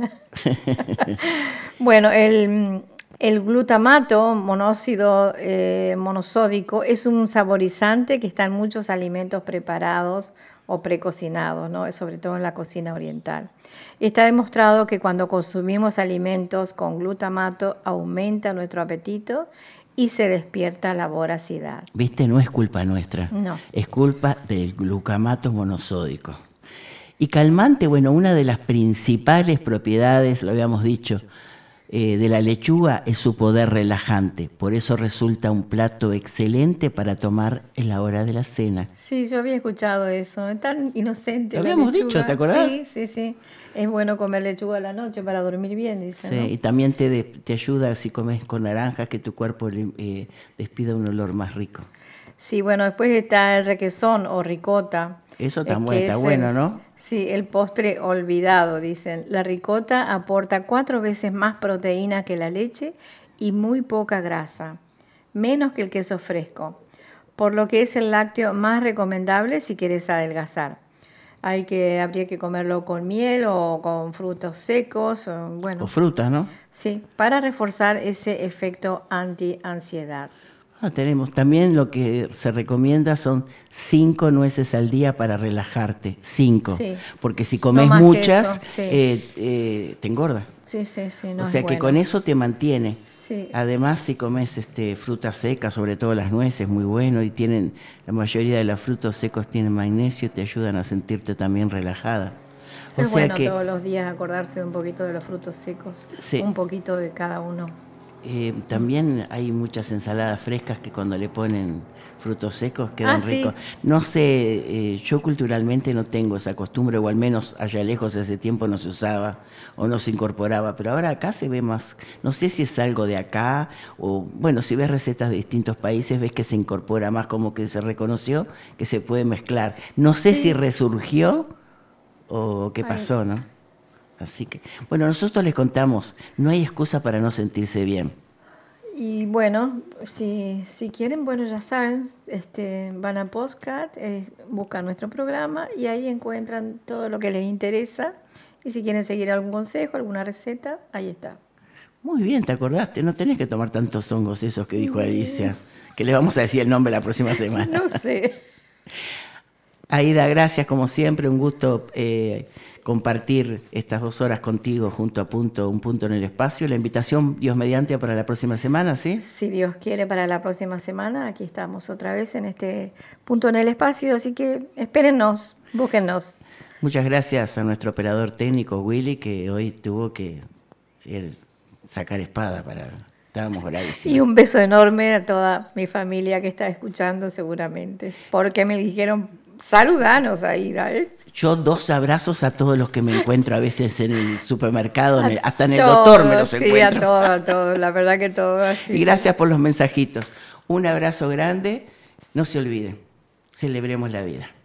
Bueno, el, el glutamato monóxido eh, monosódico es un saborizante que está en muchos alimentos preparados o precocinados, ¿no? Sobre todo en la cocina oriental. Está demostrado que cuando consumimos alimentos con glutamato aumenta nuestro apetito y se despierta la voracidad. ¿Viste? No es culpa nuestra. No. Es culpa del glutamato monosódico. Y calmante, bueno, una de las principales propiedades, lo habíamos dicho, eh, de la lechuga es su poder relajante. Por eso resulta un plato excelente para tomar en la hora de la cena. Sí, yo había escuchado eso. Es tan inocente. Lo habíamos la lechuga. dicho, ¿te acordás? Sí, sí, sí. Es bueno comer lechuga a la noche para dormir bien, dice. Sí, ¿no? Y también te, de, te ayuda si comes con naranjas que tu cuerpo eh, despida un olor más rico. Sí, bueno, después está el requesón o ricota. Eso está, bueno, está bueno, el, ¿no? Sí, el postre olvidado, dicen. La ricota aporta cuatro veces más proteína que la leche y muy poca grasa, menos que el queso fresco, por lo que es el lácteo más recomendable si quieres adelgazar. Hay que, habría que comerlo con miel o con frutos secos. O, bueno, o frutas, ¿no? Sí, para reforzar ese efecto anti-ansiedad. Ah, tenemos también lo que se recomienda son cinco nueces al día para relajarte, cinco, Sí. porque si comes No más que muchas eso, sí. eh, eh, te engorda. Sí, sí, sí. No o es sea que bueno. con eso te mantiene. Sí. Además, si comes este, frutas secas, sobre todo las nueces, muy bueno, y tienen, la mayoría de los frutos secos tienen magnesio, te ayudan a sentirte también relajada. Eso es bueno todos los días acordarse de un poquito de los frutos secos, Sí. un poquito de cada uno. Eh, también hay muchas ensaladas frescas que cuando le ponen frutos secos quedan Ah, sí. ricos. No sé, eh, yo culturalmente no tengo esa costumbre, o al menos allá lejos ese tiempo no se usaba o no se incorporaba, pero ahora acá se ve más, no sé si es algo de acá, o bueno, si ves recetas de distintos países ves que se incorpora más, como que se reconoció que se puede mezclar. No sé Sí. si resurgió o qué Ay. pasó, ¿no? Así que, bueno, nosotros les contamos, no hay excusa para no sentirse bien. Y bueno, si, si quieren, bueno, ya saben, este, van a Postcat, eh, buscan nuestro programa y ahí encuentran todo lo que les interesa. Y si quieren seguir algún consejo, alguna receta, ahí está. Muy bien, te acordaste, no tenés que tomar tantos hongos esos que dijo Alicia, que le vamos a decir el nombre la próxima semana. No sé. Aida, gracias como siempre, un gusto eh, compartir estas dos horas contigo junto a punto, un punto en el espacio. La invitación, Dios mediante, para la próxima semana, ¿sí? Si Dios quiere, para la próxima semana, aquí estamos otra vez en este punto en el espacio, así que espérennos, búsquennos. Muchas gracias a nuestro operador técnico, Willy, que hoy tuvo que él, sacar espada para... Estábamos bravísimos. Y un beso enorme a toda mi familia que está escuchando seguramente, porque me dijeron, saludanos, Aida, ¿eh? Yo dos abrazos a todos los que me encuentro a veces en el supermercado, en el- hasta en el Todos, doctor me los sí, encuentro. a todos, a todos, la verdad que todos. Y gracias por los mensajitos. Un abrazo grande. No se olviden, celebremos la vida.